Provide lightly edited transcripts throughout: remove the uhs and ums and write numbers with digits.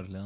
godt lavet.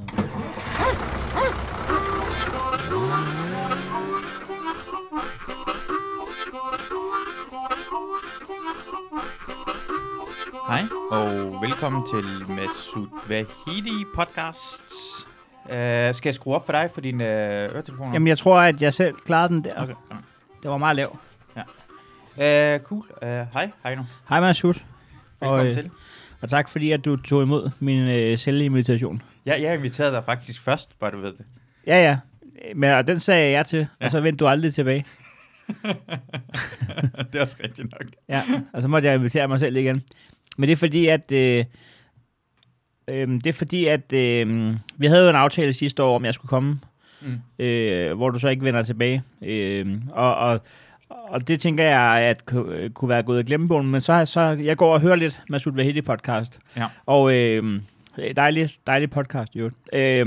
Hej, og velkommen til Masoud Vahidi podcast. Skal jeg skrue op for dig for dine øretelefoner? Jamen, jeg tror, at jeg selv klarede den der. Okay. Det var meget lav. Ja. Cool. Hej nu. Hej, Masoud. Velkommen til. Og tak fordi, at du tog imod min selvinvitation. Ja, jeg inviterede dig faktisk først, bare du ved det. Ja. Men og den sagde jeg til, og så vendte du aldrig tilbage. Det er også rigtigt nok. Ja, og så måtte jeg invitere mig selv igen. Men det er fordi, at vi havde jo en aftale sidste år, om jeg skulle komme, hvor du så ikke vender tilbage. Og det tænker jeg, at kunne være gået af glemmebogen, men så jeg går og hører lidt Masoud Vahidi podcast. Ja. Og dejlig podcast, jo.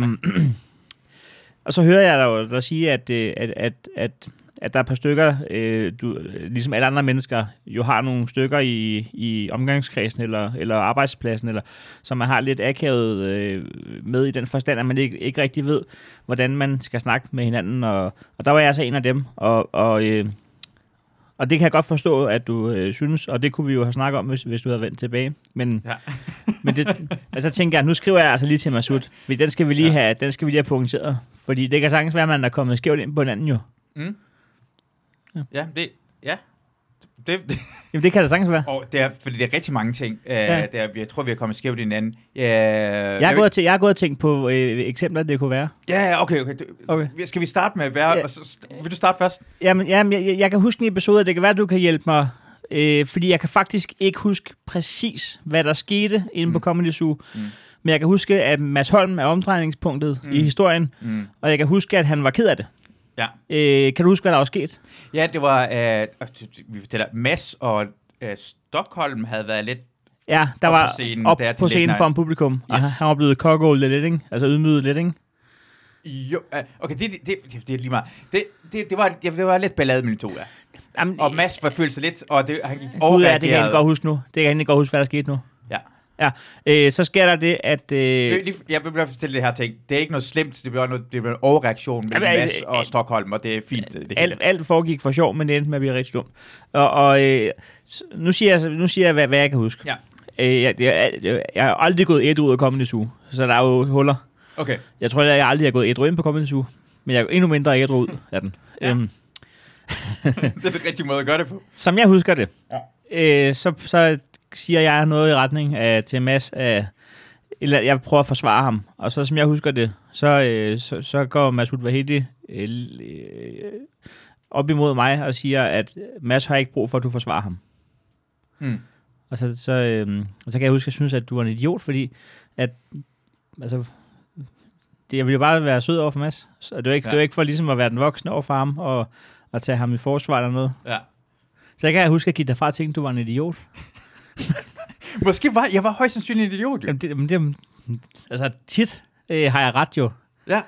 Og så hører jeg dig sige, at der er et par stykker, du, ligesom alle andre mennesker, jo har nogle stykker i omgangskredsen eller arbejdspladsen, eller som man har lidt akavet med i den forstand, at man ikke rigtig ved, hvordan man skal snakke med hinanden. Og der var jeg så en af dem, og det kan jeg godt forstå, at du synes, og det kunne vi jo have snakket om, hvis du havde vendt tilbage. Men, men det, altså tænker jeg, nu skriver jeg altså lige til Masoud, fordi den skal vi lige have punkteret, fordi det kan sagtens være, at man er kommet skævt ind på hinanden jo. Mm. Jamen, det kan det sagtens være. Og det er, fordi det er rigtig mange ting. Jeg tror, vi er kommet skævt i hinanden. Jeg har gået og tænkt på eksempler, det kunne være. Ja, okay. Skal vi starte med vil du starte først? Jamen jeg kan huske en episode, det kan være, at du kan hjælpe mig, fordi jeg kan faktisk ikke huske præcis, hvad der skete inde på Comedy Zoo. Men jeg kan huske, at Mads Holm er omdrejningspunktet i historien, og jeg kan huske, at han var ked af det. Ja. Kan du huske, hvad der var sket? Ja, det var, vi fortæller, Mads og Stockholm havde været lidt der var på scenen for en publikum, yes. Og han var blevet cockholdet lidt, ikke? Altså ydmyget lidt, ikke? Jo, okay, det er lige meget. Det var lidt ballade mellem to, ja. Jamen, og Mads var følt sig lidt, og han gik overreageret. Det kan han godt huske nu. Det kan han ikke godt huske, hvad der skete nu. Ja, så sker der det, at... Jeg vil fortælle det her ting. Det er ikke noget slemt, det bliver en overreaktion mellem Mads og Stockholm, og det er fint. Alt foregik for sjov, men det endte med at blive rigtig dumt. Og nu siger jeg, hvad jeg kan huske. Ja. Jeg har aldrig gået ædru ud af Comedy Zoo, så der er jo huller. Okay. Jeg tror, jeg aldrig har gået ædru ind på Comedy Zoo, men jeg er endnu mindre ædru ud af den. Ja. Det er den rigtige måde at gøre det på. Som jeg husker det, så siger jeg noget i retning til Mads, eller jeg prøver at forsvare ham, og så som jeg husker det, så går Masoud Vahidi op imod mig og siger, at Mads har ikke brug for, at du forsvarer ham. Og så kan jeg huske, at jeg synes, at du var en idiot, fordi at, altså, jeg ville jo bare være sød over for Mads, så det var ikke for ligesom at være den voksne over for ham, og tage ham i forsvar eller noget. Ja. Så jeg kan huske at give dig fra at tænke, at du var en idiot. Måske var jeg højst sandsynligt en idiot, jo. Jamen, altså tit har jeg ret jo. Ja.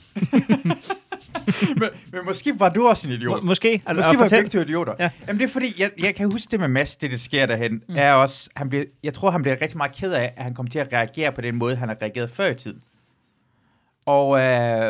men måske var du også en idiot. Måske var vi begge to idioter. Ja. Jamen det er fordi, jeg kan huske det med Mads, det sker derhen, er også, jeg tror han bliver rigtig meget ked af, at han kommer til at reagere på den måde, han har reageret før i tiden. Og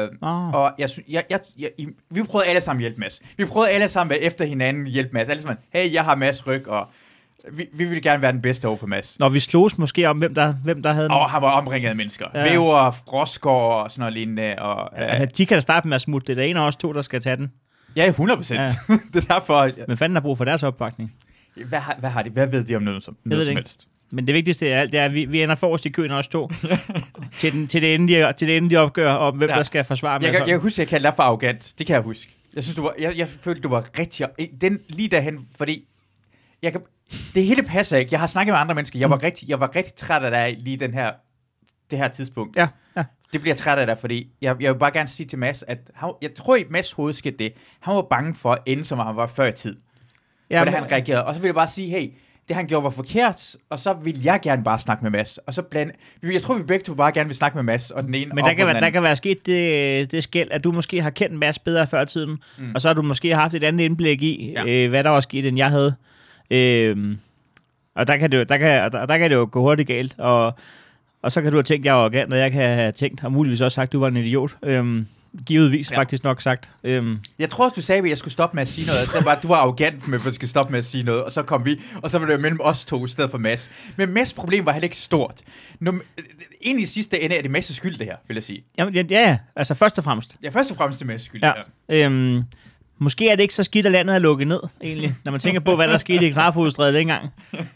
vi prøvede alle sammen at hjælpe Mads. Vi prøvede alle sammen efter hinanden hjælpe Mads. Alle sammen, hey, jeg har Mads ryg, og vi ville gerne være den bedste over for Mads. Når vi slogs måske om, hvem der havde... han var omringet af mennesker. Ja. Væver, Froskår og sådan noget lignende. Altså, de kan da starte med at smutte. Det er en af os to, der skal tage den. Ja, 100%. Ja. Det er derfor... Men fanden har brug for deres opbakning? Hvad har de? Hvad ved de om noget som helst? Men det vigtigste af alt, det er, at vi ender forrest i køen også to. til det endelige opgør om, hvem der skal forsvare med. Jeg kan huske, at jeg kaldte dig for arrogant. Det kan jeg huske. Jeg synes, jeg følte, du var rigtig... Lige derhen, fordi... Det hele passer ikke. Jeg har snakket med andre mennesker. Jeg var rigtig træt af dig lige det her tidspunkt. Ja. Det bliver jeg træt af dig, fordi jeg vil bare gerne sige til Mads, at jeg tror i Mads hoved skete det. Han var bange for at ende, som han var før i tid. Hvordan han reagerede. Og så ville jeg bare sige, hey, det han gjorde var forkert, og så vil jeg gerne bare snakke med Mads. Og så jeg tror, vi begge to bare gerne vil snakke med Mads, og den ene. Men der kan være sket det skæld, at du måske har kendt Mads bedre før tiden, og så har du måske haft et andet indblik i, hvad der var sket, end jeg havde. Og der kan det jo gå hurtigt galt, og Og så kan du have tænkt, at jeg var arrogant, og jeg kan have tænkt, og muligvis også sagt, at du var en idiot. Givetvis faktisk nok sagt. Jeg tror også, du sagde, at jeg skulle stoppe med at sige noget. Så bare, du var arrogant med, at du skulle stoppe med at sige noget. Og så kom vi, og så var det mellem os to i stedet for Mads. Men Mads' problem var heller ikke stort. Egentlig i sidste ende er det Mads' skyld, det her, vil jeg sige. Jamen, ja, altså først og fremmest. Ja, først og fremmest det Mads' skyld. Ja. Måske er det ikke så skidt, at landet er lukket ned, egentlig, når man tænker på, hvad der skete i Knarfodsstrædet dengang.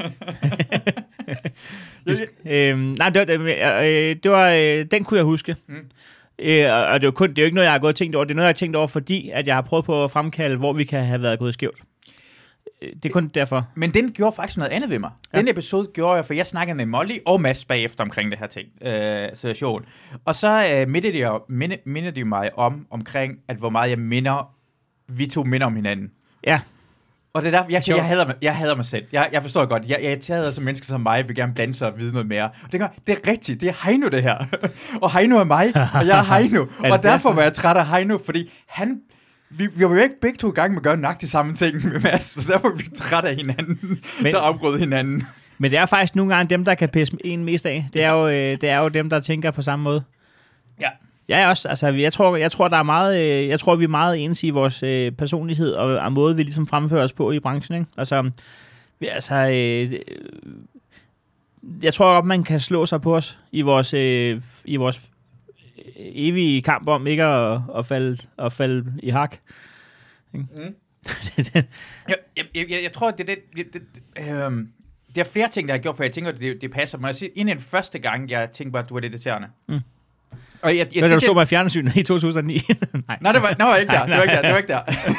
Nej, det var den kunne jeg huske. Og det er jo ikke noget, jeg har gået og tænkt over. Det er noget, jeg har tænkt over, fordi at jeg har prøvet på at fremkalde, hvor vi kan have været gået skævt. Det er kun derfor. Men den gjorde faktisk noget andet ved mig. Ja. Den episode gjorde jeg, for jeg snakkede med Molly og Mads bagefter omkring det her situation. Og så mindede de mig omkring, at hvor meget vi to minder om hinanden. Ja. Og det er der, jeg hader mig selv. Jeg forstår godt. Jeg er irriteret som mennesker som mig, vil gerne blande sig og vide noget mere. Og det er rigtigt. Det er Heino, det her. Og Heino er mig, og jeg er Heino. Og derfor var jeg træt af Heino, fordi vi var jo ikke begge to i gang med at gøre nøjagtigt samme ting med Mads. Så derfor var vi træt af hinanden, der afbrød hinanden. Men det er faktisk nogle gange dem, der kan pisse en mest af. Det er jo dem, der tænker på samme måde. Ja. Ja, også. Altså, jeg tror, der er meget. Jeg tror, vi er meget ens i vores personlighed og måde, vi ligesom fremfører os på i branchen. Ikke? Altså, jeg tror godt, man kan slå sig på os i vores evige kamp om ikke at falde i hak. Jeg tror, det er flere ting, der har gjort, for jeg tænker, det passer. Må jeg sige, inden den første gang, jeg tænkte bare, at du var lidt irriterende. Og det så mig i fjernsynet i 2009. Nej, det var ikke der. Det var ikke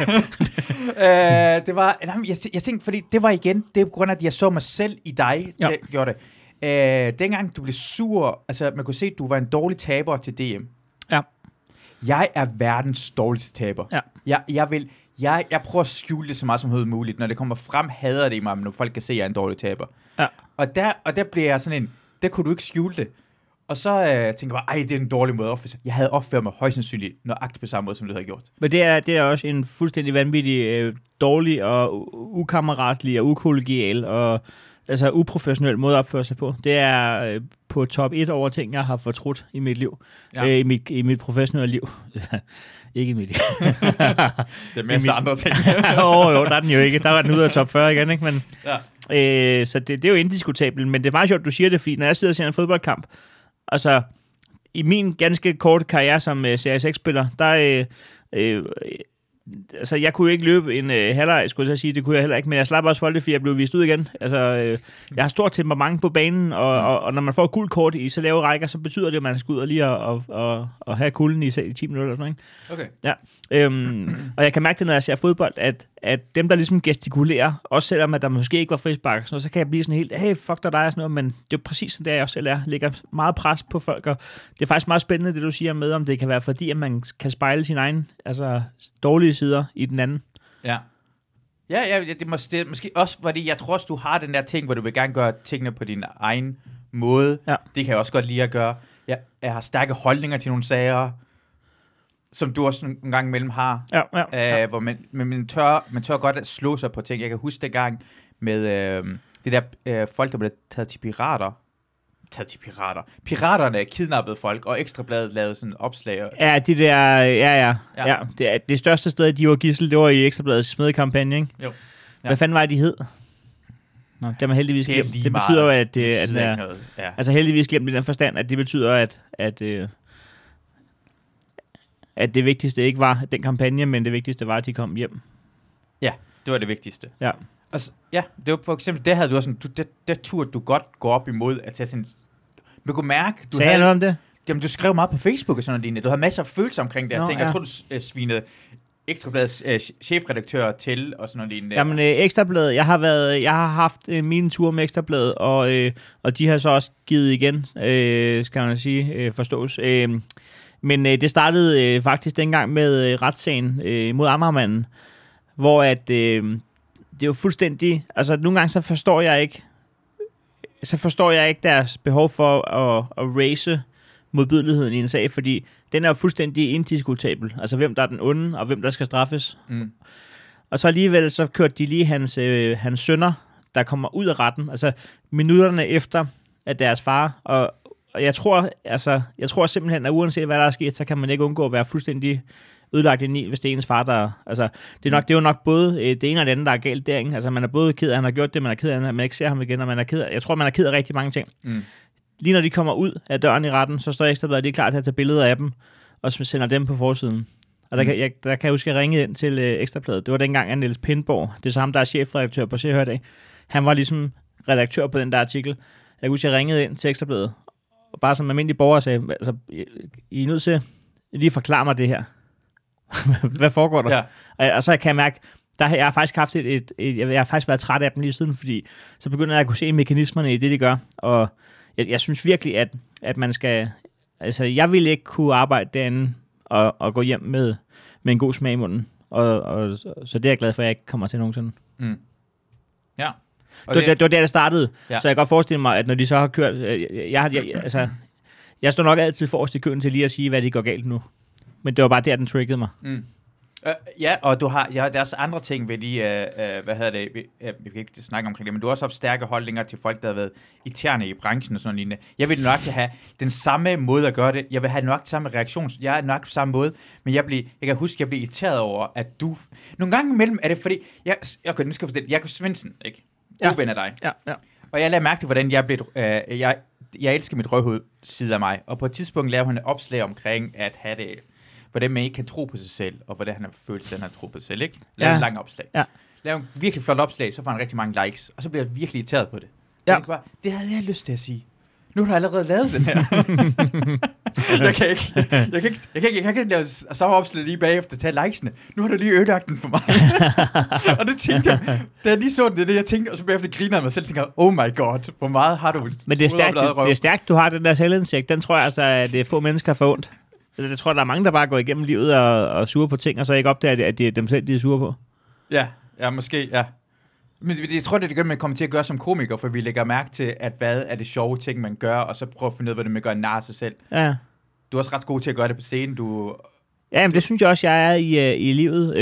der. Jeg tænkte, fordi det var igen, det er på grund af, at jeg så mig selv i dig, der gjorde det. Dengang du blev sur, altså man kunne se, at du var en dårlig taber til DM. Ja. Jeg er verdens dårligste taber. Ja. Jeg prøver at skjule det så meget som overhovedet muligt. Når det kommer frem, hader det i mig, når folk kan se, at jeg er en dårlig taber. Ja. Og der bliver jeg sådan der kunne du ikke skjule det. Og så tænker jeg bare, det er en dårlig måde at opføre sig. Jeg havde opført mig højst sandsynligt nøjagtigt på samme måde, som du havde gjort. Men det er også en fuldstændig vanvittig, dårlig og ukammeratlig og ukollegial og altså uprofessionel måde at opføre sig på. Det er på top 1 over ting, jeg har fortrudt i mit liv. Ja. I mit professionelle liv. Ikke i mit liv. Det er masser af andre ting. Jo, der er den jo ikke. Der var den ude af top 40 igen, ikke? Men, så det er jo indiskutabelt. Men det er meget sjovt, du siger det, fordi når jeg sidder og ser en fodboldkamp, altså i min ganske korte karriere som Serie 6-spiller, der altså, jeg kunne jo ikke løbe en halvleg, skulle jeg sige, det kunne jeg heller ikke, men jeg slap også for det, fordi jeg blev vist ud igen. Altså, jeg har stort temperament på banen, og når man får gult kort i så lave rækker, så betyder det, at man skal ud og lige og have kulden i 10 minutter eller sådan noget, ikke? Okay. Ja. Og jeg kan mærke det, når jeg ser fodbold, at dem, der ligesom gestikulerer, også selvom at der måske ikke var frispark, så kan jeg blive sådan helt, hey, fuck dig og sådan noget, men det er præcis sådan, der jeg også selv er. Lægger meget pres på folk, og det er faktisk meget spændende, det du siger med, om det kan være fordi, at man kan spejle sin egen, altså dårlige sider i den anden. Ja. Ja, det måske også, fordi jeg tror også, du har den der ting, hvor du vil gerne gøre tingene på din egen måde. Ja. Det kan jeg også godt lide at gøre. Jeg har stærke holdninger til nogle sager, som du også en gang imellem har. Ja. Hvor man tør godt at slå sig på ting. Jeg kan huske det gang med det der folk, der blev taget til pirater. Piraterne kidnappede folk, og Ekstrabladet lavede sådan opslag. Ja, de der, ja. Det største sted, de var gidsel, det var i Ekstrabladets smedekampagne, ikke? Jo. Ja. Hvad fanden var det, de hed? Nå, det har man heldigvis glemt. Det betyder jo, at altså heldigvis glemt i den forstand, at det betyder, at det vigtigste ikke var den kampagne, men det vigtigste var, at de kom hjem. Ja, det var det vigtigste. Ja. Altså, ja, det var for eksempel, det havde du også sådan, der turde du godt gå op imod, at tage sådan, man kunne mærke, du sagde noget om det? Jamen, du skrev meget på Facebook og sådan noget lignende. Du havde masser af følelser omkring det her ting. Ja. Jeg tror, du svinede Ekstrabladets chefredaktør til og sådan noget lignende. Jamen, Ekstrabladet, jeg har haft mine ture med Ekstrabladet, og de har så også givet igen, skal man sige, forstås. Men det startede faktisk dengang med retssagen mod Amagermanden, hvor at det er jo fuldstændig, altså nogle gange så forstår jeg ikke deres behov for at raise modbydeligheden i en sag, fordi den er jo fuldstændig indiskutabel. Altså hvem der er den onde, og hvem der skal straffes. Mm. Og så alligevel så kørte de lige hans sønner, der kommer ud af retten, altså minutterne efter, at deres far jeg tror simpelthen, at uanset hvad der er sket, så kan man ikke undgå at være fuldstændig ødelagt ind i, hvis det er ens far, der... Altså, det er jo nok både det ene og det andet, der er galt der, ikke? Altså, man er både ked af, at han har gjort det, man er ked af, at man ikke ser ham igen, og jeg tror, man er ked af rigtig mange ting. Lige når de kommer ud af døren i retten, så står Ekstra Bladet, de er klar til at tage billeder af dem, og sender dem på forsiden. Og der kan jeg huske, at jeg ringede ind til Ekstra Bladet. Det var dengang, at Niels Pindborg, det er samme, der er chefredaktør på Se og Hør Dag, han var ligesom redaktør på den der artikel. Jeg kan huske, at jeg ringede ind til Ekstra Bladet, og bare som almindelig borger sagde, altså, I er nødt til lige at forklare mig det her. Hvad foregår der? Ja. Og så kan jeg mærke, jeg har faktisk haft jeg har faktisk været træt af dem lige siden, fordi så begynder jeg at kunne se mekanismerne i det, de gør, og jeg synes virkelig, at man skal, altså jeg ville ikke kunne arbejde derinde og gå hjem med en god smag i munden, og så det er jeg glad for, at jeg ikke kommer til nogensinde. Ja. Det var der, det startede, så jeg kan godt forestille mig, at når de så har kørt, jeg står nok altid forrest i køen til lige at sige, hvad de går galt nu. Men det var bare der, den triggede mig. Ja, og der er også andre ting ved de, vi kan ikke snakke omkring det, men du har også haft stærke holdninger til folk, der har været irriterende i branchen og sådan lignende. Jeg vil nok have den samme måde at gøre det. Jeg vil have nok samme reaktion. Jeg er nok på samme måde, men jeg kan huske, at jeg blev irriteret over, at du... Nogle gange imellem er det, fordi... nu skal jeg forstå, Jakob Svendsen, ikke? Du venner dig. Ja. Og jeg lader mærke til, hvordan jeg blev... Jeg elsker mit røvhoved side af mig, og på et tidspunkt lavede hun et opslag omkring, at have det... hvordan man ikke kan tro på sig selv, og hvordan han har følt sig, at han har tro på sig selv, ikke? Lav en lang opslag. Ja. Lav en virkelig flot opslag, så får han rigtig mange likes, og så bliver jeg virkelig irriteret på det. Ja. Jeg bare, det havde jeg lyst til at sige. Nu har du allerede lavet den her. Jeg kan ikke lave samme opslag lige bagefter, tage likesene. Nu har du lige ødelagt den for mig. Og det tænkte jeg, da jeg lige så det jeg tænkte, og så bagefter griner jeg mig selv, og tænker, oh my god, hvor meget har du... Men det er stærkt, du har den der selvindsigt. Den tror jeg altså, at det er få mennesker for ondt. Jeg tror, der er mange, der bare går igennem livet og suger på ting, og så ikke opdager, at det er dem selv, de er sure på. Ja, måske, ja. Men jeg tror, det er det, man kommer til at gøre som komiker, for vi lægger mærke til, at hvad er det sjove ting, man gør, og så prøver at finde ud af, hvordan man gør nar sig selv. Ja. Du er også ret god til at gøre det på scenen. Ja, men det synes jeg også, jeg er i livet.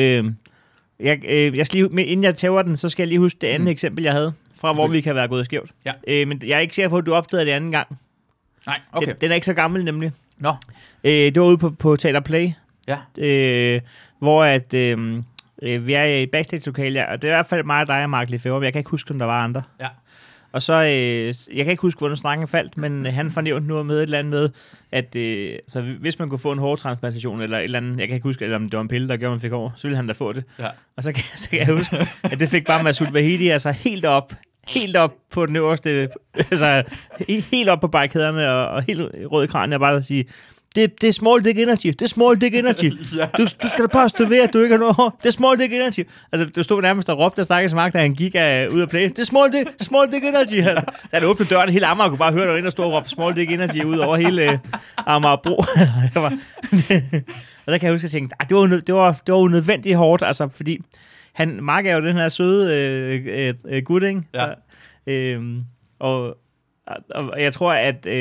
Jeg skal lige, inden jeg tæver den, så skal jeg lige huske det andet eksempel, jeg havde, fra hvor vi kan være gået skævt. Ja. Men jeg er ikke sikker på, at du opdagede det anden gang. Nej, okay. Den er ikke så gammel, nemlig. Nå. Det var ude på Teater Play. Ja. Hvor at... vi er i et backstage-lokale, og det er i hvert fald mig og dig og Mark Lefebvre, men jeg kan ikke huske, om der var andre. Ja. Og så, jeg kan ikke huske, hvordan snakken faldt, men han fornævnte noget med et eller andet med, at så hvis man kunne få en hårtransplantation, eller et eller andet, jeg kan ikke huske, eller om det var en pille, der gjorde, man fik hår, så ville han da få det. Ja. Og så kan jeg huske, at det fik bare Masoud Vahidi, altså helt op på den øverste, altså helt op på barrikaderne og helt rød i kranen, og bare at sige, det er small dick energy. Det er small dick energy. Ja. Du skal da bare stå ved, at du ikke har noget hår. Det er small dick energy. Altså, du stod nærmest og råbte af stakkels Mark, da han gik ud af play. Det er small dick energy. Da han åbnede døren, hele Amager kunne bare høre, at der ind og stå og råbe small dick energy ud over hele Amagerbro. Og der kan jeg huske, at jeg tænkte, det var unødvendigt hårdt, altså, fordi Mark er jo den her søde gut, ikke? Ja. Og jeg tror,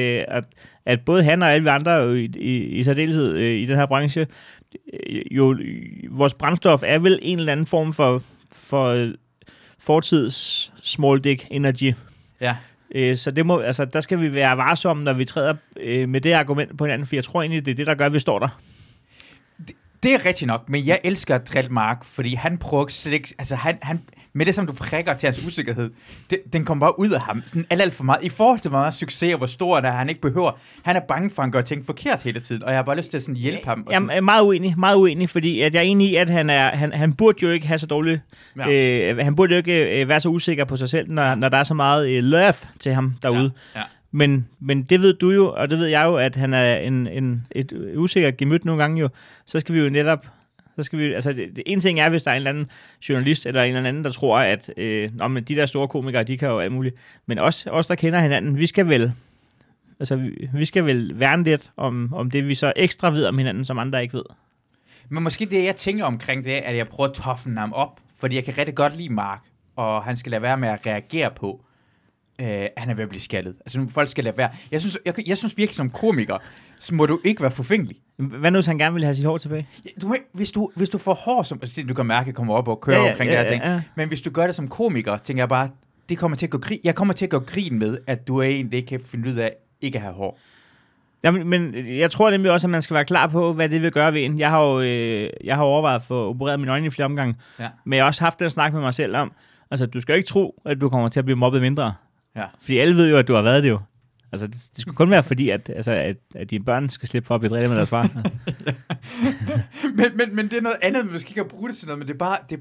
at både han og alle vi andre i særdeleshed i den her branche, jo vores brændstof er vel en eller anden form for fortids small dick energy. Ja. Så det må, altså, der skal vi være varsomme, når vi træder med det argument på hinanden, for jeg tror egentlig, det er det, der gør, at vi står der. Det er rigtigt nok, men jeg elsker at drille Mark, fordi han prøver slet ikke, altså han med det, som du prikker til hans usikkerhed, den kommer bare ud af ham, sådan alt for meget. I forhold til, hvor meget succes og hvor stor der han ikke behøver. Han er bange for, at han gør ting forkert hele tiden, og jeg har bare lyst til at sådan hjælpe ham. Jeg er meget uenig, fordi at jeg er enig i, at han burde jo ikke have så dårligt, han burde jo ikke være så usikker på sig selv, når der er så meget love til ham derude. Ja. Men det ved du jo, og det ved jeg jo, at han er et usikkert gemyt nogle gange jo, så skal vi jo netop, altså en ting er, hvis der er en eller anden journalist, eller en eller anden, der tror, at men de der store komikere, de kan jo alt muligt, men os der kender hinanden, vi skal vel værne lidt om det, vi så ekstra ved om hinanden, som andre ikke ved. Men måske det, jeg tænker omkring det, at jeg prøver at toffene ham op, fordi jeg kan rigtig godt lide Mark, og han skal lade være med at reagere på, han er ved at blive skaldet. Altså, folk skal lade være. Jeg synes virkelig som komiker, så må du ikke være forfængelig. Hvad nu, hvis han gerne vil have sit hår tilbage? Hvis du får hår, som du kan mærke, kommer op og kører omkring det her ting. Ja. Men hvis du gør det som komiker, tænker jeg bare, jeg kommer til at gå grin med, at du er en, der ikke kan finde ud af ikke at have hår. Jamen, men jeg tror nemlig også, at man skal være klar på, hvad det vil gøre ved en. Jeg har overvejet at få opereret mine øjne i flere omgange, men jeg har også haft den snak med mig selv om, altså du skal jo ikke tro, at du kommer til at blive mobbet mindre. Ja. Fordi alle ved jo, at du har været det jo. Altså, det skulle kun være fordi, at dine børn skal slippe for at blive drillet med deres far. men det er noget andet, man skal ikke bruge det til noget, men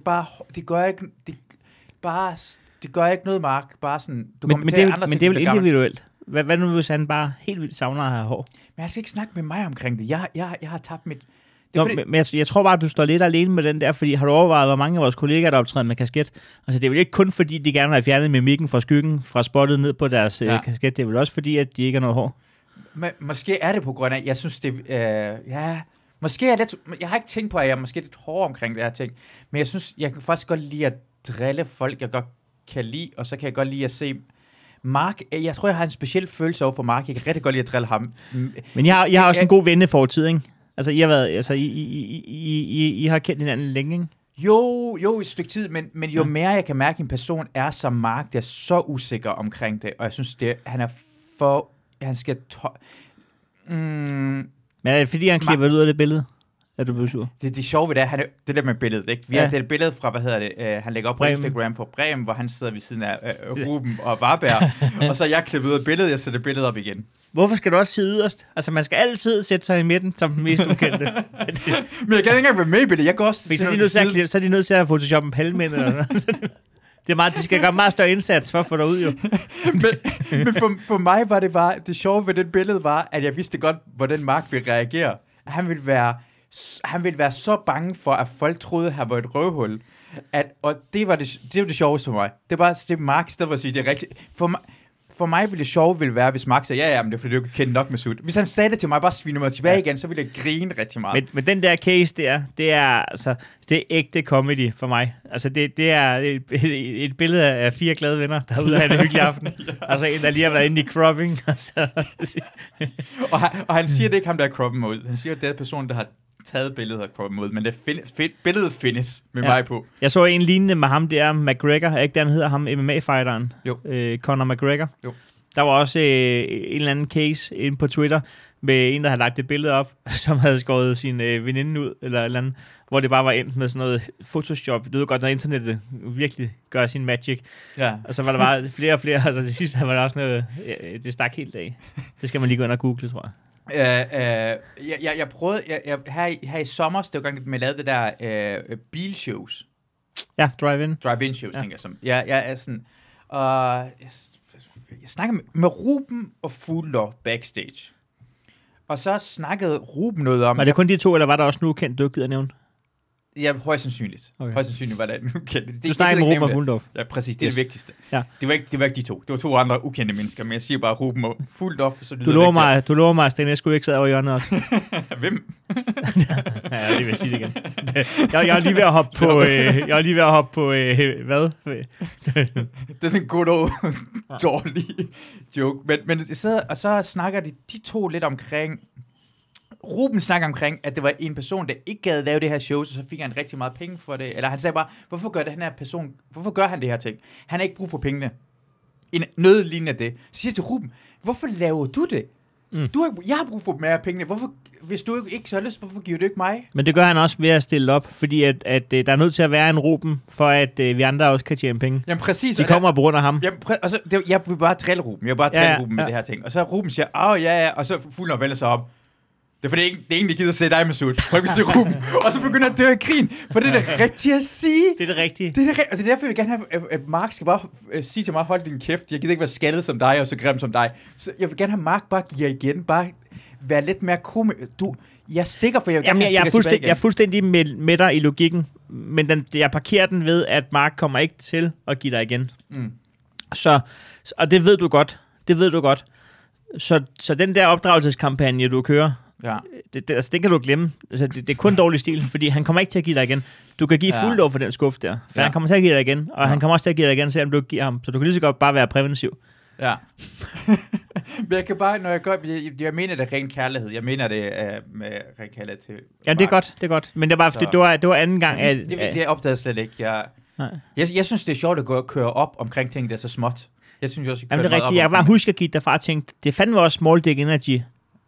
det gør ikke noget, Mark. Bare sådan, men det er vel individuelt. Hvad nu, hvis han bare helt vildt savner at have hår? Men jeg skal ikke snakke med mig omkring det. Jeg har tabt mit... Men jeg tror bare, at du står lidt alene med den der, fordi har du overvejet, hvor mange af vores kollegaer, der optræder med kasket? Altså, det er vel ikke kun fordi, de gerne vil have fjernet mimikken fra skyggen, fra spottet ned på deres kasket. Det er vel også fordi, at de ikke har noget hår. Måske er det på grund af, jeg synes det... måske er det... Jeg har ikke tænkt på, at jeg er måske lidt hård omkring det her ting. Men jeg synes, jeg kan faktisk godt lide at drille folk, jeg godt kan lide, og så kan jeg godt lide at se... Mark, jeg tror, jeg har en speciel følelse over for Mark. Jeg kan rigtig godt lide at drille ham. Men jeg har også en god vennefortid, ikke? Altså, I har kendt hinanden længe, ikke? Jo, et stykke tid, men jo mere jeg kan mærke, at en person er som Mark, der er så usikker omkring det, og jeg synes, han er for... Han skal... Men er det fordi, han klipper ud af det billede? Er du blevet sur? Det sjove ved det er, det der med billedet, ikke? Vi har det billede fra, han lægger op på Instagram på Bremen, hvor han sidder ved siden af Ruben og Varberg, og så jeg klippet ud af billedet, jeg sætter billedet op igen. Hvorfor skal du også sidde yderst? Altså, man skal altid sætte sig i midten, som den mest ukendte. Men jeg kan ikke engang være med i billedet, jeg går også... Så er de nødt til at photoshoppe en palmænd, eller noget. De skal gøre meget større indsats for at få dig ud, jo. men for mig var det bare... Det sjove ved det billede var, at jeg vidste godt, hvordan Mark ville reagere. Han ville være så bange for, at folk troede, at han var et røvhul. Og det var det sjoveste for mig. Det er bare det Mark, der var at sige, det er rigtigt. For mig ville det sjove være, hvis Mark sagde, ja, men det er fordi, du ikke kender nok med Sud. Hvis han sagde det til mig, bare svine mig tilbage igen, så ville jeg grine rigtig meget. Men den der case det er ægte comedy for mig. Altså, det er et billede af 4 glade venner, der er ude af en hyggelig aften. Altså, en, der lige har været inde i cropping. og han siger, det ikke ham, der er croppen ud. Han siger, at det er personen, der har taget billedet af croppen ud, men billedet findes med mig på. Jeg så en lignende med ham, det er McGregor, ikke det, han hedder ham, MMA-fighteren? Jo. Conor McGregor. Jo. Der var også en eller anden case inde på Twitter, med en, der havde lagt et billede op, som havde skåret sin veninde ud, eller andet, hvor det bare var endt med sådan noget Photoshop. Du ved godt, når internettet virkelig gør sin magic. Ja. Og så var der bare flere og flere, altså det sidste var der også noget, det stak helt af. Det skal man lige gå ind og google, tror jeg. Jeg prøvede her i sommer, det var gang med at lave det der bilshows. Ja, drive-in shows, tænker jeg som. Jeg er sådan, jeg snakker med Ruben og Fuldorf backstage. Og så snakkede Ruben noget om... Var det kun de to, eller var der også nu kendt, du ikke gider nævne? Ja, højst sandsynligt. Okay. Højst sandsynligt var det ukendte. Du snakker med Ruben og Fuldorf. Ja, præcis. Det er det vigtigste. Ja. Det var ikke de to. Det var 2 andre ukendte mennesker, men jeg siger bare Ruben og Fuldorf. Så du lover mig, at Sten Esko ikke sad over hjørnet også. Hvem? Ja, det vil jeg sige det igen. Jeg er lige ved at hoppe på... hvad? Det er sådan en god og dårlig joke. Men så snakker de to lidt omkring... Ruben snakker omkring, at det var en person, der ikke gad lave det her show, så fik han rigtig meget penge for det. Eller han sagde bare, hvorfor gør han det her ting? Han har ikke brug for pengene. Noget lignende det. Så siger jeg til Ruben, hvorfor laver du det? Jeg har brug for mere penge. Hvis du ikke så har lyst, hvorfor giver du ikke mig? Men det gør han også ved at stille op, fordi at der er nødt til at være en Ruben, for at vi andre også kan tjene penge. Jamen præcis. De kommer på grund af ham. Jeg vil bare drille Ruben. Ruben med det her ting. Og så Ruben siger, ja, og så fuldt og vælger sig op. Det er fordi, det er ingen, der gider at se dig med Sud. Prøv at se Ruben. Og så begynder at dø af grin. For det er det rigtige at sige. Det er det rigtige. Og det er derfor, jeg vil gerne have, at Mark skal bare sige til mig, hold din kæft. Jeg gider ikke være skaldet som dig, og så grim som dig. Så jeg vil gerne have Mark bare give igen. Bare være lidt mere komisk. Jeg stikker, for jeg vil gerne have tilbage igen. Jeg er fuldstændig med dig i logikken. Men jeg parkerer den ved, at Mark kommer ikke til at give dig igen. Og det ved du godt. Så den der opdragelseskampagne, du kører, det kan du glemme. Altså, det er kun dårlig stil, fordi han kommer ikke til at give dig igen. Du kan give fuld lov for den skuff der, for han kommer til at give dig igen, og han kommer også til at give dig igen, selvom du ikke giver ham. Så du kan lige så godt bare være præventiv. Ja. Men jeg kan bare, når jeg mener det ren kærlighed. Jeg mener det med ren kærlighed til... Ja, det er godt. Men det var, det var anden gang... Det opdagede jeg slet ikke. Jeg synes, det er sjovt at køre op omkring ting, der er så småt. Jeg synes også, det er rigtigt. Jeg kan bare huske at give dig fra og tænke, det fandme også small dick energy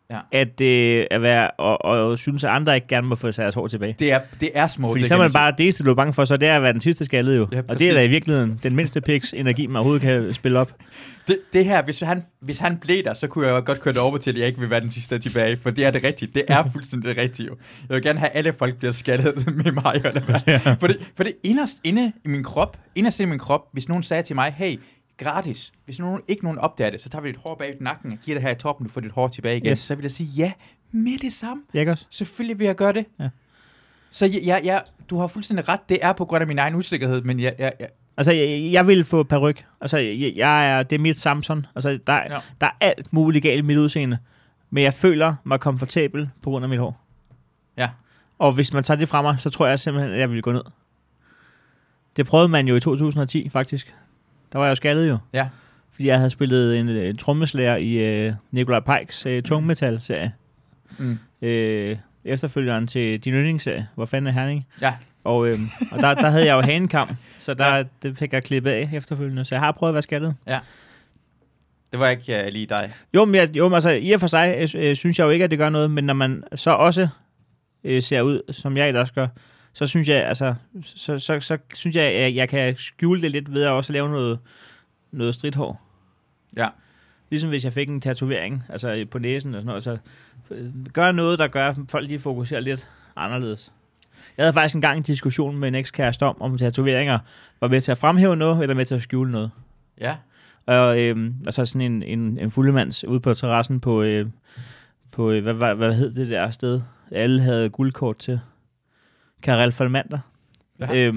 at være og synes, at andre ikke gerne må få deres hår tilbage. Det er smukt. Fordi så er man bare det eneste, du er bange for, så det er at være den sidste skaldede jo. Ja, og det er da i virkeligheden den mindste piks energi, man overhovedet kan spille op. Det her, hvis han blev der, så kunne jeg godt køre det over til, at jeg ikke vil være den sidste tilbage, for det er det rigtige. Det er fuldstændig det rigtige jo. Jeg vil gerne have, at alle folk bliver skaldet med mig. Ja. For det inderst inde i min krop, hvis nogen sagde til mig, hey, gratis. Hvis nogen opdager det, så tager vi dit hår bag i nakken og giver det her i toppen, du får dit hår tilbage igen. Yes. Så vil jeg sige, ja, med det samme. Selvfølgelig vil jeg gøre det. Ja. Så du har fuldstændig ret. Det er på grund af min egen usikkerhed, men Altså, jeg vil få paryk. Altså, det er mit Samson. Altså, der er alt muligt galt i mit udseende. Men jeg føler mig komfortabel på grund af mit hår. Ja. Og hvis man tager det fra mig, så tror jeg simpelthen, at jeg vil gå ned. Det prøvede man jo i 2010, faktisk. Der var jeg jo skaldet jo. Ja. Fordi jeg havde spillet en trommeslager i Nikolaj Pajks tungmetal-serie. Efterfølgeren til din yndlingsserie, Hvor fanden er Herning? Ja. Og der havde jeg jo hanekam, så det fik jeg klippet af efterfølgende. Så jeg har prøvet at være skaldet. Ja. Det var ikke lige dig. Jo, men altså, i og for sig synes jeg jo ikke, at det gør noget, men når man så også ser ud, som jeg ellers gør, så synes jeg, altså, så synes jeg, at jeg kan skjule det lidt ved at også lave noget stridthår. Ja. Ligesom hvis jeg fik en tatovering, altså på næsen og sådan noget, så gør noget, der gør, at folk lige fokuserer lidt anderledes. Jeg havde faktisk engang en diskussion med en ekskæreste om tatoveringer var med til at fremhæve noget, eller med til at skjule noget. Ja. Og altså sådan en fuldemands ude på terrassen på hvad hed det der sted? Alle havde guldkort til. Karel Falmander. Ja.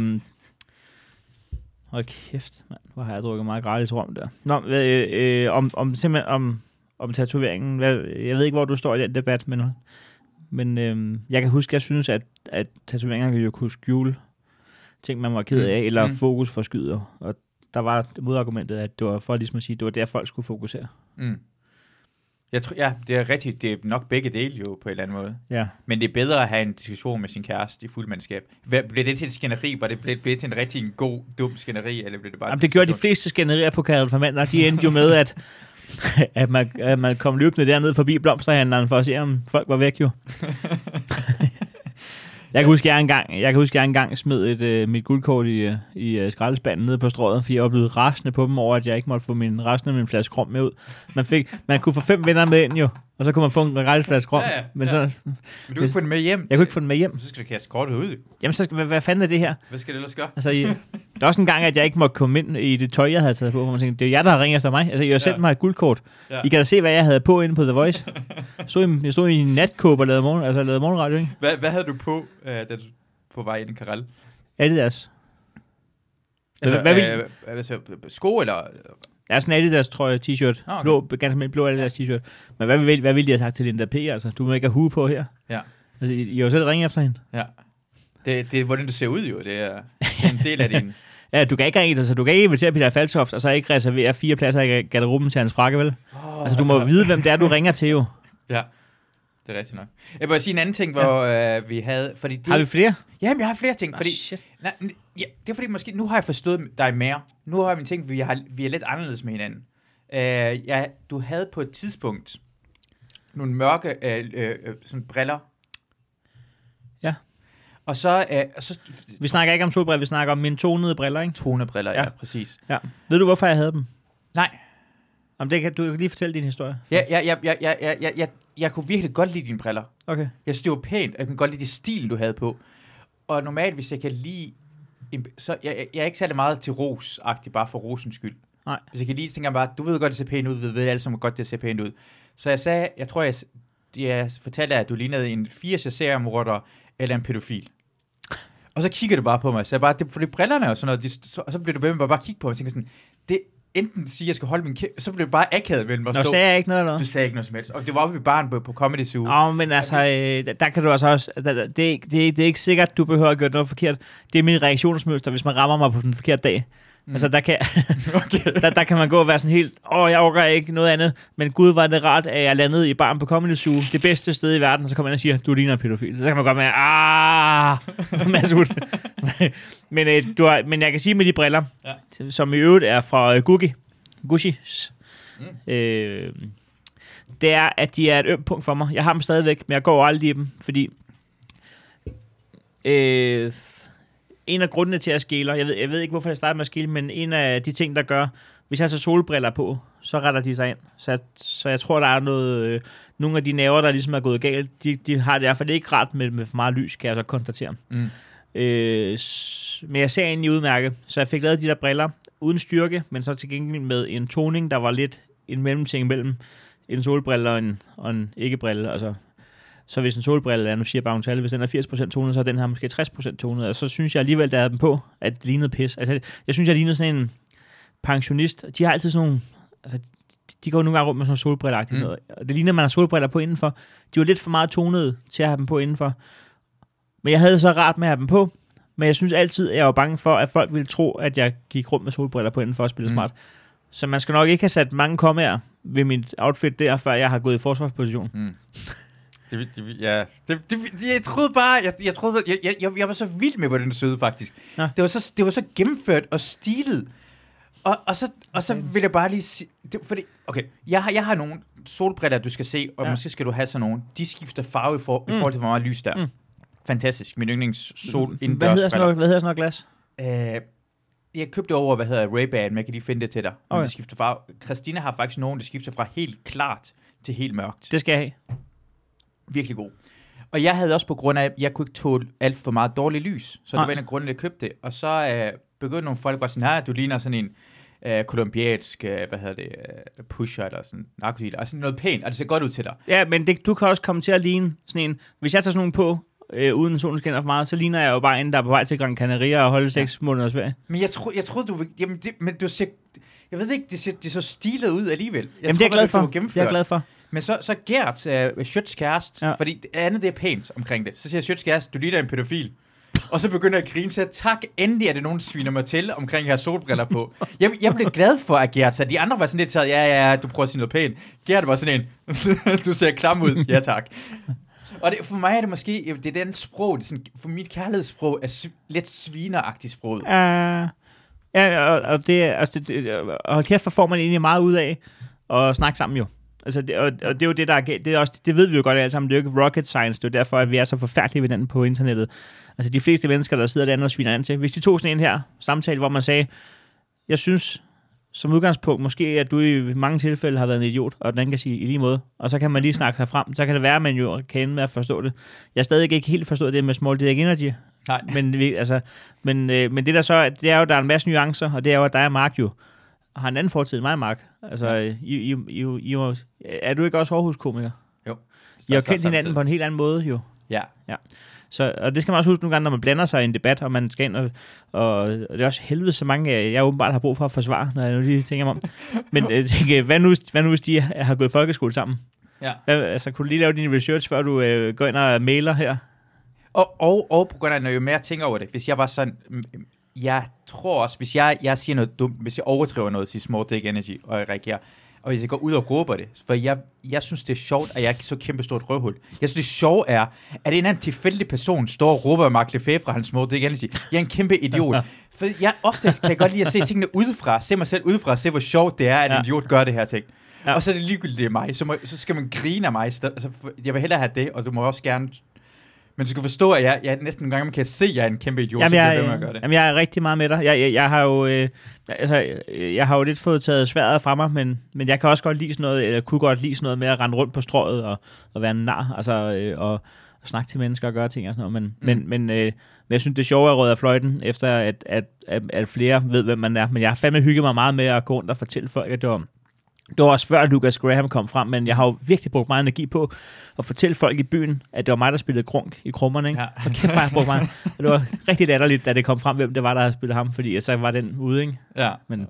Hold kæft, mand. Hvor har jeg drukket meget gratis rom der. Nå, simpelthen om tatoveringen. Jeg ved ikke, hvor du står i den debat, men jeg kan huske, jeg synes, at tatoveringer kan jo kunne skjule ting, man var ked af, eller fokus forskyder. Og der var modargumentet, at det var for ligesom at sige, at det var der, folk skulle fokusere. Mm. Jeg tror, det er rigtigt. Det er nok begge dele jo på en eller anden måde. Ja. Men det er bedre at have en diskussion med sin kæreste i fuldmandskab. Blev det til et skænderi? Blev det til en rigtig god, dum skænderi? Eller blev det bare Jamen, det gjorde de fleste skænderier på Karel Falmander. De endte jo med, at man kom løbende dernede forbi blomsterhandleren for at se, om folk var væk jo. Jeg kan huske, jeg engang smed mit guldkort i skraldespanden nede på strøget, fordi jeg var blevet rasende på dem over, at jeg ikke måtte få resten af min flaske rom med ud. Man kunne få 5 venner med ind jo, og så kunne man få en gratis flaske rom. Ja. Men du kunne ikke få den med hjem? Jeg kunne ikke få den med hjem. Så skal du kaste kortet ud. Jamen, så hvad fanden er det her? Hvad skal det ellers gøre? Altså, der er også en gang, at jeg ikke måtte komme ind i det tøj, jeg havde taget på, hvor man tænkte, det er jer, der har ringet efter mig. Altså, jeg har sendt mig et guldkort. Ja. I kan da se, hvad jeg havde på inde på The Voice. Jeg stod i en natkåbe og lavede morgenradio, ikke? Hvad havde du på, da du på vej ind i Karel? Adidas. Altså, sko eller... Ja, sådan en Adidas trøje t-shirt. Okay. Ganske blå Adidas t-shirt. Men hvad ville de have sagt til Linda P? Altså, du må ikke have hue på her. Ja. Altså, I har jo selv ringet efter hende. Ja. Det er, hvordan det ser ud jo. Det er en del af din... Ja, du kan ikke ringe, altså, du kan ikke invitere Peter Faltoft, og så ikke reservere 4 pladser i garderoben til hans frakke, vel? Altså, du må vide, hvem det er, du ringer til jo. Ja. Det er rigtigt nok. Jeg vil sige en anden ting, hvor vi havde... Fordi har vi flere? Jamen, jeg har flere ting, fordi... det er fordi, måske nu har jeg forstået dig mere. Nu har jeg tænkt, at vi er lidt anderledes med hinanden. Du havde på et tidspunkt nogle mørke sådan briller. Ja. Og så... vi snakker ikke om solbriller, vi snakker om mine tonede briller, ikke? Tonede briller, ja, præcis. Ja. Ved du, hvorfor jeg havde dem? Nej. Du kan lige fortælle din historie. Jeg kunne virkelig godt lide dine briller. Okay. Jeg synes, det var pænt. Jeg kunne godt lide det stil, du havde på. Og normalt, hvis jeg kan lide... Så jeg er ikke særlig meget til ros-agtig, bare for rosens skyld. Nej. Hvis jeg kan lide, tænker jeg bare, du ved godt, det ser pænt ud. Vi ved alle sammen godt, det ser pænt ud. Så jeg sagde, jeg fortalte dig, at du lignede en 80'er-seriemorder eller en pædofil. Og så kigger du bare på mig. Så jeg bare, det, for det brillerne og sådan noget, og så bliver du ved med bare kigge på mig og tænker sådan, det enten sige, at jeg skal holde min så blev det bare akavet mellem os. Nå, sagde jeg ikke noget eller? Du sagde ikke noget som helst. Og det var oppe ved baren på Comedy Zoo. Men altså, der kan du altså også... Det er ikke sikkert, at du behøver at gøre noget forkert. Det er min reaktionsmønster, hvis man rammer mig på den forkerte dag. Altså, der kan man gå og være sådan helt... jeg overgår ikke noget andet. Men gud, var det rart, at jeg landede i baren på Comedy Zoo. Det bedste sted i verden. Så kommer man og siger, du ligner en pædofil. Så kan man godt med, Masud. Men jeg kan sige med de briller, som i øvrigt er fra Gucci. det er, at de er et ømt punkt for mig. Jeg har dem stadigvæk, men jeg går aldrig i dem, fordi en af grundene til at skæler, jeg ved ikke, hvorfor jeg starter med at skæle, men en af de ting, der gør, hvis jeg har så solbriller på, så retter de sig ind. Så jeg tror, der er nogle af de nerver, der ligesom er gået galt, de har det i hvert fald ikke ret med for meget lys, kan jeg så konstatere. Men jeg ser egentlig udmærket, så jeg fik lavet de der briller uden styrke, men så til gengæld med en toning, der var lidt en mellemting mellem en solbrille og en ikke-brille. Altså, så hvis en solbrille nu siger bare en tal, hvis den er 80% tonet, så er den her måske 60% tonet, og så synes jeg alligevel, da jeg havde dem på, at det lignede pis. Altså, jeg synes, jeg lignede sådan en pensionist. De har altid sådan nogle, altså, de går nogle gange rundt med sådan nogle solbriller-agtige noget. Og det ligner, at man har solbriller på indenfor. De var lidt for meget tonede til at have dem på indenfor. Men jeg havde så rart med at have dem på. Men jeg synes altid, at jeg var bange for, at folk ville tro, at jeg gik rundt med solbriller på indenfor og spille smart. Så man skal nok ikke have sat mange kommaer ved mit outfit der, før jeg har gået i forsvarsposition. Jeg troede bare, jeg var så vild med, hvordan det så ud, faktisk. Ja. Det var så gennemført og stilet. Og så vil jeg bare lige sige, fordi, okay, jeg har nogle solbriller, du skal se, og måske skal du have sådan nogle. De skifter farve i forhold til, hvor meget lys der. Fantastisk. Min yndlings sol indendørs. Hvad hedder sådan noget glas? Jeg købte over, Ray-Ban, men jeg kan lige finde det til dig. Okay. De skifter farve. Christina har faktisk nogen, der skifter fra helt klart til helt mørkt. Det skal jeg have. Virkelig god. Og jeg havde også på grund af, at jeg kunne ikke tåle alt for meget dårligt lys. Så det var en af grunden, jeg købte det. Og så begyndte nogle folk bare sådan, her, du ligner sådan en kolumbiansk, pusher eller sådan narkotil. Altså noget pænt, og det ser godt ud til dig. Ja, men du kan også komme til at ligne sådan en, hvis jeg tager sådan nogen på, uden solen skinner for meget, så ligner jeg jo bare en, der er på vej til Gran Canaria og holde 6 måneders ferie. Men jeg troede, du... Jamen, men du ser... Jeg ved ikke, det så stilet ud alligevel. Jamen, det er jeg glad for. Men så Gert, Schøtz kæreste, fordi det andet det er pænt omkring det. Så siger Schøtz kæreste, du ligner en pædofil. Og så begynder jeg at grine, så tak, endelig er det nogen, der sviner mig til omkring her solbriller på. Jeg blev glad for, at Gert, så de andre var sådan lidt taget, ja, du prøver at sige noget pænt. Gert var sådan en, du ser klam ud, ja tak. Og for mig er det måske, det er den sprog, det er sådan, for mit kærlighedssprog er lidt svineragtigt sprog. Ja, og det er, hold kæft, for får man egentlig meget ud af at snakke sammen jo. Altså, det er jo det, der er galt. Det ved vi jo godt alle sammen. Det er jo ikke rocket science. Det er jo derfor, at vi er så forfærdelige ved den på internettet. Altså, de fleste mennesker, der sidder derinde og sviner an til. Hvis de tog sådan en her samtale, hvor man sagde, jeg synes, som udgangspunkt, måske at du i mange tilfælde har været en idiot, og den anden kan sige i lige måde. Og så kan man lige snakke sig frem. Så kan det være, at man jo kan ende med at forstå det. Jeg har stadig ikke helt forstået det med Small Dick Energy. Nej. Men det der så, det er jo, der er en masse nuancer, og det er jo, at dig og Mark jo har en anden fortid end mig, Mark. Altså, er du ikke også Aarhus-komiker? Jo. I har kendt hinanden på en helt anden måde, jo. Ja. Så, og det skal man også huske nogle gange, når man blander sig i en debat, og man skal ind og det er også helvede så mange, jeg åbenbart har brug for at forsvare, når jeg nu lige tænker mig om. Men jeg tænker, hvad nu hvis de har gået i folkeskole sammen? Ja. Altså, kunne du lige lave din research, før du går ind og mailer her? Og på grund af, når jeg mere tænker over det, hvis jeg var sådan... Jeg tror også, hvis jeg siger noget dumt, hvis jeg overdriver noget til Small Dick Energy, og jeg reagerer, og hvis jeg går ud og råber det, for jeg synes, det er sjovt, at jeg er så kæmpe stort røvhul. Jeg synes, det sjove er, at en anden tilfældig person står og råber Mark Lefebvre fra hans Small Dick Energy. Jeg er en kæmpe idiot. For jeg ofte kan jeg godt lide at se tingene udefra, se mig selv udefra, se hvor sjovt det er, at en idiot gør det her ting. Ja. Og så er det ligegyldigt, det er mig. Så skal man grine af mig. Altså, jeg vil hellere have det, og du må også gerne... Men du skal forstå, at jeg næsten nogle gange kan se, at jeg er en kæmpe idiot, så jeg gøre det. Jamen, jeg er rigtig meget med dig. Jeg har jo lidt fået taget sværdet fra mig, men jeg kan også godt lide sådan noget, eller kunne godt lide sådan noget med at rende rundt på strøget og være en nar, altså og snakke til mennesker og gøre ting og sådan noget. Men jeg synes, det er sjovt at røde af fløjten, efter at flere ved, hvem man er. Men jeg har fandme hygget mig meget med at gå rundt og fortælle folk, at det var også før Lucas Graham kom frem, men jeg har jo virkelig brugt meget energi på at fortælle folk i byen, at det var mig, der spillede grunk i krummerne, ikke? Ja. Og kæft, jeg brugt meget. Og det var rigtig latterligt, da det kom frem, hvem det var, der havde spillet ham, fordi så var den ude, ikke? Ja. Men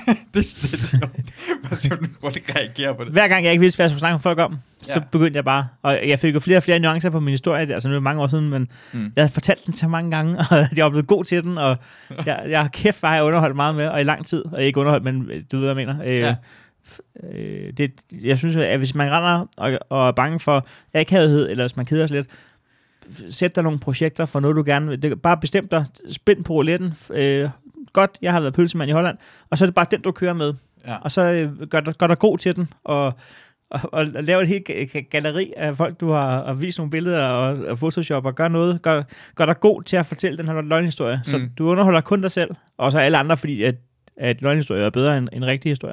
Hvor det reagerer på det. Hver gang jeg ikke vidste, hvad jeg skulle snakke med folk om, så begyndte jeg bare. Og jeg fik jo flere og flere nuancer på min historie, altså nu er mange år siden, men jeg havde fortalt den så mange gange, og jeg var blevet god til den, og jeg har kæft, har jeg underholdt meget med, og i lang tid, og ikke underholdt, men du ved, hvad jeg mener. Jeg synes, at hvis man render og er bange for akavighed, eller hvis man keder sig lidt, sæt dig nogle projekter for noget, du gerne vil. Bare bestem dig, spind på rouletten. Godt, jeg har været pølsemand i Holland, og så er det bare den, du kører med. Ja. Og så gør dig god til den, og og lave et helt galleri af folk, du har vist nogle billeder og Photoshop og gør noget, gør dig god til at fortælle den her løgnhistorie. Så du underholder kun dig selv, og så alle andre, fordi at løgnhistorie er bedre end en rigtig historie.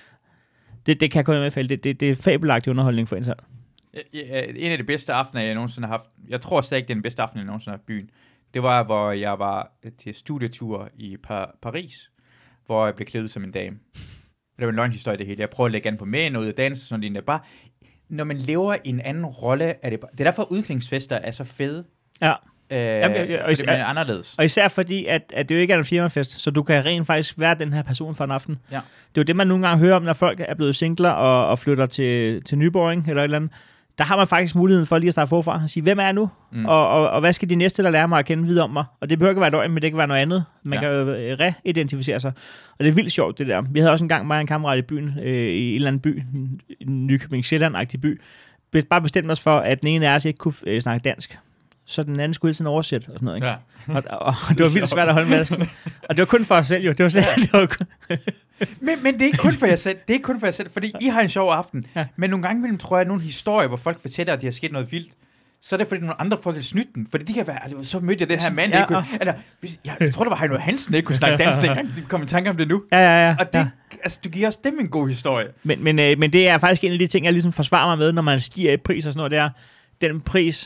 Det kan jeg kun anbefale. Det er fabelagtig underholdning for en selv. En af de bedste aftener, jeg nogensinde har haft, jeg tror stadig, det er den bedste aften, jeg nogensinde har haft i byen, det var, hvor jeg var til studietur i Paris, hvor jeg blev klædet som en dame. Det var en løgnhistorie det hele. Jeg prøvede at lægge an på mænd og ud af danse, sådan noget. Bare, når man lever i en anden rolle, det er derfor, udklædningsfester er så fede. Ja. Fordi man er anderledes. Og især fordi, at det jo ikke er en firmafest, så du kan rent faktisk være den her person for en aften. Ja. Det er jo det, man nogle gange hører om, når folk er blevet singler og flytter til Nyborg eller et eller andet. Der har man faktisk muligheden for lige at starte forfra og sige, hvem er jeg nu? Og hvad skal de næste, der lærer mig at kende videre om mig? Og det behøver ikke være løgn, men det kan være noget andet. Man kan jo reidentificere sig. Og det er vildt sjovt, det der. Vi havde også engang mig og en kammerat i byen, i en eller anden by, en Nykøbing Sjælland-agtig by, bare bestemt os for, at den ene af os ikke kunne snakke dansk. Så den anden skulle hele tiden oversætte og sådan noget. Ikke? Ja. Og det var vildt svært at holde med. Og det var kun for os selv jo. Det var slet, det var men det er ikke kun for jer selv. Det er ikke kun for jer selv, fordi I har en sjov aften. Ja. Men nogle gange imellem tror jeg, at nogle historier, hvor folk fortæller, at de har sket noget vildt, så er det fordi nogle andre folk har snydt den. Fordi de kan være, altså, så mødte jeg den her mand, ikke kunne, eller, jeg tror, der var Heino Hansen, ikke kunne snakke dansk dengang. De kom i tanke om det nu. Ja. Og det, altså, du giver os dem en god historie. Men det er faktisk en af de ting, jeg ligesom forsvarer mig med, når man stiger i pris og sådan noget, det er, den pris,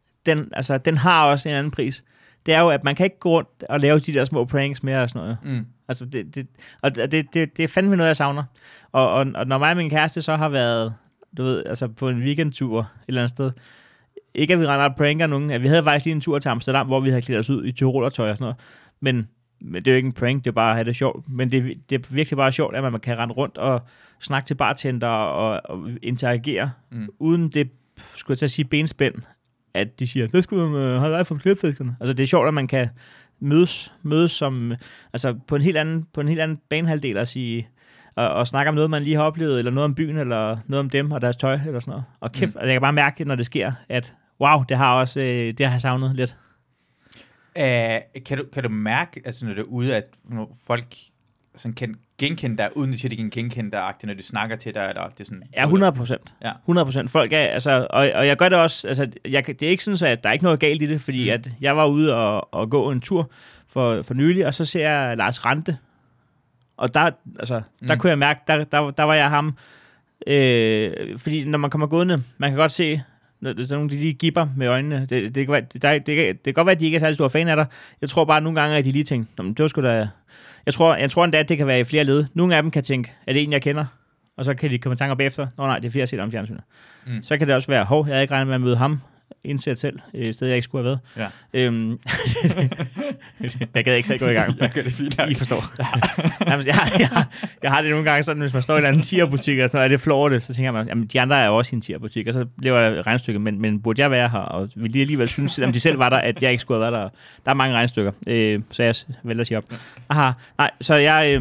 den har også en anden pris. Det er jo, at man kan ikke gå rundt og lave de der små pranks mere og sådan noget. Altså, det er fandme noget, jeg savner. Og når mig og min kæreste så har været, du ved, altså på en weekendtur et eller andet sted, ikke at vi render og pranker nogen, at vi havde faktisk lige en tur til Amsterdam, hvor vi havde klædt os ud i tyrolertøj og sådan noget, men det er jo ikke en prank, det er bare at have det sjovt, men det er virkelig bare sjovt, at man kan rende rundt og snakke til bartender og interagere, uden det, skulle jeg til at sige, benspænd, at de siger, der skulle man have dig fra klipfiskerne. Altså det er sjovt, at man kan mødes som, altså på en helt anden banehalvdel at sige, og snakke om noget, man lige har oplevet, eller noget om byen, eller noget om dem og deres tøj, eller sådan noget. Og kæft, jeg kan bare mærke, når det sker, at wow, det har jeg savnet lidt. Kan du mærke, altså når det er ude, at folk sådan kan genkende dig, uden de siger, de kan genkende dig, når de snakker til dig, eller det er sådan... Ja, 100%. 100%. Folk er, altså, og jeg gør det også, altså, det er ikke sådan, at der er ikke noget galt i det, fordi at jeg var ude og gå en tur for nylig, og så ser jeg Lars Rante, og der kunne jeg mærke, der var jeg ham, fordi når man kommer gående, man kan godt se, der er nogle de lige gipper med øjnene. Det kan godt være, at de ikke er særlig store fan af dig. Jeg tror bare, at nogle gange, at de lige tænker, det var sgu da... Jeg tror endda, at det kan være i flere led. Nogle af dem kan tænke, er det en, jeg kender? Og så kan de komme i tanker bagefter. Nej, det er flere, jeg set om fjernsynet. Så kan det også være, jeg havde ikke regnet med at møde ham, indsat selv, et sted, jeg ikke skulle have været. Ja. Jeg gad ikke selv gå i gang. Jeg gør det fint. I forstår. Jamen, jeg har det nogle gange sådan, hvis man står i en anden tierbutik, og sådan noget, er det flår det, så tænker man, jamen de andre er jo også i en tierbutik, og så laver jeg regnstykker, men burde jeg være her, og vil de alligevel synes, selvom de selv var der, at jeg ikke skulle have været der. Der er mange regnstykker, så jeg vælger at sige op. Aha, nej, så jeg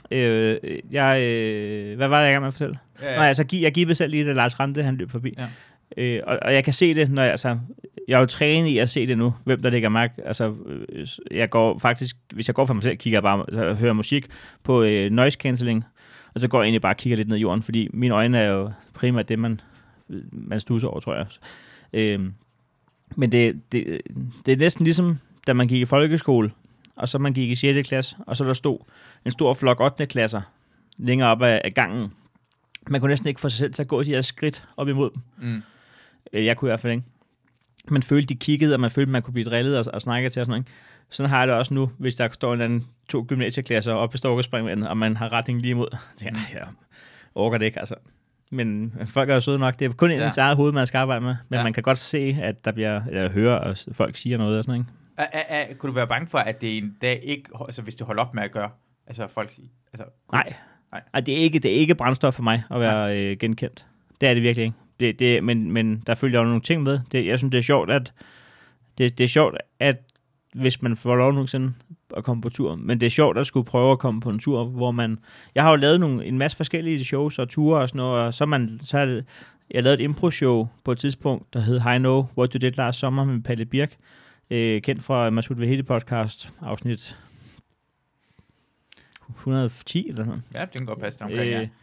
hvad var det, jeg gang med at fortælle? Nej, altså, jeg giver selv lige det, Lars Rante, han løb forbi. Ja. Og jeg kan se det, når jeg er jo trænet i at se det nu, hvem der lægger mærke. Altså, jeg går faktisk, hvis jeg går for mig selv, kigger jeg bare og hører musik på noise cancelling, og så går jeg egentlig bare og kigger lidt ned i jorden, fordi mine øjne er jo primært det, man stusser over, tror jeg. Men det er næsten ligesom, da man gik i folkeskole, og så man gik i 6. klasse, og så der stod en stor flok 8. klasser længere op af gangen. Man kunne næsten ikke få sig selv til at gå de her skridt op imod dem. Jeg kunne i hvert fald ikke. Man følte, de kiggede, og man følte, man kunne blive drillet og snakke til og sådan noget. Sådan har jeg det også nu, hvis der står en anden 2 gymnasieklasser oppe i Storkespringvandet, og man har retning lige imod. Så jeg orker det ikke, altså. Men folk er jo søde nok. Det er kun ens eget hoved, man skal arbejde med. Men man kan godt se, at der bliver, eller høre, og folk siger noget og sådan noget. Kunne du være bange for, at det en dag ikke, altså hvis du holder op med at gøre, altså folk... Altså, Nej, det er ikke brændstof for mig at være genkendt. Det er det virkelig ikke. Men der følger jo nogle ting med. Jeg synes, det er sjovt, det er sjovt, at hvis man får lov nogensinde at komme på tur, men det er sjovt at skulle prøve at komme på en tur, hvor man... Jeg har jo lavet en masse forskellige shows og ture og sådan noget, og så har jeg lavet et impro-show på et tidspunkt, der hed I Know What You Did Last Summer med Palle Birk, kendt fra Masud Vahedi podcast, afsnit 110 eller sådan. Ja, det kan godt passe omkring, ja.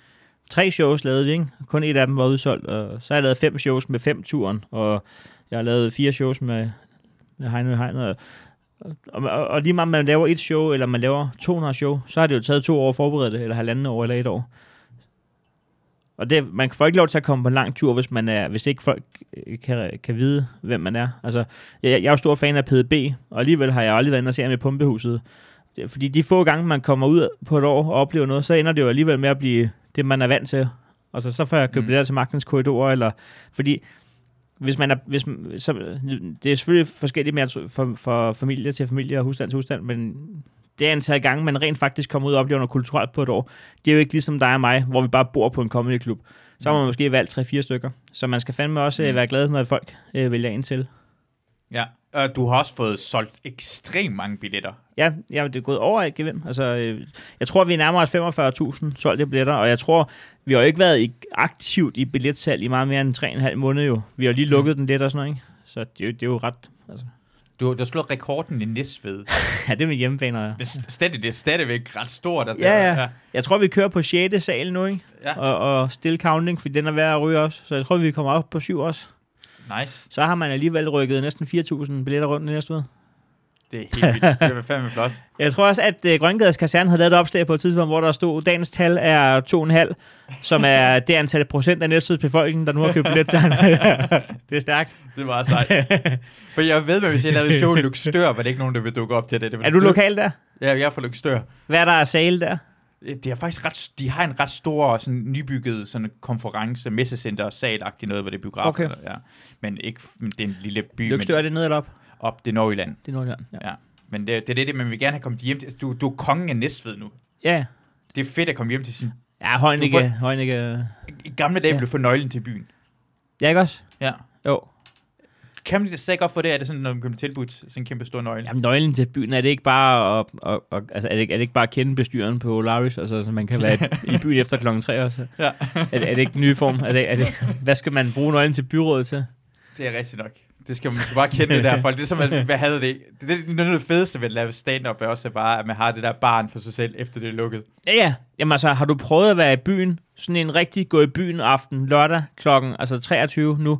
3 shows lavede vi, ikke? Kun et af dem var udsolgt, og så har jeg lavet 5 shows med 5-turen, og jeg har lavet 4 shows med Heino. Og lige meget man laver et show, eller man laver 200 show, så har det jo taget 2 år at forberede det, eller 1,5 år, eller 1 år. Og man får ikke lov til at komme på en lang tur, hvis ikke folk kan vide, hvem man er. Altså, jeg er jo stor fan af PDB, og alligevel har jeg aldrig været inde og se ham i Pumpehuset. Fordi de få gange, man kommer ud på et år og oplever noget, så ender det jo alligevel med at blive det, man er vant til. Altså, så får jeg købt det der til Magtens Korridorer, eller... Fordi, det er selvfølgelig forskelligt mere for familie til familie og husstand til husstand, men det antal gange, man rent faktisk kommer ud og oplever noget kulturelt på et år, det er jo ikke ligesom dig og mig, hvor vi bare bor på en comedyklub. Så har man måske valgt 3-4 stykker. Så man skal fandme også være glad, når folk vælger ind til. Ja, og du har også fået solgt ekstremt mange billetter. Ja, det er gået over et gevind. Altså, jeg tror, vi er nærmere 45.000 solgte billetter, og jeg tror, vi har jo ikke været aktivt i billetsalg i meget mere end 3,5 måneder jo. Vi har lige lukket den lidt og sådan noget, ikke? Så det er jo ret... Altså. Du har slået rekorden i Næstved. Ja, det er med hjemmebaner, ja. Det er stadigvæk ret stort. Ja. Jeg tror, vi kører på 6. sal nu, ikke? Ja. Og still counting, fordi den er værd at ryge også. Så jeg tror, vi kommer op på 7 også. Nice. Så har man alligevel rykket næsten 4.000 billetter rundt i Næstved. Det er helt vildt. Det var fandme flot. Jeg tror også, at Grøngades Kaserne havde lavet et opslag på et tidspunkt, hvor der stod, dagens tal er 2,5, som er det antal procent af Næstveds befolkning, der nu har købt billet til ham. Det er stærkt. Det er meget sejt. For jeg ved, at hvis jeg lavede show i Løgstør, var det ikke nogen, der vil dukke op til det. Er du lokal der? Ja, jeg er fra Løgstør. Hvad er der af sale der? Det er faktisk de har en ret stor, sådan nybygget sådan konference, messecenter og salagtigt noget, hvor det er biograf. Okay. Ja. Men det er en lille by. Løgstør, er det ned eller op? Op, det er Nordjylland. Det er Nordjylland, ja. Men det er det, man vil gerne have kommet hjem til. Du er kongen af Næstved nu. Ja. Det er fedt at komme hjem til sin... Ja, Højnække. I gamle dage ville du få nøglen til byen. Ja, ikke også? Ja. Jo. Kan man det stadig godt få det? Er det sådan, når man kommer tilbudt sådan en kæmpe stor nøgle? Jamen, nøglen til byen, er det ikke bare altså, er det ikke bare at kende bestyren på Laris, altså så man kan være i byen efter klokken 3 også? Ja. er det ikke en ny form? Hvad skal man bruge nøglen til byrådet til? Det er rigtigt nok. Det skal man bare kende det der folk. Det er som, hvad havde det? Det er noget af det fedeste ved at lave stand-up, er også bare, at man har det der barn for sig selv, efter det er lukket. Ja. Jamen altså, har du prøvet at være i byen, sådan en rigtig gå i byen aften, lørdag klokken 23 nu?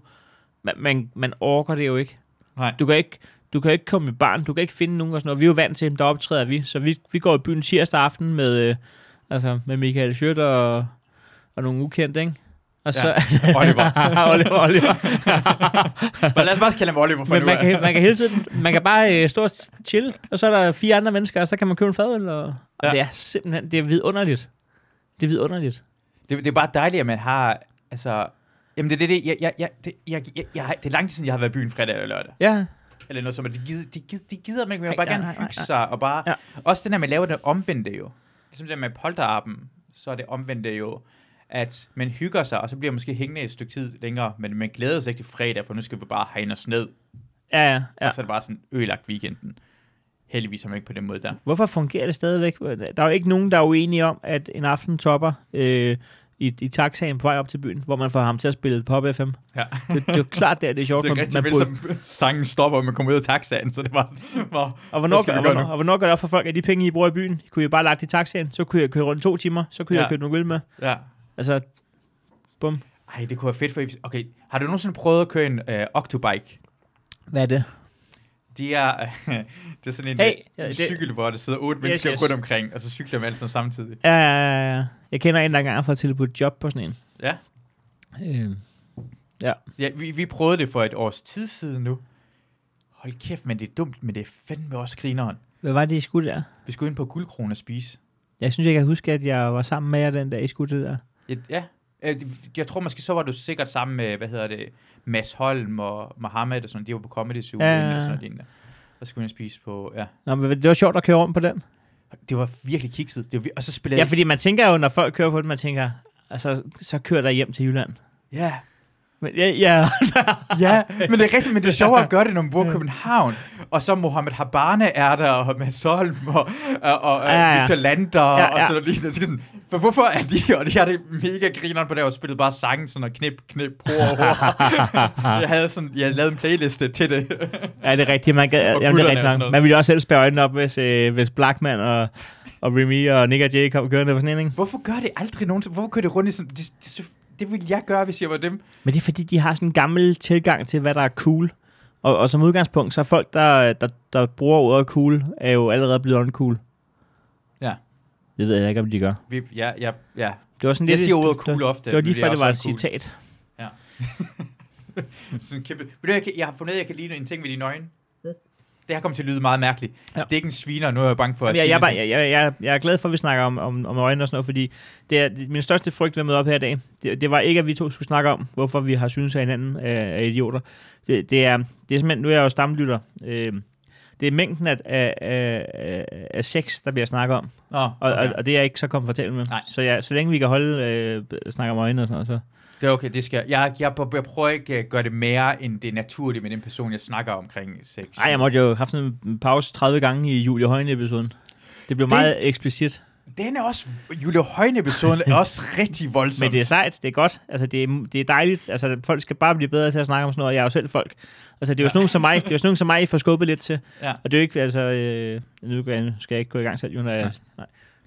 Man orker det jo ikke. Nej. Du kan ikke komme i barn, du kan ikke finde nogen og sådan noget. Vi er jo vant til, der optræder vi. Så vi går i byen tirsdag aften med Michael Schødt og nogle ukendte, ikke? Og så Oliver. Men lad os bare kalde ham Oliver for nu. Man kan hele tiden, man kan bare stå og chill, og så er der 4 andre mennesker, og så kan man købe en fadøl, og det er simpelthen, det er vidunderligt. Det er vidunderligt. Det er bare dejligt, at man har, altså, jamen det er lang tid siden, jeg har været i byen fredag eller lørdag. Ja. Eller noget som, at de gider mig ikke, men bare gerne hygge sig, og bare, også det der med at lave det omvendte jo. Ligesom det med polterappen, så er det omvendte jo, at man hygger sig, og så bliver man måske hængende et stykke tid længere, men man glæder sig ikke til fredag, for nu skal vi bare hegne os ned. Ja. Og så er det bare sådan ødelagt weekenden. Heldigvis har man ikke på den måde der. Hvorfor fungerer det stadigvæk? Der er jo ikke nogen, der er uenige om, at en aften topper i taxaen på vej op til byen, hvor man får ham til at spille Pop FM. Ja. Det er jo klart, det er sjovt. Det er rigtig vel, som sangen stopper, og man kommer ud af taxaen, så det var og hvornår gør det op for folk, at de penge, I bruger i byen, kunne I bare lagt i taxaen, så kunne jeg køre rundt 2 timer, så kunne jeg købe nogle øl med. Ja. Altså, bum. Ej, det kunne være fedt for... Okay, har du nogensinde prøvet at køre en Octobike? Hvad er det? Det er sådan en cykel, hvor der sidder 8 mennesker rundt omkring, og så cykler man alle samtidig. Ja. Jeg kender en, der engang har tilbudt job på sådan en. Ja. Ja, vi prøvede det for et års tid siden nu. Hold kæft, men det er dumt, men det er fandme også grineren. Hvad var det, I skulle der? Vi skulle ind på Guldkron og spise. Jeg synes, jeg kan huske, at jeg var sammen med jer den dag, I skulle det der. Ja. Jeg tror måske, så var du sikkert sammen med, Mads Holm og Mohammed og sådan. De var på Comedy Zoo. Og sådan lignende. Og så skulle vi spise på, ja. Nå, men det var sjovt at køre rundt på den. Det var virkelig kikset. Og så spillede fordi man tænker jo, når folk kører på den, man tænker, altså, så kører der hjem til Jylland. Ja. Men, ja, men det er rigtigt, men det er sjovere at gøre det, når man bor i København. Og så Mohammed Habane er der, og Mads Holm, og Victor Lander, og sådan noget. For hvorfor er de, og de har det mega grineren på det, og spillet bare sangen, sådan og knip, jeg lavede en playliste til det. Ja, det er rigtigt, man ville også selv spære øjnene op, hvis Blackman og Remy og Nick og Jay kom kørende på sådan en, ikke? Hvorfor gør det aldrig nogensinde? Hvorfor kører det rundt i sådan... Det ville jeg gøre, hvis jeg var dem. Men det er fordi, de har sådan en gammel tilgang til, hvad der er cool. Og som udgangspunkt, så er folk, der bruger ordet cool, er jo allerede blevet uncool. Ja. Det ved jeg ikke, om de gør. Ja. Det var sådan jeg lidt, siger ordet cool ofte. Det var lige før, det var et cool. citat. Ja. Sådan kæmpe. Jeg har fundet, at jeg kan lide en ting med dine øjne. Det har kommet til at lyde meget mærkeligt. Ja. Det er ikke en sviner, nu er jeg bange for at sige jeg er glad for, at vi snakker om øjne og sådan noget, fordi det er min største frygt ved at møde op her i dag. Det var ikke, at vi to skulle snakke om, hvorfor vi har synes af hinanden af idioter. Det er simpelthen, nu er jeg jo stamlytter, det er mængden af sex, der bliver snakket om. Okay. Og det er jeg ikke så komfortabel med. Så længe vi kan holde snakke om øjne og sådan noget, så... Det er okay, det skal jeg prøver ikke at gøre det mere, end det er naturligt med den person, jeg snakker omkring sex. Nej, jeg måtte jo have haft en pause 30 gange i Julie Højne-episoden. Det blev meget eksplicit. Den er også, Julie Højne-episoden er også rigtig voldsom. Men det er sejt, det er godt. Altså, det er dejligt. Altså, folk skal bare blive bedre til at snakke om sådan noget. Jeg er jo selv folk. Altså, det er jo sådan nogen som mig. Det er jo sådan nogen som mig, I får skubbet lidt til. Ja. Og det er jo ikke, altså... nu skal jeg ikke gå i gang selv, jo, når jeg... Nej.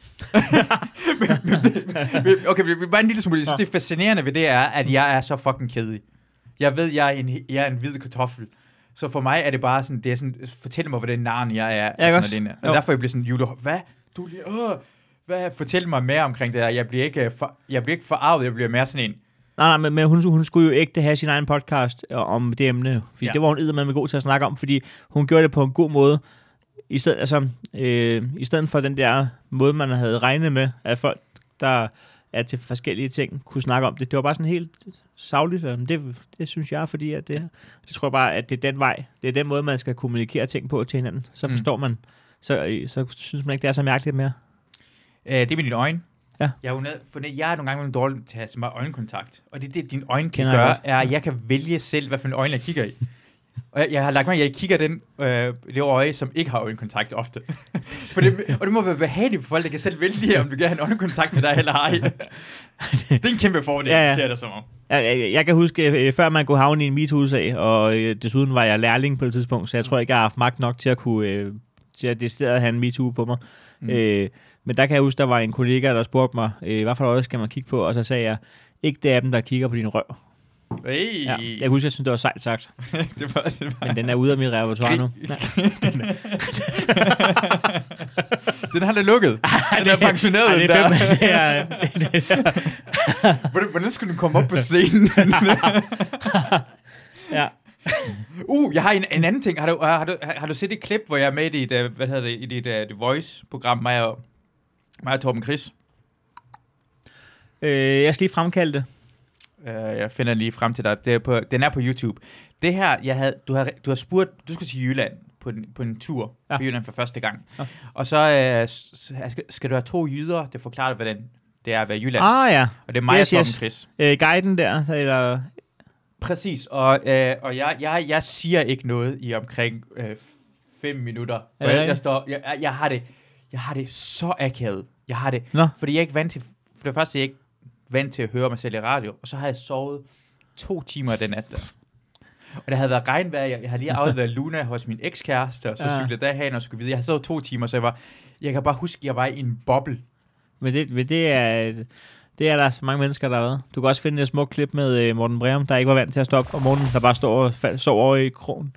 Okay, bare en lille smule. Det fascinerende ved det er, at jeg er så fucking kedelig. Jeg ved, jeg er en hvid kartoffel. Så for mig er det bare sådan, det er sådan, fortæl mig, hvordan narren jeg er. Ja, og derfor jeg bliver sådan, Julie, hvad? Hvad? Fortæl mig mere omkring det her. Jeg bliver ikke forarvet, jeg bliver mere sådan en. Nej, men hun skulle jo ikke have sin egen podcast om det emne. Fordi det var hun eddermame god til at snakke om, fordi hun gjorde det på en god måde. I stedet for den der måde, man havde regnet med, at folk, der er til forskellige ting, kunne snakke om det. Det var bare sådan helt sagligt. Det synes jeg, fordi at det tror jeg bare, at det er den vej. Det er den måde, man skal kommunikere ting på til hinanden. Så forstår man. Så synes man ikke, det er så mærkeligt mere. Det er med dine øjne. Ja. Jeg er nogle gange dårlig til at have så meget øjenkontakt. Og det dine øjne kan gøre, er, at jeg kan vælge selv, hvad for en øjne jeg kigger i. Og jeg har lagt mig, at jeg kigger det øje, som ikke har øjenkontakt ofte. Og det må være behageligt for folk, der kan selv vælge, om du kan have en øjenkontakt med dig eller ej. Det er en kæmpe fordel, ser det som om. Jeg kan huske, før man kunne havne i en MeToo-sag, og desuden var jeg lærling på et tidspunkt, så jeg tror ikke, jeg har haft magt nok til at kunne til at decideret have en MeToo på mig. Men der kan jeg huske, der var en kollega, der spurgte mig, hvad for øje skal man kigge på, og så sagde jeg, ikke det af dem, der kigger på din røv. Hey. Ja, jeg husker, jeg synes, det var sejt sagt. det var. Men den er ude af mit repertoire nu. Den har det lukket. Den er pensioneret. Det er Hvordan skulle du komme op på scenen? Ja. Jeg har en anden ting. Har du set et klip, hvor jeg er med i dit Voice-program, mig og Torben Chris? Jeg skal lige fremkalde det. Jeg finder lige frem til dig. Den er på YouTube. Det her, du har spurgt, du skulle til Jylland på en tur på Jylland for første gang. Ja. Og så skal du have 2 jyder, der forklarer dig, hvordan det er at være Jylland. Ja. Og det er mig og Torben Chris. Guiden der, eller... Præcis, og jeg siger ikke noget i omkring 5 minutter. Jeg har det så akavet. Jeg har det, fordi jeg er ikke vant til... For det første, jeg er ikke vant til at høre mig selv i radio, og så har jeg sovet 2 timer den nat der. Og der havde været regnvejr, jeg havde lige afleveret Luna hos min ekskæreste, og så cyklede derhen og skulle videre. Jeg havde sovet 2 timer, så jeg kan bare huske, at jeg var i en boble. Men det er der så mange mennesker, der har været. Du kan også finde et smukt klip med Morten Breum, der ikke var vant til at stoppe, og Morten, der bare står og sover over i krogen.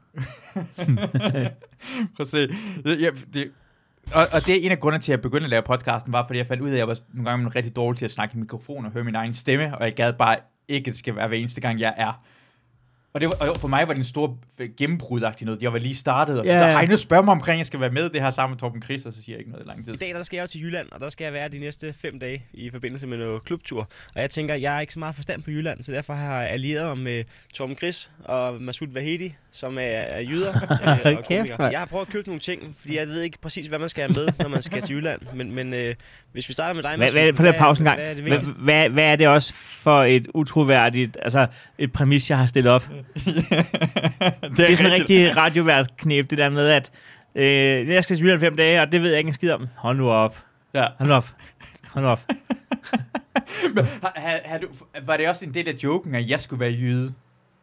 Prøv at se. Og det er en af grundene til, at jeg begyndte at lave podcasten, var fordi jeg fandt ud af, at jeg var nogle gange rigtig dårlig til at snakke i mikrofon og høre min egen stemme, og jeg gad bare ikke, at det skal være hver eneste gang, jeg er. Og for mig var det en stor gennembrud-agtig noget. Jeg var lige startet, og så der Heine spørger mig omkring, at jeg skal være med det her sammen med Torben Chris, og så siger jeg ikke noget i lang tid. I dag der skal jeg jo til Jylland, og der skal jeg være de næste 5 dage i forbindelse med noget klubtur. Og jeg tænker, jeg er ikke så meget forstand på Jylland, så derfor har jeg allieret mig med Torben Chris og Masoud Vahedi, som er jyder og komikere. Jeg har prøvet at købe nogle ting, fordi jeg ved ikke præcis, hvad man skal have med, når man skal til Jylland. Men hvis vi starter med dig, Masoud, hvad er det også for et utroværdigt, altså et præmis, jeg har stillet op? Det er sådan en rigtig radiovært-knæb, det der med, at jeg skal til Jylland 5 dage, og det ved jeg ikke en skid om. Hold nu op. Ja. Hold nu op. Men, var det også en del af joken, at jeg skulle være jyde?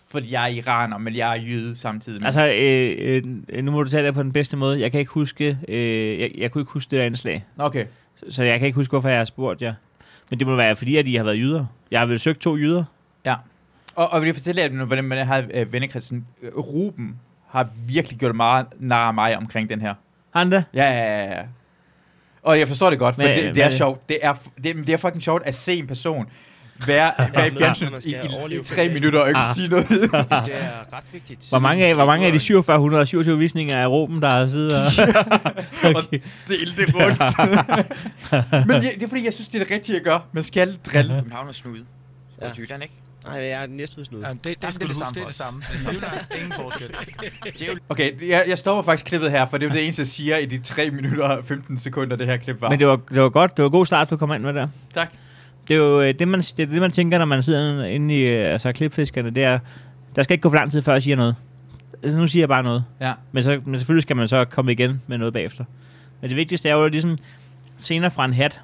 fordi jeg er iraner, men jeg er jøde samtidig. Altså, nu må du tage det på den bedste måde. Jeg kan ikke huske, jeg kunne ikke huske det der indslag. Okay. Så jeg kan ikke huske, hvorfor jeg har spurgt jer. Men det må være, fordi at I har været jyder. Jeg har vel søgt 2 jyder. Ja. Og vil jeg fortælle jer, hvordan man har vennekredsen. Ruben har virkelig gjort meget nar af mig omkring den her. Har han det? Ja. Og jeg forstår det godt, for det er sjovt. Det er fucking sjovt at se en person være i fjernsynet i 3 minutter og ikke sige noget. Det er ret vigtigt. Hvor mange af de 4727 visninger af Ruben, der har siddet og dele det rundt? Men det er fordi, jeg synes, det er det rigtige at gøre. Man skal drille. København er snude. Ja. Jylland, ikke? Nej, jeg er næsthusnud. Ja, det skulle du huske, det er det samme. Ingen forskel. Okay, jeg stopper faktisk klippet her, for det er det eneste, jeg siger i de 3 minutter og 15 sekunder, det her klip var. Men det var godt. Det var god start, du kom ind med der. Tak. Det er jo det, man tænker, når man sidder inde i klipfiskerne. Det er, der skal ikke gå for lang tid, før jeg siger noget. Altså, nu siger jeg bare noget. Ja. Men selvfølgelig skal man så komme igen med noget bagefter. Men det vigtigste er jo ligesom scener fra en hat.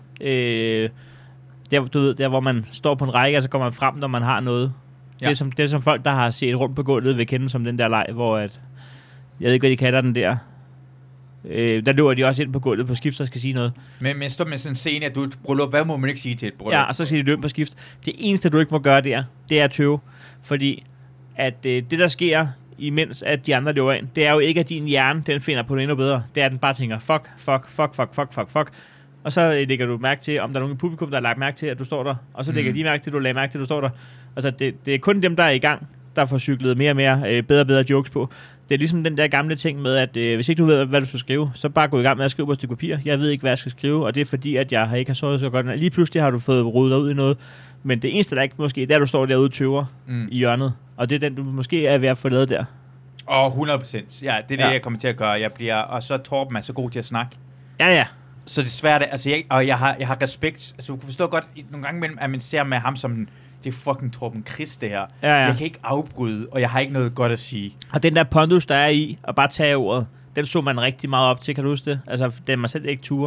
Der hvor man står på en række, og så kommer man frem, når man har noget. Ja. Det er som folk, der har set rundt på gulvet, vil kende som den der leg, hvor at, jeg ved ikke, hvad de kalder den der. Der løber de også ind på gulvet på skift, og skal sige noget. Men stå med sådan en scene, at du er et bryllup. Hvad må man ikke sige til et bryllup? Ja, og så skal de løbe på skift. Det eneste, du ikke må gøre det er at tøve. Fordi at det, der sker, imens at de andre løber ind, det er jo ikke, at din hjerne, den finder på det endnu bedre. Det er, at den bare tænker, fuck. Og så lægger du mærke til, om der er nogen i publikum, der har lagt mærke til, at du står der. Og så lægger de mærke til, at du lagde mærke til, at du står der. Altså, det er kun dem, der er i gang, der får cyklet mere og mere, bedre og bedre jokes på. Det er ligesom den der gamle ting med, at hvis ikke du ved, hvad du skal skrive, så bare gå i gang med at skrive på et stykke papir. Jeg ved ikke, hvad jeg skal skrive, og det er fordi, at jeg ikke har sovet så godt. Lige pludselig har du fået rodet ud i noget. Men det eneste, der ikke måske, det er, at du står derude og tøver i hjørnet. Og det er den, du måske er ved at få lavet der. 100%. Ja, det er det, jeg kommer til at gøre. Og så Torben er så god til at snakke. Ja. Så det er svært, altså jeg har respekt. Altså du kan forstå godt nogle gange mellem, at man ser med ham som det er fucking Torben Chris, det her. Ja. Jeg kan ikke afbryde, og jeg har ikke noget godt at sige. Og den der pondus, der er i, at bare tage ordet, den så man rigtig meget op til, kan du huske det? Altså, den man selv ikke ture.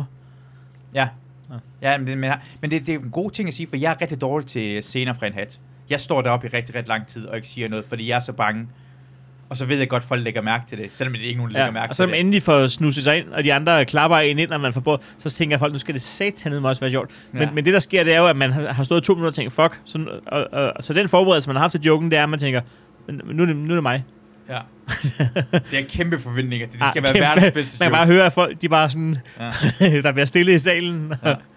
Ja, men det er en god ting at sige, for jeg er rigtig dårlig til scener fra en hat. Jeg står deroppe i rigtig lang tid, og ikke siger noget, fordi jeg er så bange. Og så ved jeg godt, at folk lægger mærke til det, selvom det ikke nogen lægger mærke til det. Og så endelig får snuset sig ind, og de andre klapper ind, når man får på, så tænker folk, nu skal det satanede også være sjovt. Men det, der sker, det er jo, at man har stået 2 minutter og tænkt, fuck. Så den forberedelse, man har haft til joken, det er, at man tænker, nu er det mig. Ja. Det er kæmpe forventninger. Det skal være verdens bedste. Man kan bare høre, at folk, de bare sådan, der bliver stille i salen.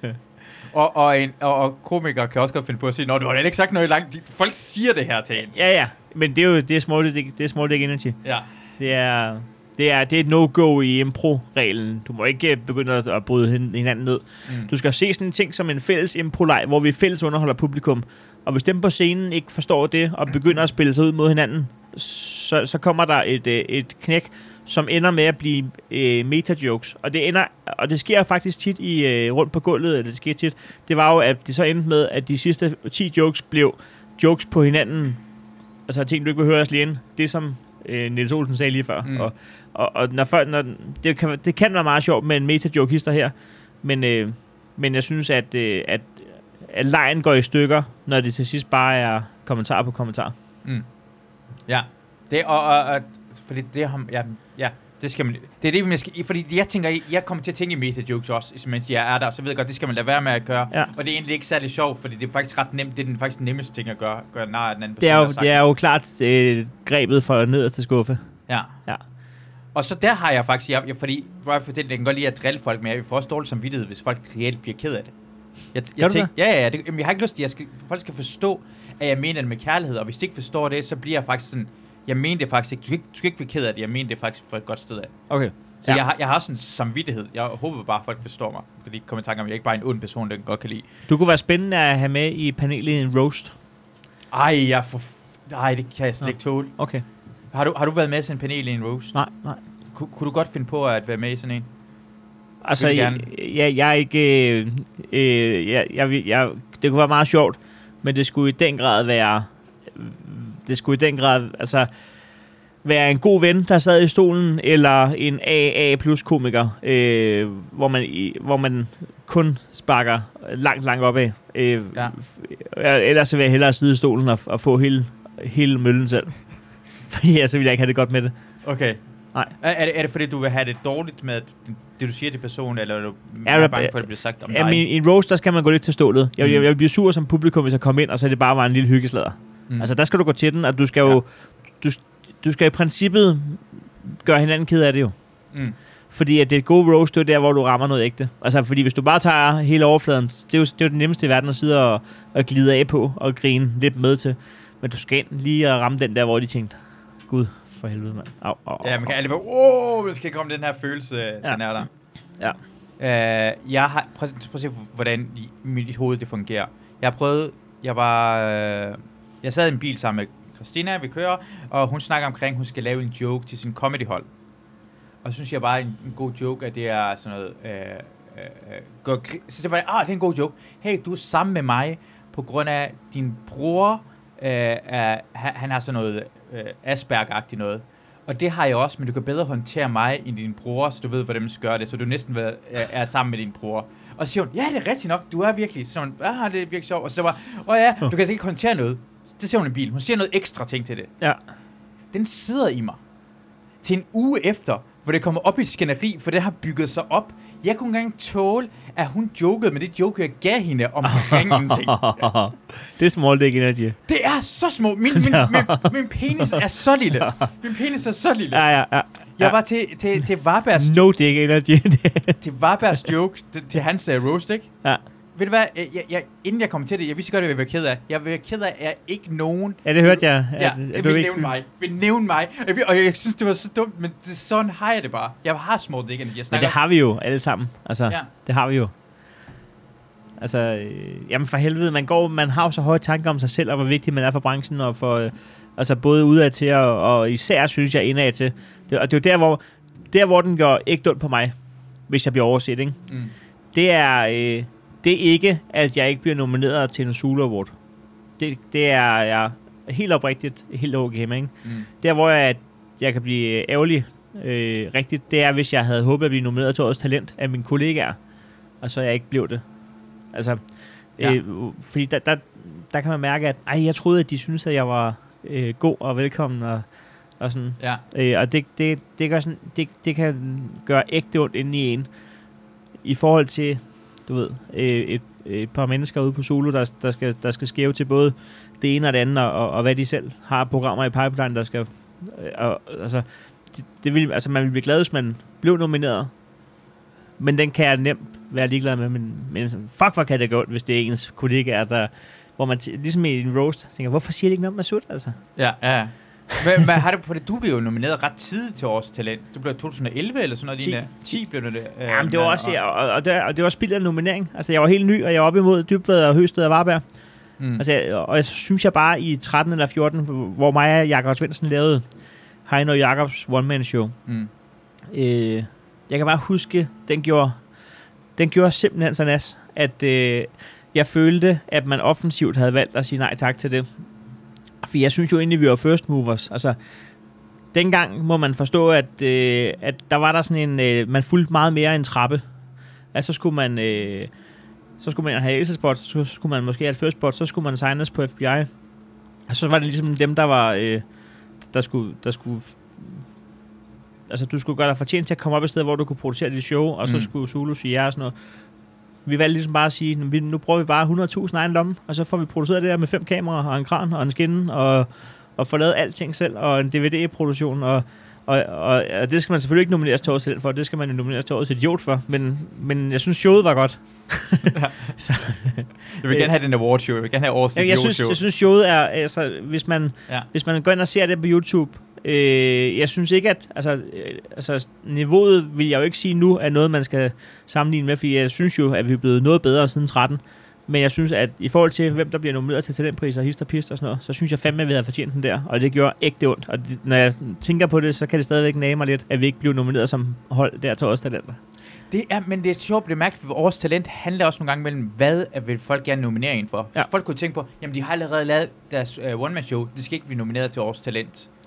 Ja. Og komikere kan også godt finde på at sige, nå, du har ikke sagt noget i lang tid. Folk siger det her til en. Ja. Men det er jo det er small dick energy. Ja. Det er et no-go i impro-reglen. Du må ikke begynde at bryde hinanden ned. Du skal se sådan en ting som en fælles impro-leg, hvor vi fælles underholder publikum. Og hvis dem på scenen ikke forstår det, og begynder at spille sig ud mod hinanden, så kommer der et knæk, som ender med at blive meta-jokes. Og det sker faktisk tit rundt på gulvet, eller det sker tit. Det var jo, at det så endte med, at de sidste 10 jokes blev jokes på hinanden. Altså ting, du ikke vil høre os lige ind. Det som Niels Olsen sagde lige før. Og når folk, det kan være meget sjovt med en meta-joke-hister her, men jeg synes, at lejen går i stykker, når det til sidst bare er kommentar på kommentar. Ja. Det fordi det er ham. Ja. Det skal man. Det er det, man skal. Fordi jeg kommer til at tænke i meta-jokes også, mens jeg er der, så ved jeg godt, det skal man lade være med at gøre. Ja. Og det er egentlig ikke særlig sjovt, fordi det er faktisk ret nemt. Det er den faktisk nemmeste ting at gøre nar af den anden person. Det er jo klart grebet for nederste skuffe. Ja. Og så der har jeg faktisk, fordi jeg kan godt lide at drille folk, men jeg får også dårligt samvittighed, hvis folk reelt bliver ked af det. Jeg tænker, jeg har ikke lyst til, folk skal forstå, at jeg mener det med kærlighed, og hvis de ikke forstår det, så bliver jeg faktisk sådan, jeg mener det faktisk ikke, du skal ikke blive ked af det, jeg mener det faktisk for et godt sted af. Okay. Så jeg har sådan en samvittighed, jeg håber bare, at folk forstår mig, fordi de kommer i tanke om, at jeg ikke bare er en ond person, der godt kan lide. Du kunne være spændende at have med i panelet i en roast. Nej, det kan jeg slet ikke tåle. Okay. Har du været med i sådan en panel i en roast? Nej. Kunne du godt finde på at være med i sådan en? Altså, jeg er ikke... det kunne være meget sjovt, men det skulle i den grad være... altså være en god ven, der sad i stolen, eller en AA plus komiker, hvor man kun sparker langt opad. Ellers vil jeg hellere sidde i stolen og få hele møllen selv. Fordi så vil jeg ikke have det godt med det. Okay. Nej. Er det fordi, du vil have det dårligt med det, du siger til personen, eller er du bange for, at det bliver sagt om dig? I en roast, der skal man gå lidt til stålet. Jeg vil blive sur som publikum, hvis jeg kommer ind, og så det bare var en lille hyggeslader. Altså, der skal du gå til den, og du skal jo... Du skal i princippet gøre hinanden ked af det jo. Fordi at det gode roast, det er der, hvor du rammer noget ægte. Altså, fordi hvis du bare tager hele overfladen, det er jo det nemmeste i verden at sidde og glide af på og grine lidt med til. Men du skal ind lige at ramme den der, hvor de tænkte, Gud, for helvede, mand. Au. Ja, man kan aldrig være, det skal komme den her følelse, den er der. Ja. Jeg har... Prøv at se, hvordan mit hoved det fungerer. Jeg sad i en bil sammen med Christina, vi kører, og hun snakker omkring, hun skal lave en joke til sin comedyhold. Og så synes jeg bare, en god joke, at det er sådan noget... så siger jeg bare, det er en god joke. Hey, du er sammen med mig, på grund af din bror, han har sådan noget Asperger-agtigt noget. Og det har jeg også, men du kan bedre håndtere mig end din bror, så du ved, hvordan man skal gøre det, så du næsten er sammen med din bror. Og så siger hun, ja, det er rigtigt nok, du er virkelig. Så hun, det er virkelig sjovt. Og så var, du kan ikke håndtere noget. Det siger hun i bilen. Hun siger noget ekstra ting til det. Ja. Den sidder i mig. Til en uge efter, hvor det kommer op i et skænderi, for det har bygget sig op. Jeg kunne ikke engang tåle, at hun jokede med det joke, jeg gav hende omkring en ting. Det er small dick energy. Det er så små. Min penis er så lille. Min penis er så lille. Ja. Jeg var til Varbergs... No dick energy. til Varbergs joke, til hans roast, ikke? Ja. Ved du hvad, inden jeg kommer til det, jeg vidste godt, at jeg vil være ked af. Jeg vil være ked af, at ikke nogen... Ja, det hørte jeg. Jeg vil nævne mig. Og jeg synes, det var så dumt, men sådan har jeg det bare. Jeg har små dick energy. Men det har vi jo alle sammen. Altså, det har vi jo. Altså, jamen for helvede, man har jo så høje tanker om sig selv, og hvor vigtig man er for branchen, og for, altså både udad til, og især synes jeg indad til. Og det er jo der, hvor den gør ikke ondt på mig, hvis jeg bliver overset, ikke? Det er ikke, at jeg ikke bliver nomineret til en Zulu Award. Det er jeg helt oprigtigt, helt okay med, ikke? Der, hvor jeg kan blive ærgerlig rigtigt, det er, hvis jeg havde håbet at blive nomineret til Årets Talent af mine kollegaer, og så jeg ikke blev det. Altså, fordi der kan man mærke, at jeg troede, at de syntes, at jeg var god og velkommen og sådan. Ja. Og det gør sådan, det kan gøre ægte ondt inde i en. I forhold til, du ved, et par mennesker ude på Zulu, der skal skæve til både det ene og det andet, og hvad de selv har programmer i pipeline, der skal... altså, man vil blive glad, hvis man blev nomineret. Men den kan jeg nemt være ligeglad med. Men fuck, hvor kan det gå, hvis det er ens kollegaer, der... Hvor man ligesom i en roast tænker, hvorfor siger de ikke noget om Masud, altså? Ja. Men har det på det? Du blev jo nomineret ret tidligt til Årets Talent. Du blev 2011 eller sådan noget? 10 blev det. Jamen, det var også... Og det var spild af nominering. Altså, jeg var helt ny, og jeg var op imod Dybvad og Høsted og Varberg. Altså, og jeg synes jeg bare i 13 eller 14, hvor mig og Jakob Svendsen lavede Heino og Jakobs one-man-show. Jeg kan bare huske, den gjorde simpelthen så nas, at jeg følte, at man offensivt havde valgt at sige nej tak til det. For jeg synes jo egentlig, vi var first movers. Altså, dengang må man forstå, at der var der sådan en... man fulgte meget mere en trappe. Altså, så skulle man have Elsa-spot, så skulle man måske have et first spot, så skulle man signes på FBI. Og så var det ligesom dem, der var... der skulle altså, du skulle gøre dig fortjent til at komme op et sted, hvor du kunne producere dit show, og så skulle Zulu sige ja og sådan noget. Vi valgte ligesom bare at sige, nu bruger vi bare 100.000 egen lomme, og så får vi produceret det der med 5 kameraer, og en kran, og en skinne, og få lavet alting selv, og en DVD-produktion, og det skal man selvfølgelig ikke nomineres til Årets Talent for, det skal man jo nomineres til Årets Idiot for, men jeg synes, showet var godt. Så, jeg vil gerne have den award show, jeg vil gerne have Årets Idiot show. Jeg synes, showet er, altså, hvis man går ind og ser det på YouTube, jeg synes ikke, at altså, niveauet vil jeg jo ikke sige nu, er noget, man skal sammenligne med, fordi jeg synes jo, at vi er blevet noget bedre siden 13. Men jeg synes, at i forhold til, hvem der bliver nomineret til talentpriser, hist og pist og sådan noget, så synes jeg fandme, at vi havde fortjent den der, og det gjorde ægte ondt. Og når jeg tænker på det, så kan det stadigvæk nage mig lidt, at vi ikke blev nomineret som hold der til Årets Talenter. Men det er sjovt, det er mærkeligt, for Årets Talent handler også nogle gange mellem, hvad vil folk gerne nominere en for. Ja. Folk kunne tænke på, jamen de har allerede lavet deres one-man-show, det skal ikke blive nomineret til Årets Talent.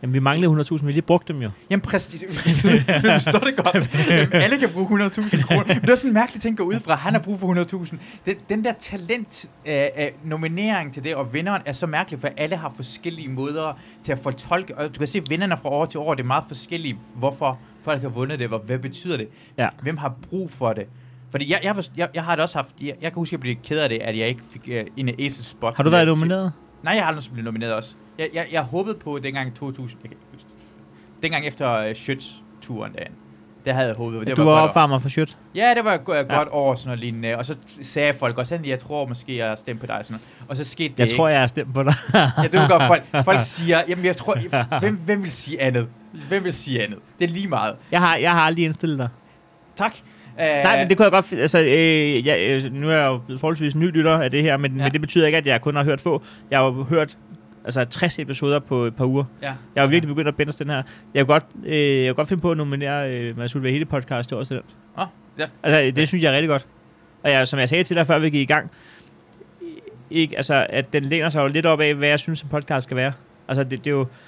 Jamen, vi manglede 100.000, vi lige brugte dem jo. Jamen præcis, vi forstår det godt. Alle kan bruge 100.000 kroner. Men det er også en mærkelig ting at gå ud fra, han har brug for 100.000. Den der talent-nominering til det, og vinderen er så mærkelig, for alle har forskellige måder til at fortolke. Og du kan se, at vinderne fra år til år, det er meget forskellige, hvorfor folk har vundet det, hvad betyder det? Ja. Hvem har brug for det? Fordi jeg har det også haft, jeg kan huske, at jeg blev ked af det, at jeg ikke fik en Aces spot. Har du været nomineret? Nej, jeg har aldrig blevet nomineret også. Jeg håbede på dengang 2000, jeg kan ikke huske det. Dengang efter Schütz-turen derinde. Der havde jeg håbet. Du var opvarmer for Schütz? Ja, det var godt over sådan noget lignende. Og så sagde folk også, at jeg tror måske, jeg har stemt på dig. Sådan noget. Og så skete det Jeg tror, jeg har stemt på dig. Ja, det er godt. Folk siger, jamen jeg tror, hvem vil sige andet? Hvem vil sige andet? Det er lige meget. Jeg har aldrig indstillet dig. Tak. Nej, men det kunne jeg godt... Altså, nu er jeg jo forholdsvis ny lytter af det her, men det betyder ikke, at jeg kun har hørt få. Jeg har jo hørt 60 episoder på et par uger. Ja. Jeg har virkelig begyndt at binde den her. Jeg kan godt finde på at nominere Masud Vahedi podcast til også. Ja. Altså, det synes jeg er rigtig godt. Og som jeg sagde til dig, før vi gik i gang, ikke, altså, at den læner sig jo lidt op af, hvad jeg synes, en podcast skal være. Altså, det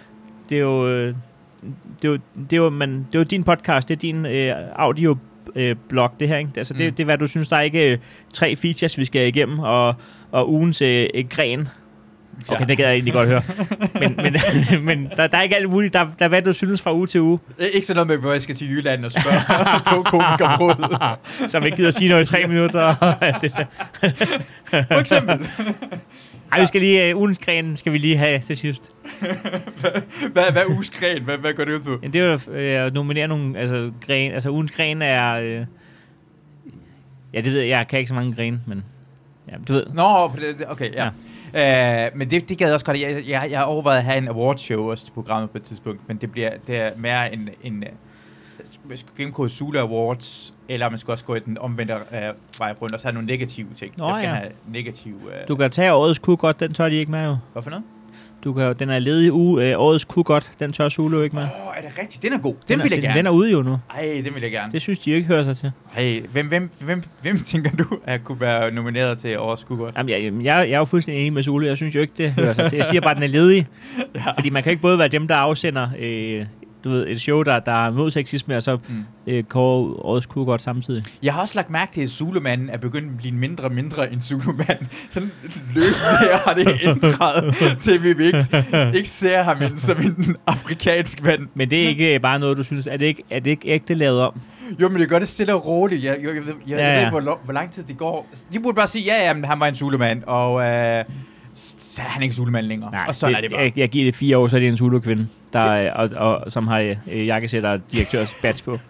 er jo din podcast, det er din audio blog, det her, ikke? Altså, det er, hvad du synes, der er ikke 3 features, vi skal igennem, og ugens gren. Okay, det gad jeg egentlig godt høre. Men der er ikke alt muligt. Der er hvad du synes fra uge til uge. Ikke sådan noget med, hvor jeg skal til Jylland og spørge 2 komikerbrud. Som ikke gider at sige noget i 3 minutter. For eksempel. Ej, vi skal lige, ugens gren skal vi lige have til sidst. Hvad er ugens gren? Hvad går det ud på? Det er jo at nominere nogle, altså gren. Altså ugens gren er, ja, det ved jeg kan ikke så mange grene, men ja, du ved. Nå, okay, ja. Men det gad jeg også godt. Jeg overvejede at have en awardshow også til programmet på et tidspunkt, men det er mere en man skal gennemgå Zulu Awards, eller man skal også gå i den omvendte vej rundt, og så have nogle negative ting. Nå, jeg have negative... Du kan tage årets kunne godt, den tør de ikke med jo. Hvorfor noget? Den er ledig uge, årets kunne godt, den tør Zulu ikke med. Er det rigtigt? Den er god. Den vil jeg gerne. Den er ude jo nu. Ej, den vil jeg gerne. Det synes de jo ikke hører sig til. Ej, hvem tænker du, at kunne være nomineret til årets kunne godt? Jamen, jeg er jo fuldstændig enig med Zulu. Jeg synes jo ikke, det hører sig til. Jeg siger bare, at den er ledig. Ja. Fordi man kan ikke både være dem, der afsender du ved, et show, der er mod sexisme, og så kåre årets kunne godt samtidig. Jeg har også lagt mærke til, at Zulumanden er begyndt at blive mindre end Zulumanden. Sådan løbende har det ændret, til vi ikke ser ham som en afrikansk mand. Men det er ikke bare noget, du synes. Er det ikke ægte lavet om? Jo, men det gør det stille og roligt. Jeg ved ikke, hvor lang tid det går. De burde bare sige, men han var en Zulumand, og så er han ikke Zulumand længere. Nej, og sådan er det bare. Jeg giver det 4 år, så er det en Zulu-kvinde, der og som har jakkesæt og direktørs badge på.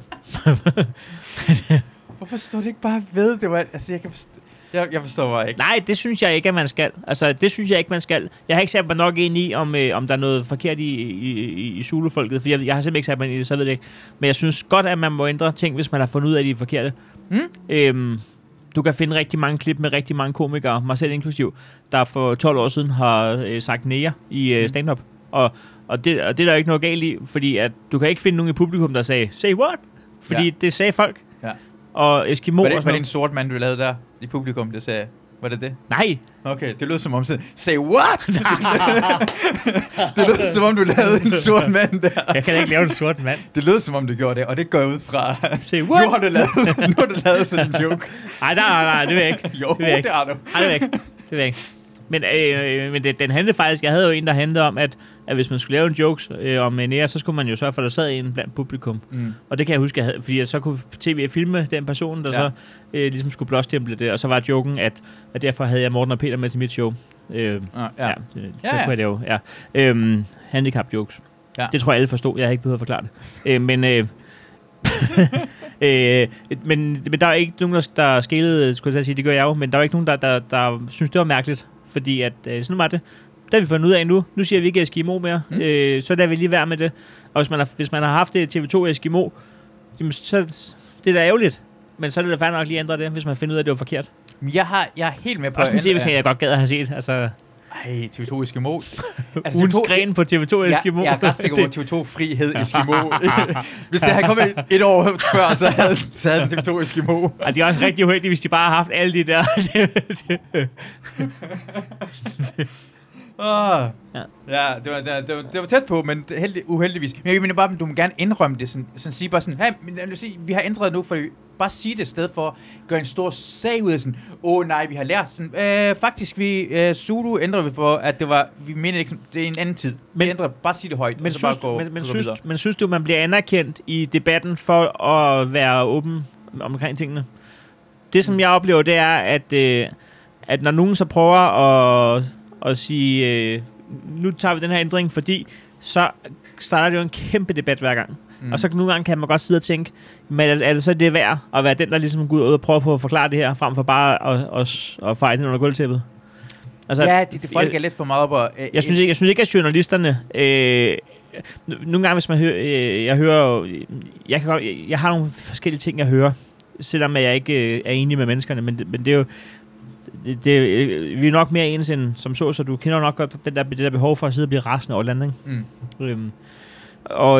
Hvorfor står det ikke bare ved? Det var, altså, jeg forstår bare ikke. Nej, det synes jeg ikke, at man skal. Altså, det synes jeg ikke, man skal. Jeg har ikke sat mig nok ind i, om der er noget forkert i Zulu-folket, for jeg har simpelthen ikke sat mig ind i det, så ved jeg ikke. Men jeg synes godt, at man må ændre ting, hvis man har fundet ud af, at de er forkerte. Du kan finde rigtig mange klip med rigtig mange komikere, mig selv inklusiv, der for 12 år siden har sagt nære i stand-up. Og det er der ikke noget galt i, fordi at du kan ikke finde nogen i publikum, der sagde, say what? Fordi det sagde folk. Ja. Og Eskimo... Var det en sort mand, du lavede der i publikum, der sagde... Var det det? Nej. Okay, det lød som om... Say what? Det lød som om, du lavede en sort mand der. Jeg kan ikke lave en sort mand. Det lød som om, du gjorde det, og det går ud fra... Say what? Nu har du lavet sådan en joke. Nej, det vil jeg ikke. Jo, det har du. Nej, det vil jeg ikke. Men den handlede faktisk... Jeg havde jo en, der handlede om, at hvis man skulle lave en jokes om nære, så skulle man jo sørge for, at der sad en blandt publikum. Og det kan jeg huske, jeg havde, fordi så kunne tv filme den person, der så ligesom skulle blåstemple det. Og så var joken, at derfor havde jeg Morten og Peter med til mit show. Så kunne jeg det jo. Ja. Handicap jokes. Ja. Det tror jeg alle forstod. Jeg har ikke behøvet at forklare det. Men der er ikke nogen, der skælede, skulle jeg sige, det gør jeg jo, men der er ikke nogen, der synes, det var mærkeligt. Fordi at, sådan var det. Der har vi fundet ud af nu. Nu siger vi ikke Eskimo mere. Så lader vi lige være med det. Og hvis man har haft det TV2 Eskimo, jamen, så det er da ærgerligt. Men så er det da fandme nok lige ændre det, hvis man finder ud af, at det var forkert. Jeg er helt med på... Også en tv-kanal, jeg godt gad at have set. Altså... Ej, TV2 Eskimo. Altså, ugens gren på TV2 Eskimo. Jeg er ret sikker på TV2 Frihed Eskimo. Hvis det havde kommet et år før, så havde TV2 Eskimo. Og de er også rigtig uheldige, hvis de bare har haft alle de der... Ja, Ja. det var tæt på, men uheldigvis. Men jeg mener bare, du må gerne indrømme det, sådan sige bare sådan, hey, men lad os sige, vi har ændret nu, for bare sige det i stedet for at gøre en stor sag ud af sådan, nej, vi har lært sådan, faktisk Zulu ændrer vi for, at det var, vi mener ikke sådan, det er en anden tid. Vi ændrer, bare sige det højt, men og så bare gå men synes du, man bliver anerkendt i debatten for at være åben omkring tingene? Det, som jeg oplever, det er, at når nogen så prøver at sige, nu tager vi den her ændring, fordi så starter det jo en kæmpe debat hver gang. Og så nogle gange kan man godt sidde og tænke, men er det så det værd at være den, der ligesom går ud og prøver på at forklare det her, frem for bare at fejre det under gulvtæppet? Altså, ja, det folk er lidt for meget op og... Jeg synes ikke, at journalisterne... nogle gange, hvis man hører... Jeg har nogle forskellige ting, jeg hører, selvom jeg ikke er enig med menneskerne, men det er jo... vi er nok mere ens end som så du kender nok godt det der behov for at sidde og blive rasende over landet, ikke? Og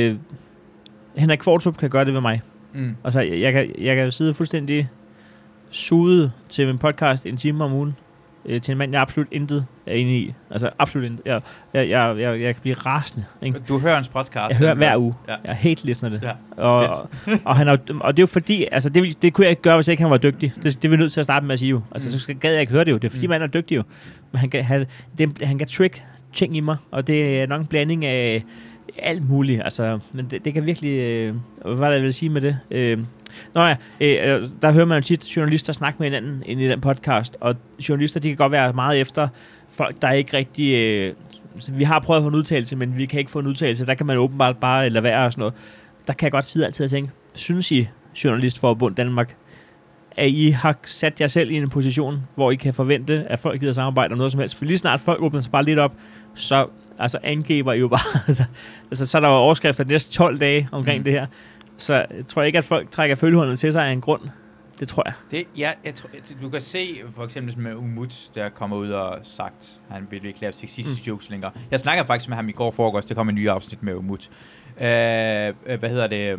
Henrik Kvartrup kan gøre det ved mig. Altså, jeg kan sidde fuldstændig suget til min podcast en time om ugen, til en mand, jeg absolut intet er inde i. Altså, absolut intet. Jeg kan blive rasende, ikke? Du hører hans podcast? Jeg hører hver uge. Ja. Jeg helt listener det. Ja. Og det er jo fordi, altså, det kunne jeg ikke gøre, hvis ikke han var dygtig. Det er vi nødt til at starte med at sige jo. Altså, så gad jeg ikke høre det jo. Det er fordi, manden er dygtig jo. Men han kan trick ting i mig, og det er nok en blanding af alt muligt, altså, men det kan virkelig, hvad var det, jeg ville sige med det? Der hører man jo tit journalister snakke med hinanden inde i den podcast, og journalister, de kan godt være meget efter folk, der ikke rigtig, vi har prøvet at få en udtalelse, men vi kan ikke få en udtalelse, der kan man åbenbart bare lade være og sådan noget. Der kan jeg godt sidde altid og tænke, synes I, Journalistforbund Danmark, at I har sat jer selv i en position, hvor I kan forvente, at folk gider samarbejde om noget som helst, for lige snart folk åbner sig bare lidt op, så altså angriber I jo bare, altså så er der jo overskrifter de næste 12 dage omkring det her. Så jeg tror ikke, at folk trækker følehornet til sig af en grund. Det tror jeg. Jeg tror, du kan se for eksempel med Umut, der kommer ud og sagt, han vil ikke lave sexistiske jokes længere. Jeg snakker faktisk med ham i går foregårs, der kom en ny afsnit med Umut. Hvad hedder det?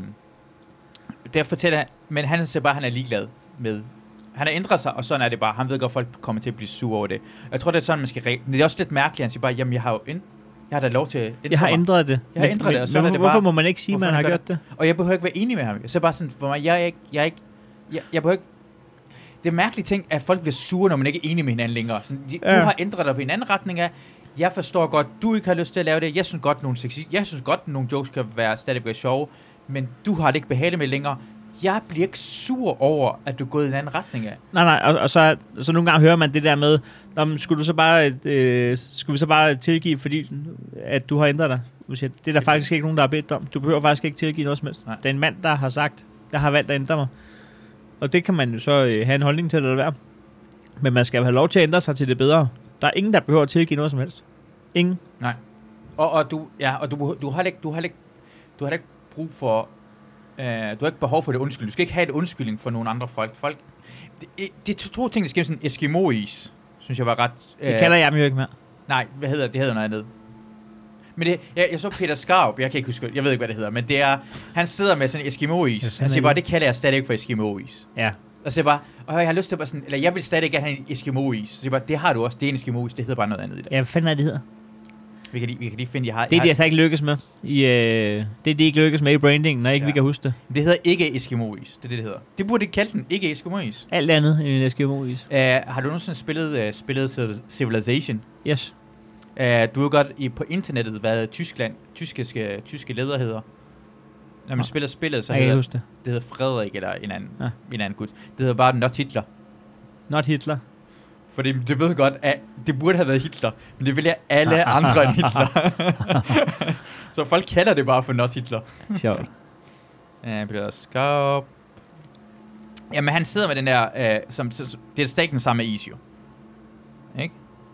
Der fortæller han, men han siger bare, at han er ligeglad med. Han har ændret sig, og sådan er det bare. Han ved godt, at folk kommer til at blive sure over det. Jeg tror, det er sådan, man skal men det er også lidt mærkeligt. Han siger bare, jamen jeg har da lov til at ændre Jeg har ændret det. Jeg har ændret det, og så men er det hvorfor bare, må man ikke sige, at man har gjort det? Og jeg behøver ikke være enig med ham. Jeg siger bare sådan, for mig, jeg behøver ikke... Det er mærkeligt ting, at folk bliver sure, når man ikke er enig med hinanden længere. Sådan, du har ændret dig på en anden retning af, jeg forstår godt, du ikke har lyst til at lave det. Jeg synes godt, nogle jokes kan være stadigvæk sjove, men du har det ikke behageligt med længere. Jeg bliver ikke sur over, at du er gået i en anden retning af. Nej, og så nogle gange hører man det der med, skulle vi så bare tilgive, fordi at du har ændret dig? Det er der faktisk ikke nogen, der har bedt om. Du behøver faktisk ikke tilgive noget som helst. Nej. Det er en mand, der har sagt, jeg har valgt at ændre mig. Og det kan man jo så have en holdning til, eller være. Men man skal have lov til at ændre sig til det bedre. Der er ingen, der behøver at tilgive noget som helst. Ingen. Nej. Og du har ikke brug for... du har ikke behov for det undskyldning. Du skal ikke have et undskyldning for nogle andre folk. Det er to ting, der sker sådan Eskimo-is, synes jeg var ret... Det kalder jeg dem jo ikke mere. Nej, hvad hedder det? Det hedder noget andet. Men jeg så Peter Skarp, jeg kan ikke huske, jeg ved ikke, hvad det hedder, men det er, han sidder med sådan en Eskimo-is. Han siger bare, det kalder jeg stadig ikke for Eskimo-is. Ja. Og så bare, jeg har lyst til bare sådan, eller jeg vil stadig gerne have en Eskimo-is. Så siger bare, det har du også, det er en Eskimo-is, det hedder bare noget andet i dag. Ja, hvad fanden er det hedder? Vi kan lige finde, jeg har... Det er de altså ikke lykkes med. Det er de ikke lykkes med i brandingen, når ikke vi kan huske det. Det hedder ikke Eskimo-is, det hedder. Det burde ikke kalde den, ikke Eskimo-is. Alt andet end en Eskimo-is. Har du nogensinde spillet Civilization? Yes. Du har godt på internettet, hvad tyske ledere hedder. Når man spiller spillet, så hedder det hedder Frederik eller en anden gut. Det hedder bare Not Hitler. Not Hitler. Fordi det ved godt, at det burde have været Hitler, men det vil jeg alle andre end Hitler. Så folk kalder det bare for Not Hitler. Sjovt. Peter Skarp. Jamen han sidder med den der, det er stadig den samme is jo. Ikke?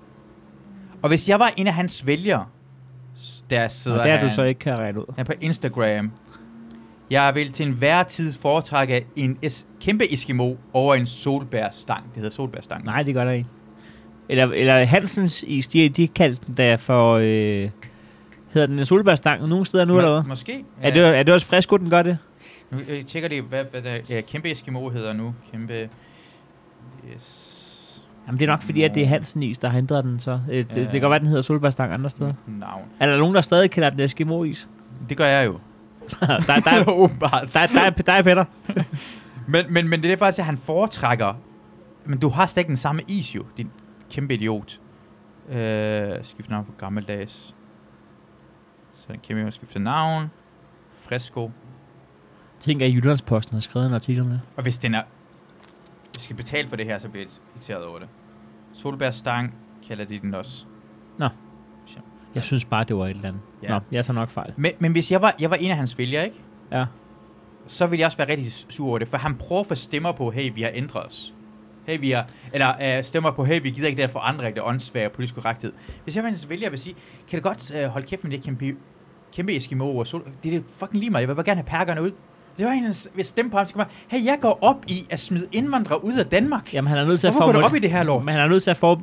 Og hvis jeg var en af hans vælgere, der sidder og der du så ikke kan regne ud. Han på Instagram. Jeg vil til enhver tid foretrække en kæmpe Eskimo over en solbærstang. Det hedder solbærstang. Nej, det gør der ikke. Eller Hansens is, de kaldte den der for... hedder den en solbærstang nogle steder nu, eller hvad? Måske. Er det også frisk, den gør det? Nu tjekker lige, hvad der kæmpe Eskimo hedder nu. Kæmpe... Yes. Jamen, det er nok fordi, at det er Hansen is, der har ændret den, så. Det kan godt være, den hedder solbærstang andre steder. Navn. Er der nogen, der stadig kalder den Eskimo-is? Det gør jeg jo. der Åbenbart. er Peter. men det er faktisk, at han foretrækker... Men du har slet ikke den samme is jo, din kæmpe idiot. Skift navn for gammeldags. Så den kæmpe skifter navn. Fresco. Tænker, at Jyllandsposten har skrevet en artikel om det. Og hvis den er... Vi skal betale for det her, så bliver jeg irriteret over det. Solbærstang kalder de den også. Nå. Jeg synes bare, det var et eller andet. Ja. Nå, jeg tager nok fejl. Men hvis jeg var en af hans vælgere, ikke? Ja. Så ville jeg også være rigtig sur over det, for han prøver at få stemmer på, hey, vi har ændret os. Hey, vi har... Eller stemmer på, hey, vi gider ikke det at forandre, det åndssvagt og politisk korrekthed. Hvis jeg var hans vælger, vil sige, kan det godt holde kæft med det kæmpe Eskimo og sol... Det er fucking lige meget, jeg vil bare gerne have perkerne ud. Det var en, hvis stemme på ham, skal bare, hey, jeg går op i at smide indvandrere ud af Danmark. Jamen, han er nødt til Hvorfor går du op i det her lort? Men han er nødt til at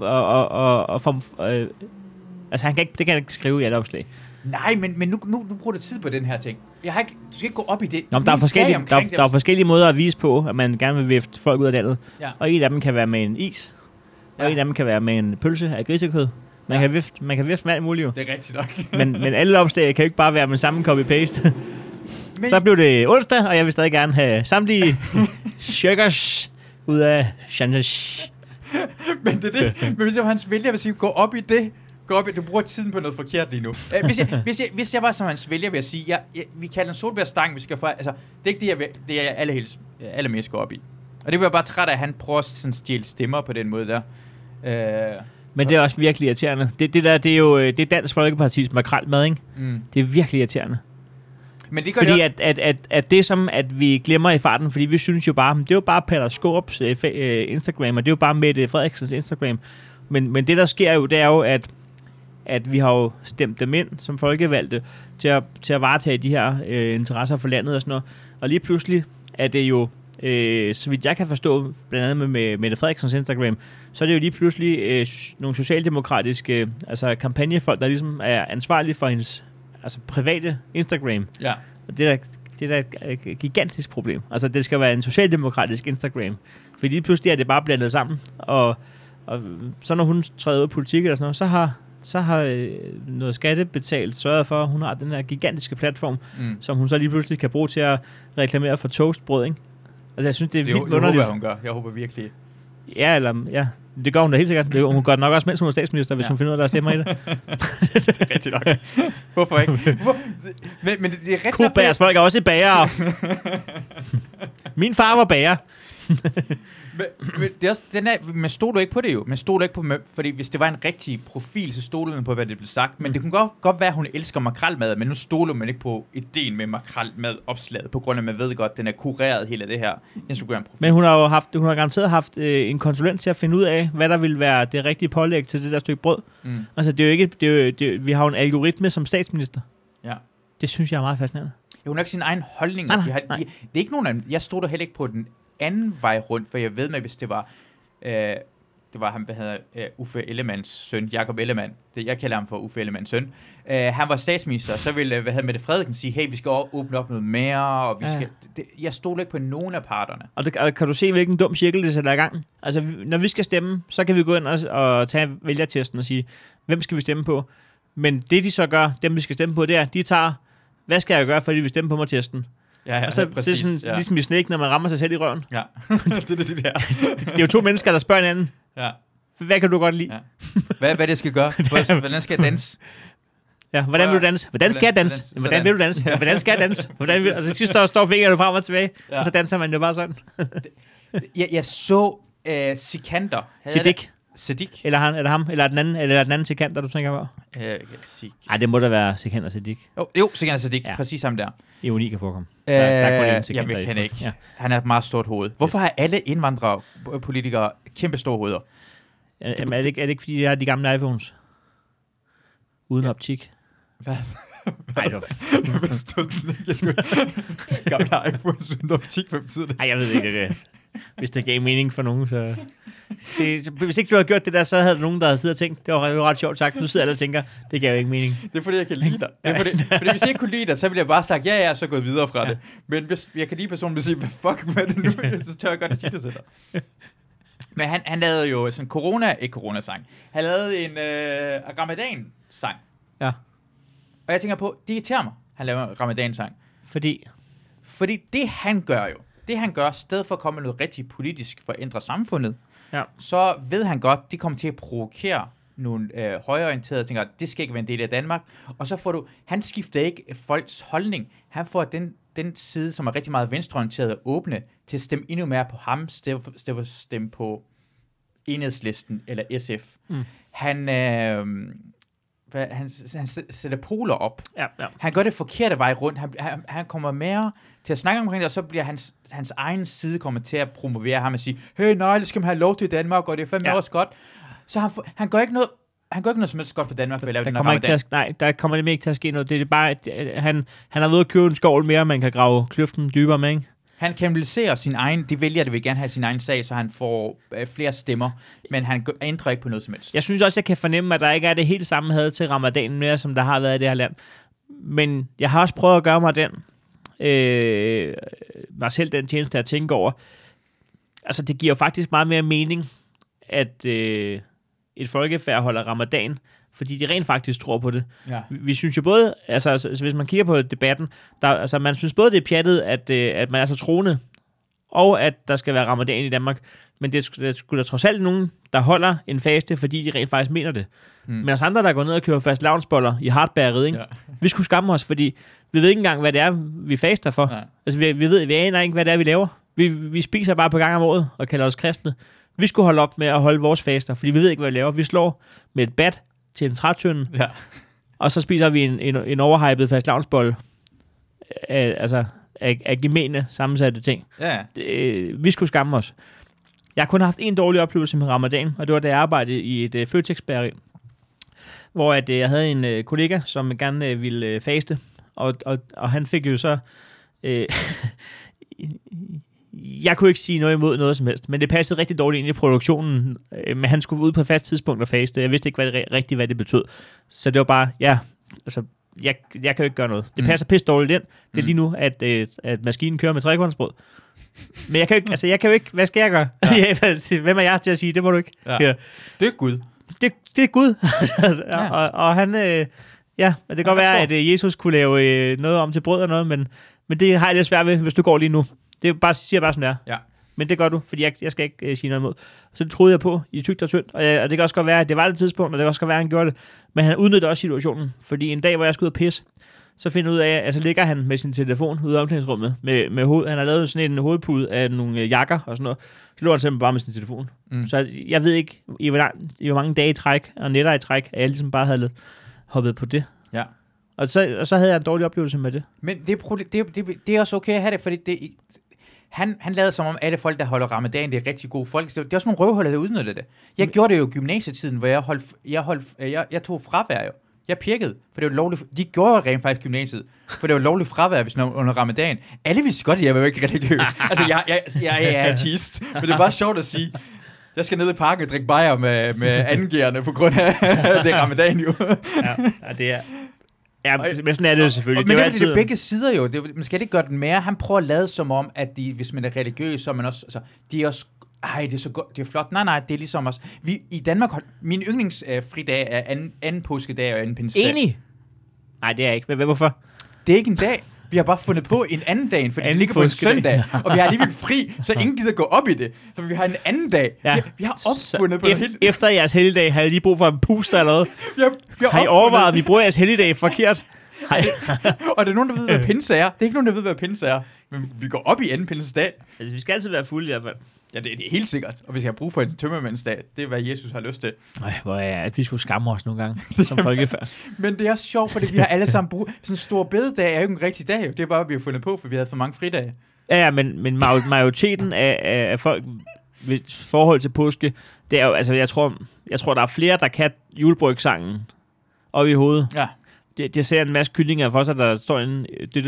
altså, han kan ikke, det kan han ikke skrive i alle opslag. Nej, men nu bruger du tid på den her ting. Du skal ikke gå op i det. Nå, der er forskellige måder at vise på, at man gerne vil vifte folk ud af landet. Ja. Og en af dem kan være med en is. Og en af dem kan være med en pølse af grisekød. Man kan vifte med alt muligt jo. Det er rigtigt nok. men alle opslag kan jo ikke bare være med samme copy-paste. Så blev det onsdag, og jeg vil stadig gerne have samtlige sugars ud af Shantash. Men det er det. Men hvis jeg var hans vælger, vil sige, gå op i det. Du bruger tiden på noget forkert lige nu. Hvis jeg var som hans vælger, vil jeg sige, vi kalder en solbærstang, vi skal få... Altså, det er ikke det, jeg allermest går op i. Og det bliver jeg bare træt af, at han prøver at stjæle stemmer på den måde der. Men det er også virkelig irriterende. Det er jo Dansk Folkepartis makrelmad, ikke? Mm. Det er virkelig irriterende. Men det fordi at det som at vi glemmer i farten, fordi vi synes jo bare, det er jo bare Peter Skaarups Instagram, og det er jo bare Mette Frederiksens Instagram. Men det der sker jo, det er jo, at vi har jo stemt dem ind som folkevalgte til at varetage de her interesser for landet og sådan noget. Og lige pludselig er det jo, så vidt jeg kan forstå, blandt andet med Mette Frederiksens Instagram, så er det jo lige pludselig nogle socialdemokratiske kampagnefolk, der ligesom er ansvarlige for hendes private Instagram. Ja. Og det er et gigantisk problem. Altså, det skal være en socialdemokratisk Instagram. Fordi lige pludselig er det bare blandet sammen. Og så når hun træder ud af politik eller sådan noget, så har noget skattebetalt sørget for, at hun har den her gigantiske platform, som hun så lige pludselig kan bruge til at reklamere for toastbrød, ikke? Altså, jeg synes, det er vildt underligt. Det håber hun gør. Jeg håber virkelig. Ja, det gør hun da helt sikkert. Hun gør det nok også, mens hun er statsminister, hvis hun finder ud af, der stemmer i det. Det er rigtigt nok. Hvorfor ikke? Men det er rigtigt. Kubærs folk er også i bager. Min far var bager. men det er også, man stod du ikke på det jo. Man stod ikke på, fordi hvis det var en rigtig profil, så stod man på, hvad det blev sagt. Men det kunne godt være, at hun elsker makrelmad, men nu stoler man ikke på ideen med makrelmad opslaget, på grund af, at man ved godt, at den er kureret hele det her Instagram-profil. Men hun har garanteret haft en konsulent til at finde ud af, hvad der vil være det rigtige pålæg til det der stykke brød. Altså, det er jo ikke, vi har jo en algoritme som statsminister. Ja. Det synes jeg er meget fascinerende. Hun har ikke sin egen holdning. Nej. Det er ikke nogen af dem. Jeg stod der heller ikke på den anden vej rundt, for jeg ved med, hvis det var ham, der hedder Uffe Ellemanns søn, Jakob Ellemann. Jeg kalder ham for Uffe Ellemanns søn. Han var statsminister, så ville Mette Frederiksen sige, hey, vi skal åbne op noget mere, og vi skal... Jeg stod ikke på nogen af parterne. Og kan du se, hvilken dum cirkel det sætter i gang? Altså, når vi skal stemme, så kan vi gå ind og tage vælgertesten og sige, hvem skal vi stemme på? Men det, de så gør, dem vi skal stemme på, det er, de tager, hvad skal jeg gøre, fordi vi stemmer på mig testen? Ja, og så præcis, det er sådan, ligesom i Snake, når man rammer sig selv i røven. Ja, det er jo to mennesker, der spørger hinanden. Ja. Hvad kan du godt lide? Ja. Hvad det skal gøre? Hvordan skal jeg danse? Ja, hvordan vil du danse? Hvordan skal jeg danse? Hvordan vil du danse? Hvordan skal jeg danse? Altså sidst der står fingrene frem og tilbage, og så danser man jo bare sådan. Jeg så Sikander. Siddiq. Eller ham, eller den anden Sikander, du tænker på? Nej, det må da være Sikander Siddiq. Jo, Sikander Siddiq, præcis ham der. Ironi kan forekomme. Jeg kan ikke. Ja. Han har et meget stort hoved. Hvorfor har alle indvandrere politikere kæmpe store hoveder? Jamen, er det ikke fordi de har de gamle iPhones? Uden optik. Hvad? Nej, det var... Jeg skulle... Gamle iPhones uden optik, hvad betyder det? Nej, jeg ved ikke det. Hvis det gav mening for nogen, så... Hvis ikke du havde gjort det der, så havde der nogen, der havde siddet og tænkt, det var ret sjovt sagt, nu sidder alle og tænker, det gav jo ikke mening. Det er fordi, jeg kan lide dig. Det er fordi hvis jeg ikke kunne lide dig, så ville jeg bare sagt, ja, så gået videre fra det. Men hvis jeg kan lide personen, vil sige, hvad er det nu? Så tør jeg godt at sige det til dig. Men han lavede jo sådan ikke corona-sang. Han lavede en ramadan-sang. Ja. Og jeg tænker på, det irriterer mig, han laver en ramadan-sang. Fordi det han gør, stedet for at komme med noget rigtig politisk for at ændre samfundet, så ved han godt, det kommer til at provokere nogle højreorienterede, tænker, det skal ikke være en del af Danmark. Og så får han skifter ikke folks holdning. Han får den side, som er rigtig meget venstreorienteret og åbne, til at stemme endnu mere på ham, stemme på Enhedslisten eller SF. Han sætter poler op. Ja. Han gør det forkerte vej rundt. Han kommer mere til at snakke omkring det, og så bliver hans egen side kommer til at promovere ham og sige, hey, nej, det skal man have lov til i Danmark, og det er fandme også godt. Så han gør ikke noget som helst godt for Danmark. Der kommer det ikke til at ske noget. Det er bare, han har ved at købe en skovl mere, man kan grave kløften dybere med, ikke? Han kanaliserer sin egen, de vælger, det vil gerne have sin egen sag, så han får flere stemmer, men han ændrer ikke på noget som helst. Jeg synes også, jeg kan fornemme, at der ikke er det helt samme had til ramadanen mere, som der har været i det her land. Men jeg har også prøvet at gøre mig selv den tjeneste at tænke over. Altså, det giver jo faktisk meget mere mening, at et folkefærd holder ramadan, fordi de rent faktisk tror på det. Ja. Vi synes jo både, altså hvis man kigger på debatten, man synes både, det er pjattet, at man er så troende, og at der skal være ramadan i Danmark, men det skulle da trods alt nogen, der holder en faste, fordi de rent faktisk mener det. Men os andre, der går ned og køber fast lavnsboller i hardbæreriet, ikke? Ja. Vi skulle skamme os, fordi vi ved ikke engang, hvad det er, vi faster for. Ja. Altså vi aner ikke, hvad det er, vi laver. Vi spiser bare på gang om året og kalder os kristne. Vi skulle holde op med at holde vores faster, fordi vi ved ikke, hvad vi laver. Vi slår med et bat til en trætønde, og så spiser vi en overhypet fast lavnsbolle af gemene sammensatte ting. Ja. Vi skulle skamme os. Jeg har kun haft en dårlig oplevelse med ramadan, og det var, da jeg arbejdede i et Føtex-bageri, hvor jeg havde en kollega, som gerne ville faste, og han fik jo så... Jeg kunne ikke sige noget imod noget som helst, men det passede rigtig dårligt ind i produktionen, men han skulle ud på et fast tidspunkt og faste. Jeg vidste ikke rigtigt, hvad det betød. Så det var bare, jeg kan jo ikke gøre noget. Det passer pisse dårligt ind. Det er lige nu, at maskinen kører med trekvartsbrød. Men jeg kan jo ikke, hvad skal jeg gøre? Ja. Hvem er jeg til at sige, det må du ikke. Ja. Ja. Det er Gud. Det er Gud. og han, det kan godt være, at Jesus kunne lave noget om til brød og noget, men det har jeg lidt svært ved, hvis du går lige nu. Det siger bare sådan der. Ja. Men det gør du, fordi jeg skal ikke sige noget imod. Så det troede jeg på i tygt og tyndt. Og det kan også godt være, at det var det tidspunkt, og det kan også godt være, at han gjorde det. Men han udnyttede også situationen. Fordi en dag, hvor jeg skulle ud og pisse, så finder jeg ud af, at så ligger han med sin telefon ude i omklædningsrummet. Med hoved. Han har lavet sådan en hovedpude af nogle jakker og sådan noget. Så lå han simpelthen bare med sin telefon. Så jeg ved ikke, i hvor mange dage i træk og nætter i træk, at jeg ligesom bare havde hoppet på det. Ja. Og så havde jeg en dårlig oplevelse med det. Men det er også okay at have det, fordi han lavede som om alle folk, der holder ramadan, det er rigtig gode folk. Det er også nogle røvhuller, der udnytter det. Jeg gjorde det jo i gymnasietiden, hvor jeg tog fravær jo. Jeg pirkede, for det var lovligt. De gjorde jo rent faktisk gymnasiet, for det var lovligt fravær, hvis man under ramadan. Alle vidste godt, at jeg var jo ikke religiøs. Altså, jeg er artist, men det er bare sjovt at sige. Jeg skal ned i parken og drikke bajer med andengearne på grund af det ramadan jo. Ja, det er... Ja, men sådan er det jo selvfølgelig. Men det er begge sider jo. Man skal ikke gøre den mere. Han prøver at lade som om, at hvis man er religiøs, så er man også... Altså, de er også... det er så godt, det er flot. Nej, det er ligesom os. I Danmark... Min yndlingsfridag er anden påskedag og anden pinsedag. Enig? Nej, det er ikke. Hvorfor? Det er ikke en dag. Vi har bare fundet på en anden dag, for det ligger på en søndag, og vi har alligevel fri, så ingen gider gå op i det. Så vi har en anden dag. Ja. Vi har opfundet på det. Efter jeres helligdag havde I lige brug for en puster eller noget. Har I overvejet, at vi bruger jeres helligdag forkert? Og det er nogen, der ved, hvad pinse er. Det er ikke nogen, der ved, hvad pinse er. Men vi går op i anden pinsedag. Altså, vi skal altid være fulde i hvert fald. Ja, det er helt sikkert. Og vi skal have brug for en tømmermandsdag. Det er, hvad Jesus har lyst til. Nej, hvor er at vi skulle skamme os nogle gange som folkefærd. Men det er også sjovt, fordi vi har alle sammen brug... Sådan en stor bededag er jo ikke en rigtig dag. Det er bare, vi har fundet på, for vi havde for mange fridage. Ja, men majoriteten af folk ved forhold til påske, det er jo... Altså, jeg tror, der er flere, der kan julebrygsangen op i hovedet. Ja. Det ser en masse kyllinger for sig, der står inde,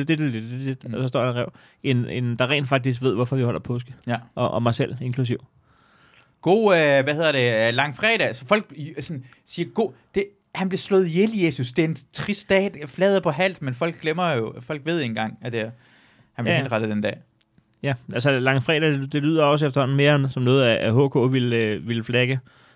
og så står en rev, en der rent faktisk ved, hvorfor vi holder påske. Ja. Og mig selv, inklusiv. God, langfredag. Så folk sådan, siger, han blev slået ihjel, Jesus. Det er en trist dag, flader på halvt, men folk glemmer jo, folk ved ikke engang, at han blev henrettet den dag. Ja, altså langfredag, det lyder også efterhånden mere som noget af HK ville flagge.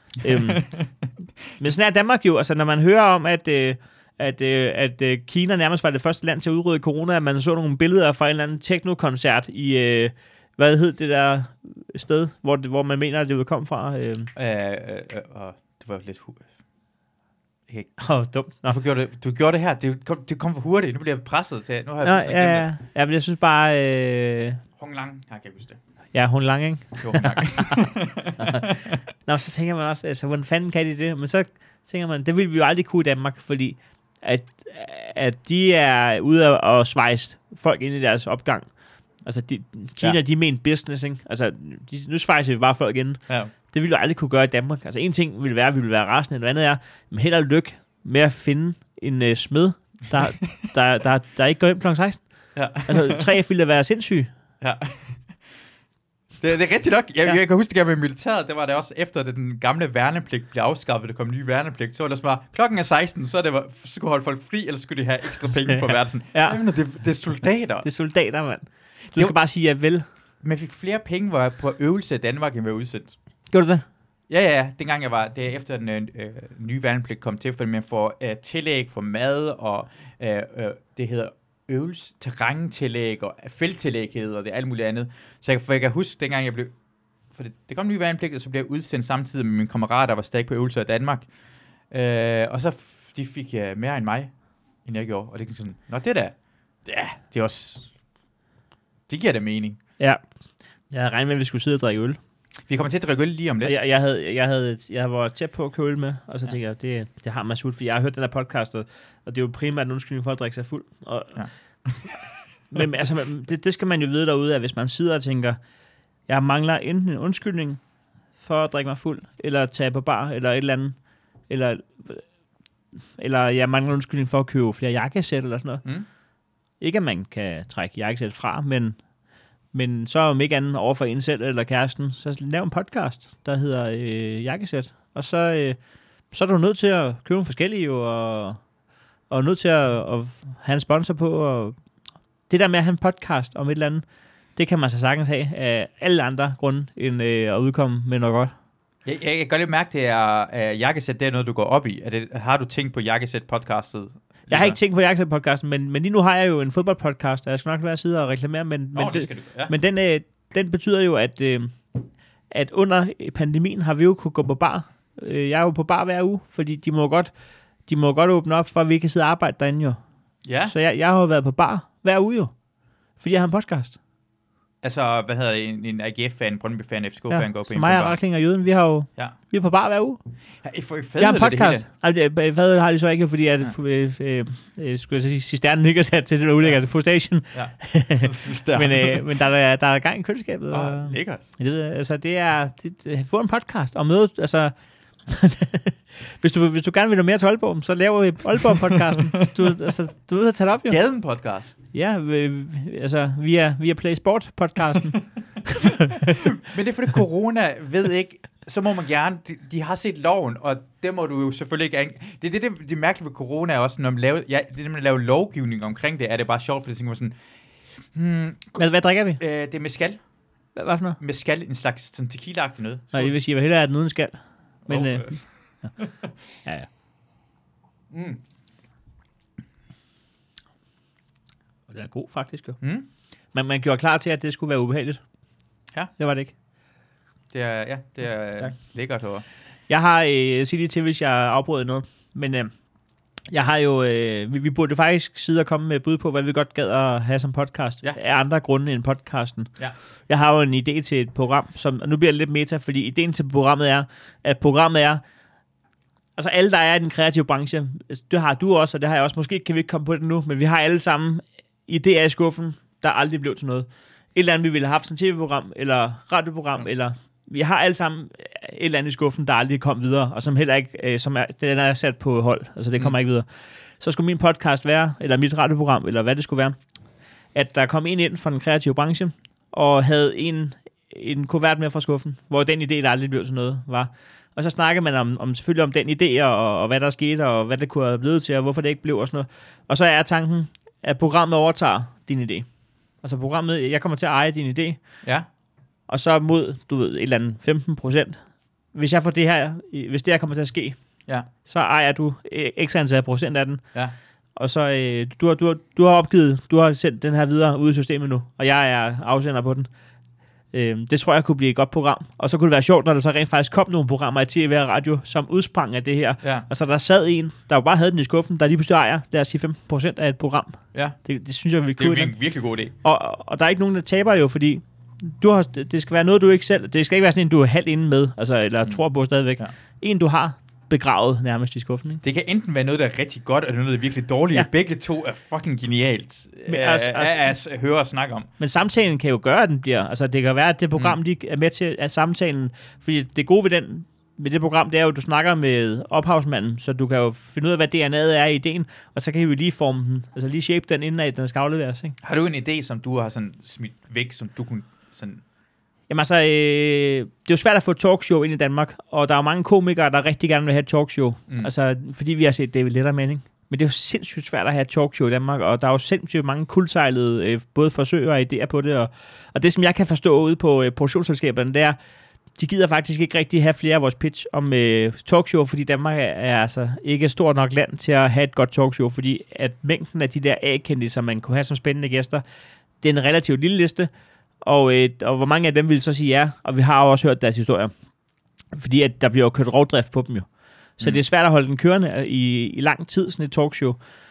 Men sådan er Danmark jo, altså når man hører om, at Kina nærmest var det første land til at udrydde corona, at man så nogle billeder fra en eller anden techno-koncert i, hvad hed det der sted, hvor man mener, at det udkom fra? Det var lidt... Dumt. Nå. Du gjorde det her. Det kom for hurtigt. Nu bliver jeg presset til... Nu har jeg ja, men jeg synes bare... Hong Lang. Jeg kan huske det. Ja, Hong Lang, ikke? Hong Lang. Nå, så tænker man også, altså, hvordan fanden kan de det? Men så tænker man, det ville vi jo aldrig kunne i Danmark, fordi at de er ude og svejse folk ind i deres opgang. Altså, Kina, de mener business, ikke? Altså, nu svejser vi bare folk ind. Ja. Det ville vi aldrig kunne gøre i Danmark. Altså, en ting ville være, at vi ville være rasende, noget andet er, men held og lykke med at finde en smed, der ikke går ind kl. 16. Ja. Altså, 3 ville være sindssyge. Ja. Det er rigtigt nok. Jeg kan huske, det med militæret, det var det også efter, at den gamle værnepligt blev afskaffet, der kom en ny værnepligt, så var det bare, klokken er 16, så skulle holde folk fri, eller skulle de have ekstra penge på verden. Ja. Jamen, det er soldater. Det er soldater, mand. Du skal bare sige, ja vel. Man fik flere penge var på øvelse i Danmark, end var udsendt. Gjorde du det? Ja. Dengang jeg var, det er efter den nye værnepligt kom til, fordi man får tillæg for mad, og det hedder terræntillæg og felttillæg hedder det, alt muligt andet. Så jeg kan huske, dengang jeg blev... For det kom en ny værnepligt, og så blev jeg udsendt samtidig med mine kammerater, der var stadig på øvelser i Danmark. Og så de fik mere end mig, end jeg gjorde. Og det er sådan, nå det der, ja, det er også... Det giver da mening. Ja. Jeg havde regnet med, at vi skulle sidde og drikke øl. Vi kommer til at drikke øl lige om lidt. Jeg var tæt på at købe øl med, og så tænker jeg, det har Masud, for jeg har hørt den her podcast, og det er jo primært en undskyldning for at drikke sig fuld. Og, men altså, det skal man jo vide derude, at hvis man sidder og tænker, jeg mangler enten en undskyldning for at drikke mig fuld, eller tage på bar, eller et eller andet, eller jeg mangler en undskyldning for at købe flere jakkesæt, eller sådan noget. Mm. Ikke at man kan trække jakkesæt fra, men så om ikke andet over for en selv eller kæresten, så lav en podcast, der hedder Jakkesæt. Og så er du nødt til at købe nogle forskellige, og nødt til at have en sponsor på. Og det der med at have en podcast om et eller andet, det kan man så sagtens have af alle andre grunde, end at udkomme med noget godt. Jeg kan godt lidt mærke, at Jakkesæt, det er noget, du går op i. Har du tænkt på Jakkesæt-podcastet? Jeg har ikke tænkt på Jakkesæt-podcasten, men lige nu har jeg jo en fodboldpodcast, og jeg skal nok være sidde og reklamere, men den betyder jo, at under pandemien har vi jo kunne gå på bar. Jeg er jo på bar hver uge, fordi de må godt åbne op for, at vi kan sidde og arbejde derinde jo. Ja. Så jeg har jo været på bar hver uge jo, fordi jeg har en podcast. Altså, hvad hedder en AGF-fan, Brøndby-fan, FCK-fan går på en bar? Mig og Rakling og Jyden, vi er på bar hver uge. Jeg har en podcast. Hvad har de så ikke, fordi at skulle jeg sige, cisternen ikke er sat til det, der udlægger det, Fustation. Ja. men der er gang i køleskabet. Lækkert. Altså, det er få en podcast og møde, altså... hvis du gerne vil have mere til Aalborg, så laver vi Aalborg-podcasten. Du ved at tage det op, jo. Gaden-podcast. Ja, altså via Play Sport-podcasten. Men det er fordi corona ved ikke, så må man gerne, de har set loven, og det må du jo selvfølgelig ikke... Det er mærkeligt ved corona er også, når man laver lovgivning omkring det, er det bare sjovt, for det tænker man sådan... Hvad drikker vi? Det er mezcal. Hvad for noget? Mezcal, en slags sådan tequila-agtig noget. Nej, det vil sige, at hellere er den uden skal. Men, ja. Mm. Og det er god faktisk jo. Mm. Men man gjorde klar til, at det skulle være ubehageligt. Ja. Det var det ikke. Det er lækkert over. Jeg har, sig lige til, hvis jeg afbryder noget, men jeg har jo, vi burde faktisk sidde og komme med bud på, hvad vi godt gad at have som podcast, af andre grunde end podcasten. Ja. Jeg har jo en idé til et program, som, nu bliver det lidt meta, fordi ideen til programmet er, altså alle, der er i den kreative branche, det har du også, og det har jeg også, måske kan vi ikke komme på det nu, men vi har alle sammen idéer i skuffen, der aldrig blev til noget. Et eller andet, vi ville have haft som tv-program, eller radioprogram, eller vi har alle sammen et eller andet i skuffen, der aldrig kom videre, og som heller ikke, den er sat på hold, altså det kommer ikke videre. Så skulle min podcast være, eller mit radioprogram, eller hvad det skulle være, at der kom en ind fra den kreative branche, og havde en kuvert med fra skuffen, hvor den idé, der aldrig blev til noget, var. Og så snakker man selvfølgelig om den idé, og hvad der skete, og hvad det kunne have blevet til, og hvorfor det ikke blev, og sådan noget. Og så er tanken, at programmet overtager din idé. Altså programmet, jeg kommer til at eje din idé, Ja. og så mod, du ved, et eller andet 15%. Hvis jeg får det her, hvis det her kommer til at ske, Ja. så ejer du ekstra antal procent af den. Ja. Og så, du har opgivet, du har sendt den her videre ud i systemet nu, og jeg er afsender på den. Det tror jeg kunne blive et godt program. Og så kunne det være sjovt, når der så rent faktisk kom nogle programmer i tv og radio, som udsprang af det her. Ja. Og så der sad en, der jo bare havde den i skuffen, der lige pludselig ejer, lad os sige 15% af et program. Ja. Det synes jeg, vi Det er kunne. en virkelig god idé. Og der er ikke nogen, der taber jo, fordi det skal være noget, du ikke selv... Det skal ikke være sådan en, du er halvt inde med, altså, eller tror på stadigvæk. Ja. En, du har begravet nærmest i skuffen. Ikke? Det kan enten være noget, der er rigtig godt, eller noget, der er virkelig dårligt. Ja. Begge to er fucking genialt at høre og snakke om. Men samtalen kan jo gøre, at den bliver... Altså, det kan være, at det program, de er med til at samtalen... Fordi det gode ved det program, det er jo, at du snakker med ophavsmanden, så du kan jo finde ud af, hvad DNA'et er i ideen, og så kan I jo lige forme den, altså lige shape den, inden at den skal afleveres. Ikke? Har du en idé, som du har sådan smidt væk, som du kunne sådan... Jamen altså, det er jo svært at få et talkshow ind i Danmark, og der er jo mange komikere, der rigtig gerne vil have et talkshow. Altså, fordi vi har set David Letterman, ikke? Men det er jo sindssygt svært at have et talkshow i Danmark, og der er jo sindssygt mange kuldsejlede både forsøg og idéer på det, og det, som jeg kan forstå ude på produktionsselskaberne, det er, de gider faktisk ikke rigtig have flere af vores pitch om talkshow, fordi Danmark er altså ikke stort nok land til at have et godt talkshow, fordi at mængden af de der A-kendte, som man kunne have som spændende gæster, det er en relativt lille liste, og hvor mange af dem vil så sige ja, og vi har jo også hørt deres historier, fordi at der bliver jo kørt rovdrift på dem jo. Så det er svært at holde den kørende i lang tid, sådan et talkshow.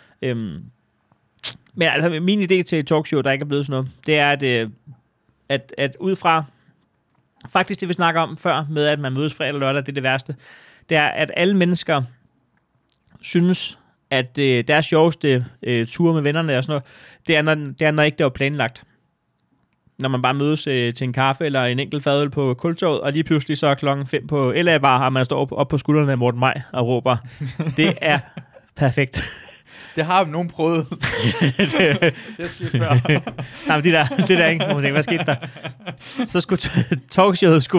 Men altså, min idé til et talkshow, der ikke er blevet sådan noget, det er, at ud fra, faktisk det vi snakker om før, med at man mødes fredag eller lørdag, det er det værste, det er, at alle mennesker synes, at deres sjoveste ture med vennerne og sådan noget, det er, når ikke det var planlagt. Når man bare mødes til en kaffe eller en enkelt fadøl på Kultorvet, og lige pludselig så er 5:00 på LA Bar, og man står op på skuldrene af Morten Maj og råber. Det er perfekt. Det har nogen prøvet. Det skete før. Nej, men det der ikke. Tænke, hvad skete der? Så skulle talkshowet skulle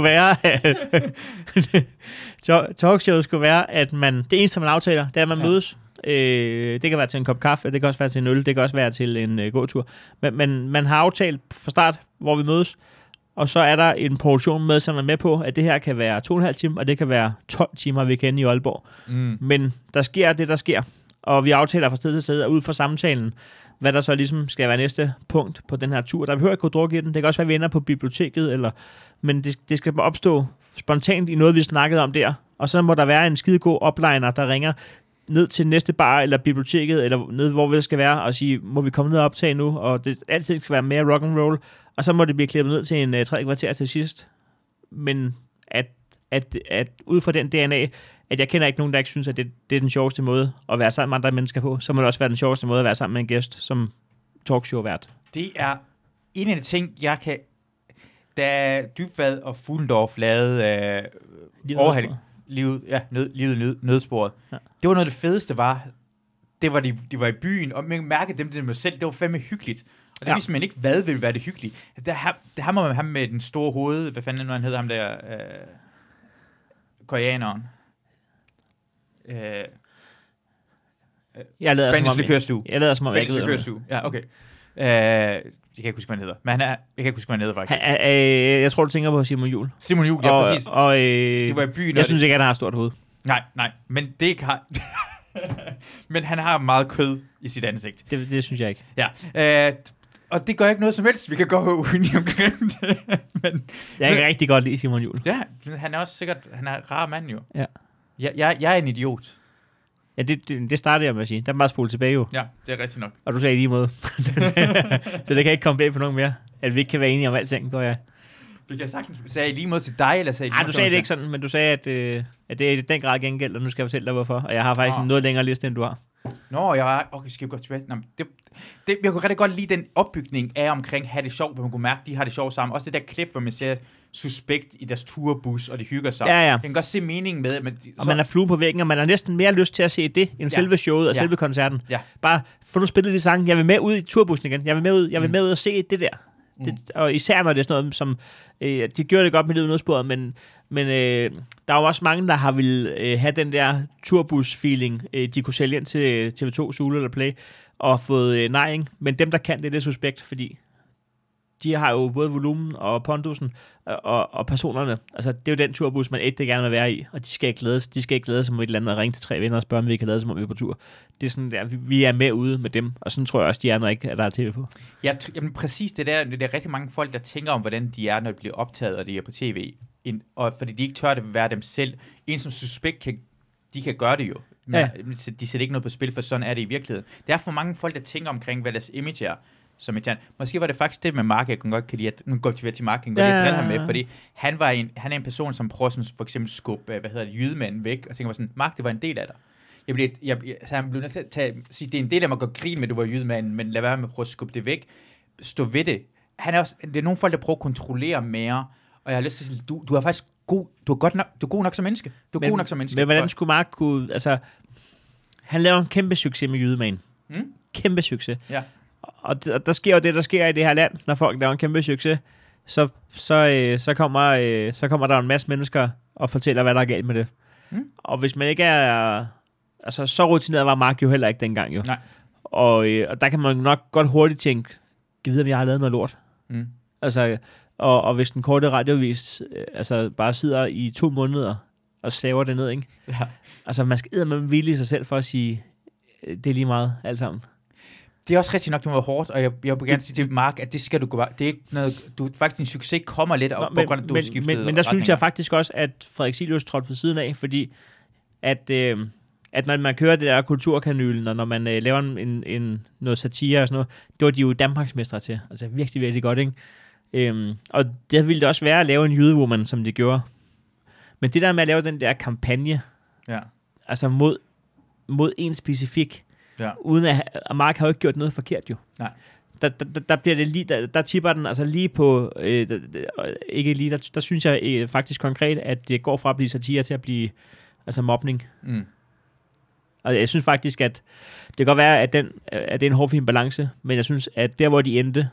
være, at man, det eneste, man aftaler, det er, at man mødes. Det kan være til en kop kaffe, det kan også være til en øl, det kan også være til en gåtur. Men man har aftalt fra start, hvor vi mødes, og så er der en produktion med, som er med på, at det her kan være 2,5 timer, og det kan være 12 timer, vi kan ende i Aalborg. Men der sker det, der sker. Og vi aftaler fra sted til sted, og ud fra samtalen, hvad der så ligesom skal være næste punkt på den her tur. Der behøver ikke gå druk i den. Det kan også være, at vi ender på biblioteket, men det skal bare opstå spontant i noget, vi snakkede om der. Og så må der være en skidegod upliner, der ringer ned til næste bar, eller biblioteket, eller ned, hvor vi skal være, og sige, må vi komme ned og optage nu? Og det altid skal være mere rock and roll. Og så må det blive klippet ned til en 3 kvarter til sidst. Men at ud fra den DNA, at jeg kender ikke nogen, der ikke synes, at det er den sjoveste måde at være sammen med andre mennesker på, så må det også være den sjoveste måde at være sammen med en gæst, som talkshow-vært. Det er en af de ting, jeg kan... Da Dybvad og Fuglendorf lavede livet nødsporet. Ja. Det var noget af det fedeste det var de var i byen, og man mærkede dem med selv, det var fandme hyggeligt. Og det vidste man ikke, hvad ville være det hyggelige. Det her må man have med den store hoved, hvad fanden han hedder ham der, koreaneren. Jeg lader som om jeg ikke ved det. Ja, okay. Jeg kan ikke huske, hvad han hedder. Men jeg kan ikke huske, hvad han hedder, faktisk. Jeg tror, du tænker på Simon Juhl. Simon Juhl, ja, præcis. Det var i byen. Jeg synes ikke, at han har stort hoved. Nej, men det ikke har... men han har meget kød i sit ansigt. Det synes jeg ikke. Ja, og det gør ikke noget som helst. Vi kan gå uenige omkring det. Jeg kan rigtig godt lide Simon Juhl. Ja, han er også sikkert... Han er en rar mand, jo. Ja. Jeg er en idiot. Ja, det startede jeg med at sige. Der er bare spole tilbage jo. Ja, det er rigtigt nok. Og du sagde lige måde. Så det kan ikke komme bag på nogen mere. At vi ikke kan være enige om alting, går jeg. Vi kan sagtens... Sagde jeg lige måde til dig, eller sagde jeg lige måde? Du sagde det ikke sådan, men du sagde, at det er i den grad gengæld, og nu skal jeg fortælle dig, hvorfor. Og jeg har faktisk en noget længere liste, end du har. Okay, skal vi gå tilbage? Jeg kunne rigtig godt lide den opbygning af omkring have det sjovt, hvor man kunne mærke, de har det sjovt sammen. Også det der klip, hvor man ser Suspekt i deres turbus, og de hygger sig. Ja. Jeg kan godt se meningen med det. Og man er flue på væggen, og man har næsten mere lyst til at se det, end selve showet og selve koncerten. Ja. Bare få nu spillet de sange. Jeg vil med ud i turbussen igen. Jeg vil med ud og se det der. Og især når det er sådan noget, som de gjorde det godt med livet nødsporet, men der er jo også mange, der har ville have den der turbus-feeling, de kunne sælge ind til TV2, Zulu eller Play, og fået nej, ikke? Men dem, der kan det er Suspekt, fordi de har jo både volumen og pondusen og personerne. Altså, det er jo den turbus, man ægte gerne vil være i, og de skal ikke glæde sig som et eller andet at ringe til 3 venner og spørge, om vi kan lade som om vi er på tur. Det er sådan der, vi er med ude med dem, og sådan tror jeg også, de er, når ikke der er tv på. Ja, jamen præcis det der, det er rigtig mange folk, der tænker om, hvordan de er, når de bliver optaget, og de er på tv. Og fordi de ikke tør det være dem selv. En som suspekt, de kan gøre det jo. Men de sætter ikke noget på spil, for sådan er det i virkeligheden. Der er for mange folk, der tænker omkring, hvad deres image er. Som måske var det faktisk det med Mark, jeg kunne godt kan lide, at nu går vi til Mark, jeg kan godt drille ham med, fordi han er en person, som prøver sådan, for eksempel skubbe, jydemanden væk, og tænker sådan, Mark, det var en del af dig. Han blev nødt til at sige, det er en del af mig at gå grin med, du var jydemanden, men lad være med at prøve at skubbe det væk. Stå ved det. Det er nogle folk, der prøver at kontrollere mere, og jeg har lyst til at sige, du er faktisk god, du er god nok som menneske. Men hvordan skulle Mark kunne, altså, han laver en kæmpe succes med jydemanden. Kæmpe succes. Ja. Og der sker jo det, der sker i det her land, når folk laver en kæmpe succes, så kommer der en masse mennesker og fortæller, hvad der er galt med det. Og hvis man ikke er, altså så rutineret var Mark jo heller ikke dengang jo. Nej. Og der kan man nok godt hurtigt tænke, kan vide, om jeg har lavet noget lort. Altså, og hvis den korte radiovis altså bare sidder i 2 måneder og saver det ned, ikke? Ja. Altså man skal eddermame hvile i sig selv for at sige, det er lige meget alt sammen. Det er også rigtig nok, det må være hårdt, og jeg vil gerne sige til Mark, at det skal du gøre. Det er ikke noget, faktisk din succes kommer lidt op, på grund af, at du har skiftet men der synes jeg faktisk også, at Frederik Silius trådte på siden af, fordi at når man kører det der kulturkanylen, og når man laver noget satire og sådan noget, det var de jo Danmarksmestre til. Altså virkelig, virkelig godt, ikke? Og det ville det også være at lave en jydewoman, som de gjorde. Men det der med at lave den der kampagne, altså mod en specifik, uden at Mark har jo ikke gjort noget forkert jo. Nej. Der bliver det lige, der tipper den altså lige på, ikke lige, der synes jeg faktisk konkret, at det går fra at blive satire til at blive altså mobning. Og jeg synes faktisk, at det kan godt være, at det er en hårfin balance, men jeg synes, at der hvor de endte,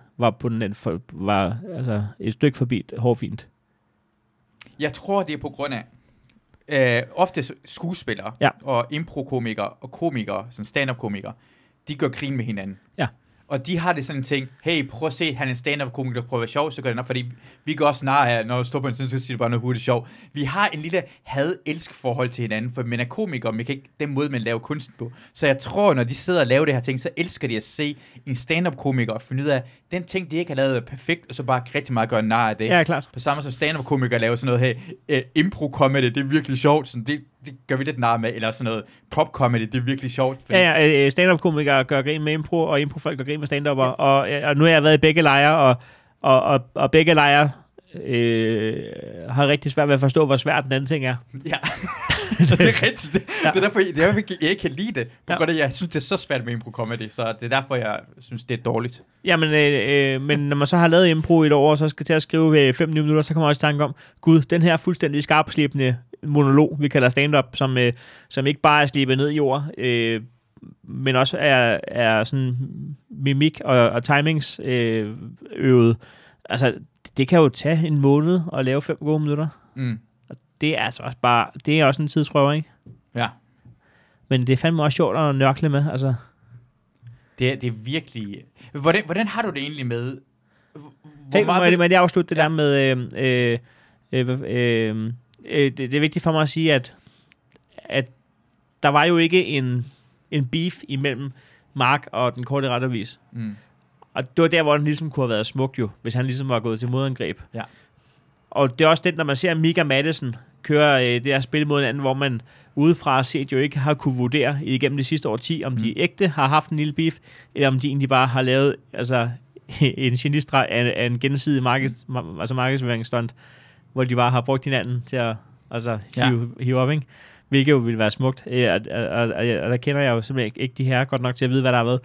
var altså et stykke forbi hårfint. Jeg tror, det er på grund af ofte skuespillere og improkomikere og komikere, sådan stand-up-komikere, de gør grin med hinanden. Ja. Og de har det sådan en ting, hey, prøv at se, han er en stand-up-komiker, der prøver at være sjov, så gør det nok, fordi vi går også snart af, når jeg står på en sådan, så siger det bare noget hurtigt sjov. Vi har en lille had-elsk forhold til hinanden, for man er komikere, men kan ikke den måde, man laver kunst på. Så jeg tror, når de sidder og laver det her ting, så elsker de at se en stand-up-komiker og finde ud af, den ting, de ikke har lavet perfekt, og så bare rigtig meget gøre nar af det. Ja, klart. På samme som stand-up-komikere laver sådan noget, hey, impro-comedy, det er virkelig sjovt, sådan det gør vi lidt nar med, eller sådan noget pop-comedy, det er virkelig sjovt. Fordi Stand-up-komikere gør grin med impro, og impro-folk gør grin med stand-upper, og nu har jeg været i begge lejre, og begge lejre har rigtig svært ved at forstå, hvor svært den anden ting er. Ja, det er rigtigt. Det er derfor, jeg ikke kan lide det. På grund af, jeg synes, det er så svært med impro-comedy, så det er derfor, jeg synes, det er dårligt. Men når man så har lavet impro i et år, og så skal til at skrive 5 minutter, så kommer man også i tanke om, gud, den her fuldstændig skarpslebende monolog, vi kalder stand-up, som ikke bare er slebet ned i jord, men også er sådan mimik og timings øvet. Altså, det kan jo tage en måned at lave 5 gode minutter. Og det er altså også bare, det er også en tidsrøver, ikke? Ja. Men det er fandme også sjovt at nørkle med, altså. Det er virkelig. Hvordan har du det egentlig med? Må jeg afslutte det der med det er vigtigt for mig at sige, at der var jo ikke en beef imellem Mark og den korte radiovis. Og det var der, hvor den ligesom kunne have været smukt jo, hvis han ligesom var gået til modangreb. Ja. Og det er også det, når man ser Mika Madsen køre det her spil mod hinanden, hvor man udefra set jo ikke har kunne vurdere igennem de sidste årti, om de ægte har haft en lille beef, eller om de egentlig bare har lavet altså, en genistreg af en gensidig markedsføringsstunt, hvor de bare har brugt hinanden til at hive op, ikke? Hvilket jo ville være smukt. Og der kender jeg jo simpelthen ikke de her godt nok til at vide, hvad der har været.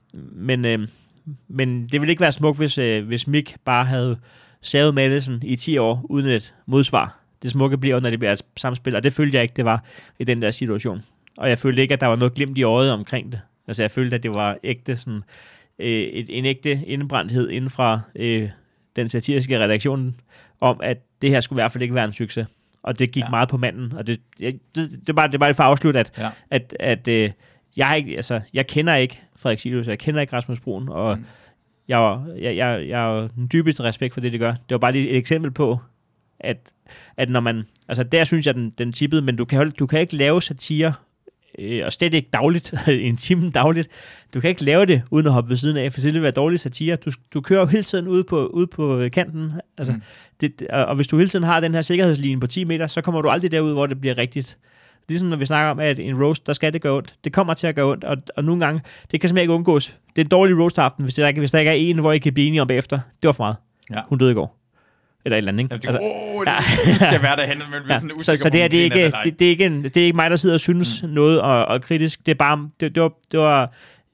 Men det ville ikke være smukt, hvis Mick bare havde savet Madison i 10 år uden et modsvar. Det smukke bliver, når det bliver et samspil, og det følte jeg ikke, det var i den der situation. Og jeg følte ikke, at der var noget glimt i øjet omkring det. Altså jeg følte, at det var ægte sådan, en ægte indebrændthed inden fra den satiriske redaktion om, at det her skulle i hvert fald ikke være en succes. Og det gik meget på manden. Og det er bare for at afslutte, at jeg kender ikke Frederik Silius, jeg kender ikke Rasmus Bruun, jeg har den dybeste respekt for det, de gør. Det var bare lige et eksempel på, at når man, altså der synes jeg, den tippede, men du kan ikke lave satire, og slet ikke dagligt, en time dagligt. Du kan ikke lave det, uden at hoppe ved siden af, for det vil være dårlig satire. Du kører jo hele tiden ude på kanten, altså, og hvis du hele tiden har den her sikkerhedslinje på 10 meter, så kommer du aldrig derud, hvor det bliver rigtigt. Ligesom når vi snakker om, at en roast, der skal det gøre ondt. Det kommer til at gøre ondt, og nogle gange, det kan simpelthen ikke undgås. Det er en dårlig roast-aften, hvis der ikke er en, hvor I kan blive enige om bagefter. Det var for meget. Ja. Hun døde i går. Eller et eller andet, ikke? Det skal være derhen, men vi er sådan usikker så det er ikke mig, der sidder og synes noget og kritisk. Det er bare, det var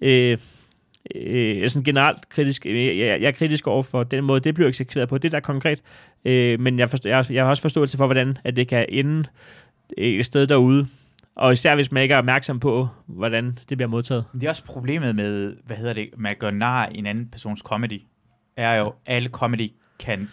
sådan generelt kritisk. Jeg er kritisk over for den måde, det bliver eksekveret på. Det der er konkret. Men jeg har også forståelse for, hvordan at det kan ende et sted derude. Og især hvis man ikke er opmærksom på, hvordan det bliver modtaget. Det er også problemet med, med at gøre nar en anden persons comedy, er jo, alle comedy kan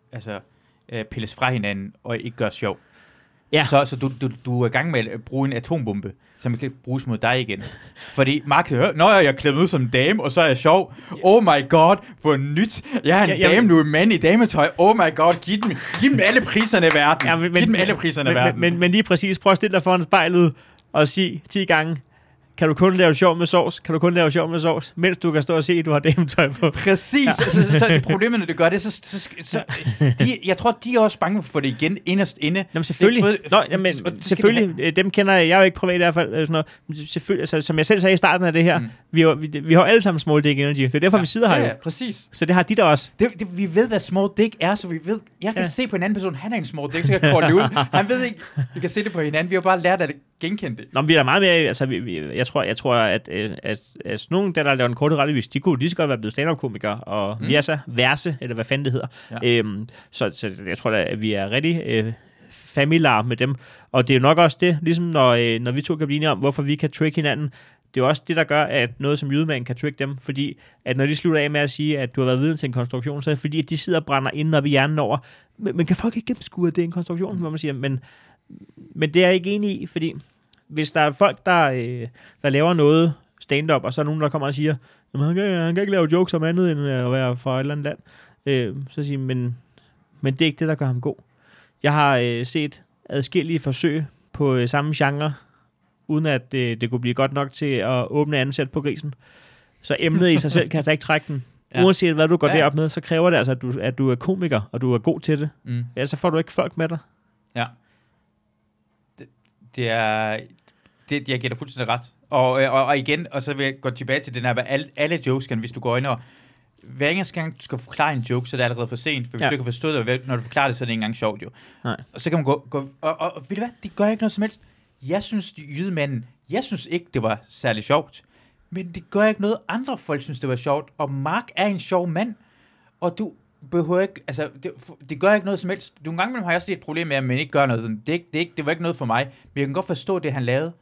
pilles fra hinanden og ikke gøre sjov. Ja. Så du er i gang med at bruge en atombombe, som kan bruges mod dig igen. Fordi Mark hører, når jeg er klædt ud som dame, og så er jeg sjov. Oh my god, hvor nyt. Jeg er en dame, du er en mand i dametøj. Oh my god, giv dem alle priserne i verden. Giv dem alle priserne i verden. Men lige præcis, prøv at stille dig foran spejlet og sige 10 gange, kan du kun lave sjov med sovs? Kan du kun lave sjov med sovs? Mens du kan stå og se, at du har dametøj på. Præcis. Ja. Så det problemet, når det gør det, jeg tror, de er også bange for det igen inderst inde. Jamen selvfølgelig. Selvfølgelig. Dem kender jeg jo ikke privat i hvert fald. Sådan noget. Selvfølgelig, altså, som jeg selv sagde i starten af det her, vi har alle sammen small dick energy. Det er derfor, vi sidder her jo. Ja, præcis. Så det har de der også. Vi ved, hvad small dick er, så vi ved. Jeg kan se på en anden person, han er en small dick, så jeg kan kolde ud. Han ved ikke, vi kan se det på hinanden. Vi har bare lært at genkende det. Nå, vi er meget mere, altså, jeg tror, at nogen, der laver en korte rettevis, de kunne lige så godt være blevet stand-up-komikere, og verse, eller hvad fanden det hedder. Ja. Så jeg tror da, at vi er rigtig familiar med dem. Og det er jo nok også det, ligesom når vi to kan blive enige om, hvorfor vi kan trick hinanden. Det er jo også det, der gør, at noget som jydemand kan trick dem, fordi at når de slutter af med at sige, at du har været vidne til en konstruktion, så er det fordi, at de sidder og brænder inden op i hjernen over, men kan folk ikke gennemskue, at det er en konstruktion, hvor man siger, men det er jeg ikke enig i, fordi hvis der er folk, der laver noget stand-up, og så er nogen, der kommer og siger, han kan ikke lave jokes om andet, end at være fra et eller andet land, så siger men det er ikke det, der gør ham god. Jeg har set adskillige forsøg på samme genre, uden at det kunne blive godt nok til at åbne ansæt på grisen. Så emnet i sig selv kan altså ikke trække den. Ja. Uanset hvad du går derop med, så kræver det altså, at du er komiker, og du er god til det. Ellers så får du ikke folk med dig. Ja. Jeg giver dig fuldstændig ret. Og igen, og så vil jeg gå tilbage til den her, alle jokes kan, hvis du går ind og hver engang du skal forklare en joke, så er det allerede for sent, for hvis du ikke har forstået det, når du forklarer det, så er det ikke engang sjovt jo. Nej. Og så kan man gå og ved du hvad, det gør ikke noget som helst. Jeg synes, jydemanden, ikke, det var særlig sjovt, men det gør ikke noget, andre folk synes, det var sjovt, og Mark er en sjov mand, og du behøver ikke, altså, det gør ikke noget som helst. Nogle gange har jeg også et problem med, at man ikke gør noget. Det var ikke noget for mig, men jeg kan godt forstå det, han lavede.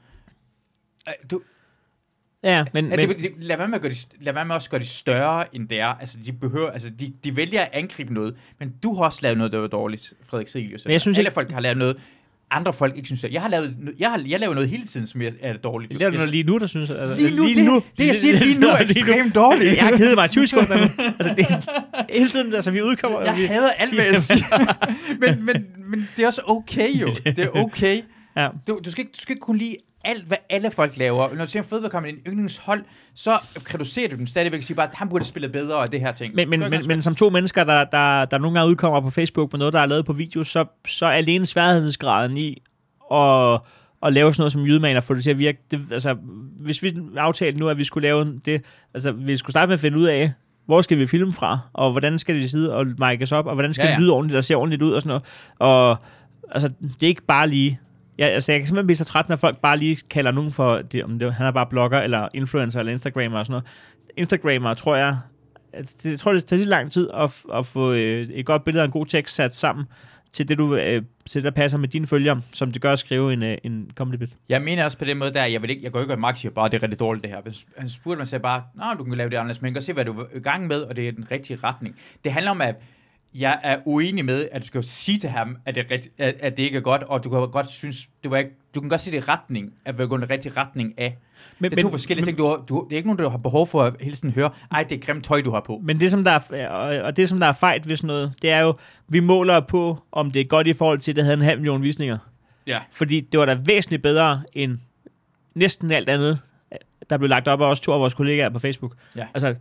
Lad være med også gøre det større, end det er. Altså, de vælger at angribe noget, men du har også lavet noget, der var dårligt, Frederik Cilius. Men jeg synes alle folk har lavet noget, andre folk ikke synes det. Jeg laver noget hele tiden, som er dårligt. Det er noget lige nu, der synes... Altså, lige nu. Det jeg siger lige nu er ekstremt dårligt. Jeg har kedet mig 20 sekunder nu. Altså, det er hele tiden, altså vi udkommer... Jeg hader alt, hvad jeg siger. men det er også okay, jo. Det er okay. Ja. Du skal ikke kunne lide alt, hvad alle folk laver. Når du siger, at fodbold en yndlingshold, så reducerer du dem stadigvæk og siger bare, at han burde spille bedre og det her ting. Men som to mennesker, der nogle gange udkommer på Facebook med noget, der er lavet på video, så alene sværhedsgraden i at lave sådan noget som jydemand og få det til at virke. Altså, hvis vi aftalte nu, at vi skulle lave det, altså vi skulle starte med at finde ud af, hvor skal vi filme fra, og hvordan skal det sidde og mic'es op, og hvordan skal det lyde ordentligt og se ordentligt ud og sådan noget. Og altså, det er ikke bare lige... jeg kan simpelthen blive så træt, når folk bare lige kalder nogen for, han er bare blogger, eller influencer, eller instagrammer og sådan noget. Instagrammer, tror jeg, det tager lidt lang tid at få et godt billede og en god tekst sat sammen til det, der passer med dine følgere, som det gør at skrive en comedy bit. Jeg mener også på den måde der, jeg går ikke, at Max siger bare, det er rigtig dårligt det her. Hvis han spurgte mig, sagde bare, du kan lave det anderledes, men kan se, hvad du er i gang med, og det er den rigtige retning. Det handler om, at Jeg er uenig med, at du skal sige til ham, at det ikke er godt, og du kan godt synes, du kan godt se det i retning, at vi går i den rigtige retning af. Det er to forskellige ting. Det er ikke nogen, der har behov for at hele tiden høre, det er grimt tøj, du har på. Men det, som der er fejl ved sådan noget, det er jo, vi måler på, om det er godt i forhold til, at det havde 500.000 visninger. Ja. Fordi det var da væsentligt bedre end næsten alt andet, der blev lagt op af os 2 af vores kollegaer på Facebook. Ja. Altså,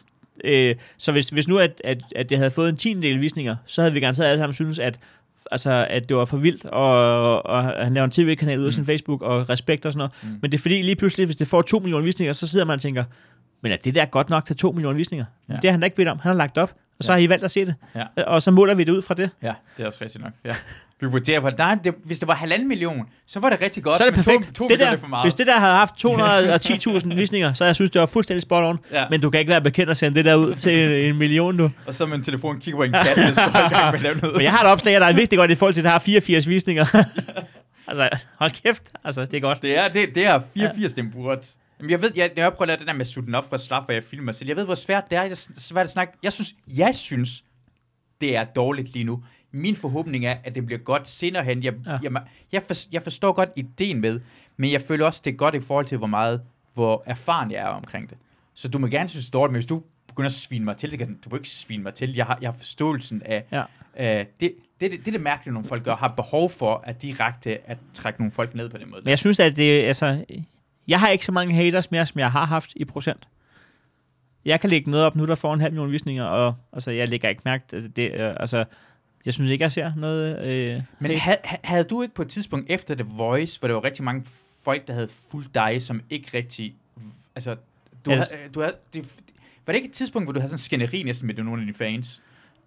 så hvis nu, at det havde fået en 10. del visninger, så havde vi garanteret alle sammen synes, at det var for vildt, og han laver en tv-kanal ud af sin Facebook, og respekt og sådan noget. Men det er fordi, lige pludselig, hvis det får 2 millioner visninger, så sidder man og tænker, men er det der godt nok til 2 millioner visninger? Ja. Det har han da ikke bedt om. Han har lagt op, og så har I valgt at se det. Ja. Og så måler vi det ud fra det. Ja, det er også rigtigt nok. Ja. Vi vurderer på, hvis det var 1,5 million, så var det rigtig godt. Så er det perfekt. 2 millioner er for meget. Hvis det der havde haft 210.000 visninger, så jeg synes, det var fuldstændig spot on. Ja. Men du kan ikke være bekendt at sende det der ud til 1 million, du. Og så med en telefon kigger på en kat, hvis du er i gang med at lave noget. Men jeg har et opslag, der er vigtigt godt i forhold til, at det har 84 visninger. Altså, hold kæft. Altså, det er godt. Det er 84, den burde. Jamen, jeg ved, når jeg prøver at lade det der med at sutte den op fra start, hvor jeg filmer mig selv. Jeg ved, hvor svært det er. Svært at snakke. Jeg synes, det er dårligt lige nu. Min forhåbning er, at det bliver godt senere hen. Jeg forstår godt ideen med, men jeg føler også, det er godt i forhold til, hvor erfaren jeg er omkring det. Så du må gerne synes, det er dårligt, men hvis du begynder at svine mig til, du må ikke svine mig til. Jeg har forståelsen af, det er det mærkelige, nogle folk gør, har behov for at direkte at trække nogle folk ned på den måde. Men jeg synes, at jeg har ikke så mange haters mere, som jeg har haft i procent. Jeg kan lægge noget op nu, der får 1,5 million visninger, og altså, jeg lægger ikke mærke til det. Jeg synes ikke, jeg ser noget... Men havde du ikke på et tidspunkt efter The Voice, hvor der var rigtig mange folk, der havde fulgt dig, som ikke rigtig... Altså, var det ikke et tidspunkt, hvor du havde sådan en skænderi næsten med nogle af dine fans?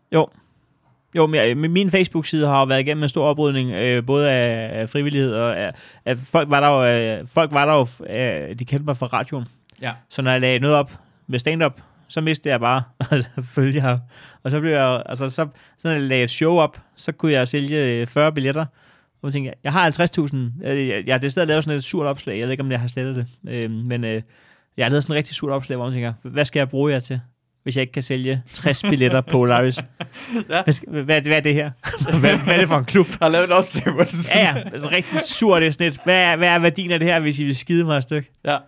Jo, men min Facebook-side har jo været igennem en stor oprydning, både af frivillighed og af folk var der jo, de kendte mig fra radioen. Ja. Så når jeg lagde noget op med stand-up, så mistede jeg bare følger. Og så blev jeg, altså så når jeg lagde et show op, så kunne jeg sælge 40 billetter. Og jeg tænkte, jeg har 50.000. Jeg har stadig lavet sådan et surt opslag. Jeg ved ikke, om jeg har slettet det. Men jeg har lavet sådan et rigtig surt opslag, hvor jeg tænker, hvad skal jeg bruge jer til, hvis jeg ikke kan sælge 60 billetter på Polaris? Ja. Hvad er det her? hvad er det for en klub? Jeg har lavet et opslag, hvor det sådan. Ja, altså rigtig surt det sådan et. Hvad er værdien af det her, hvis I vil skide mig et stykke? Ja.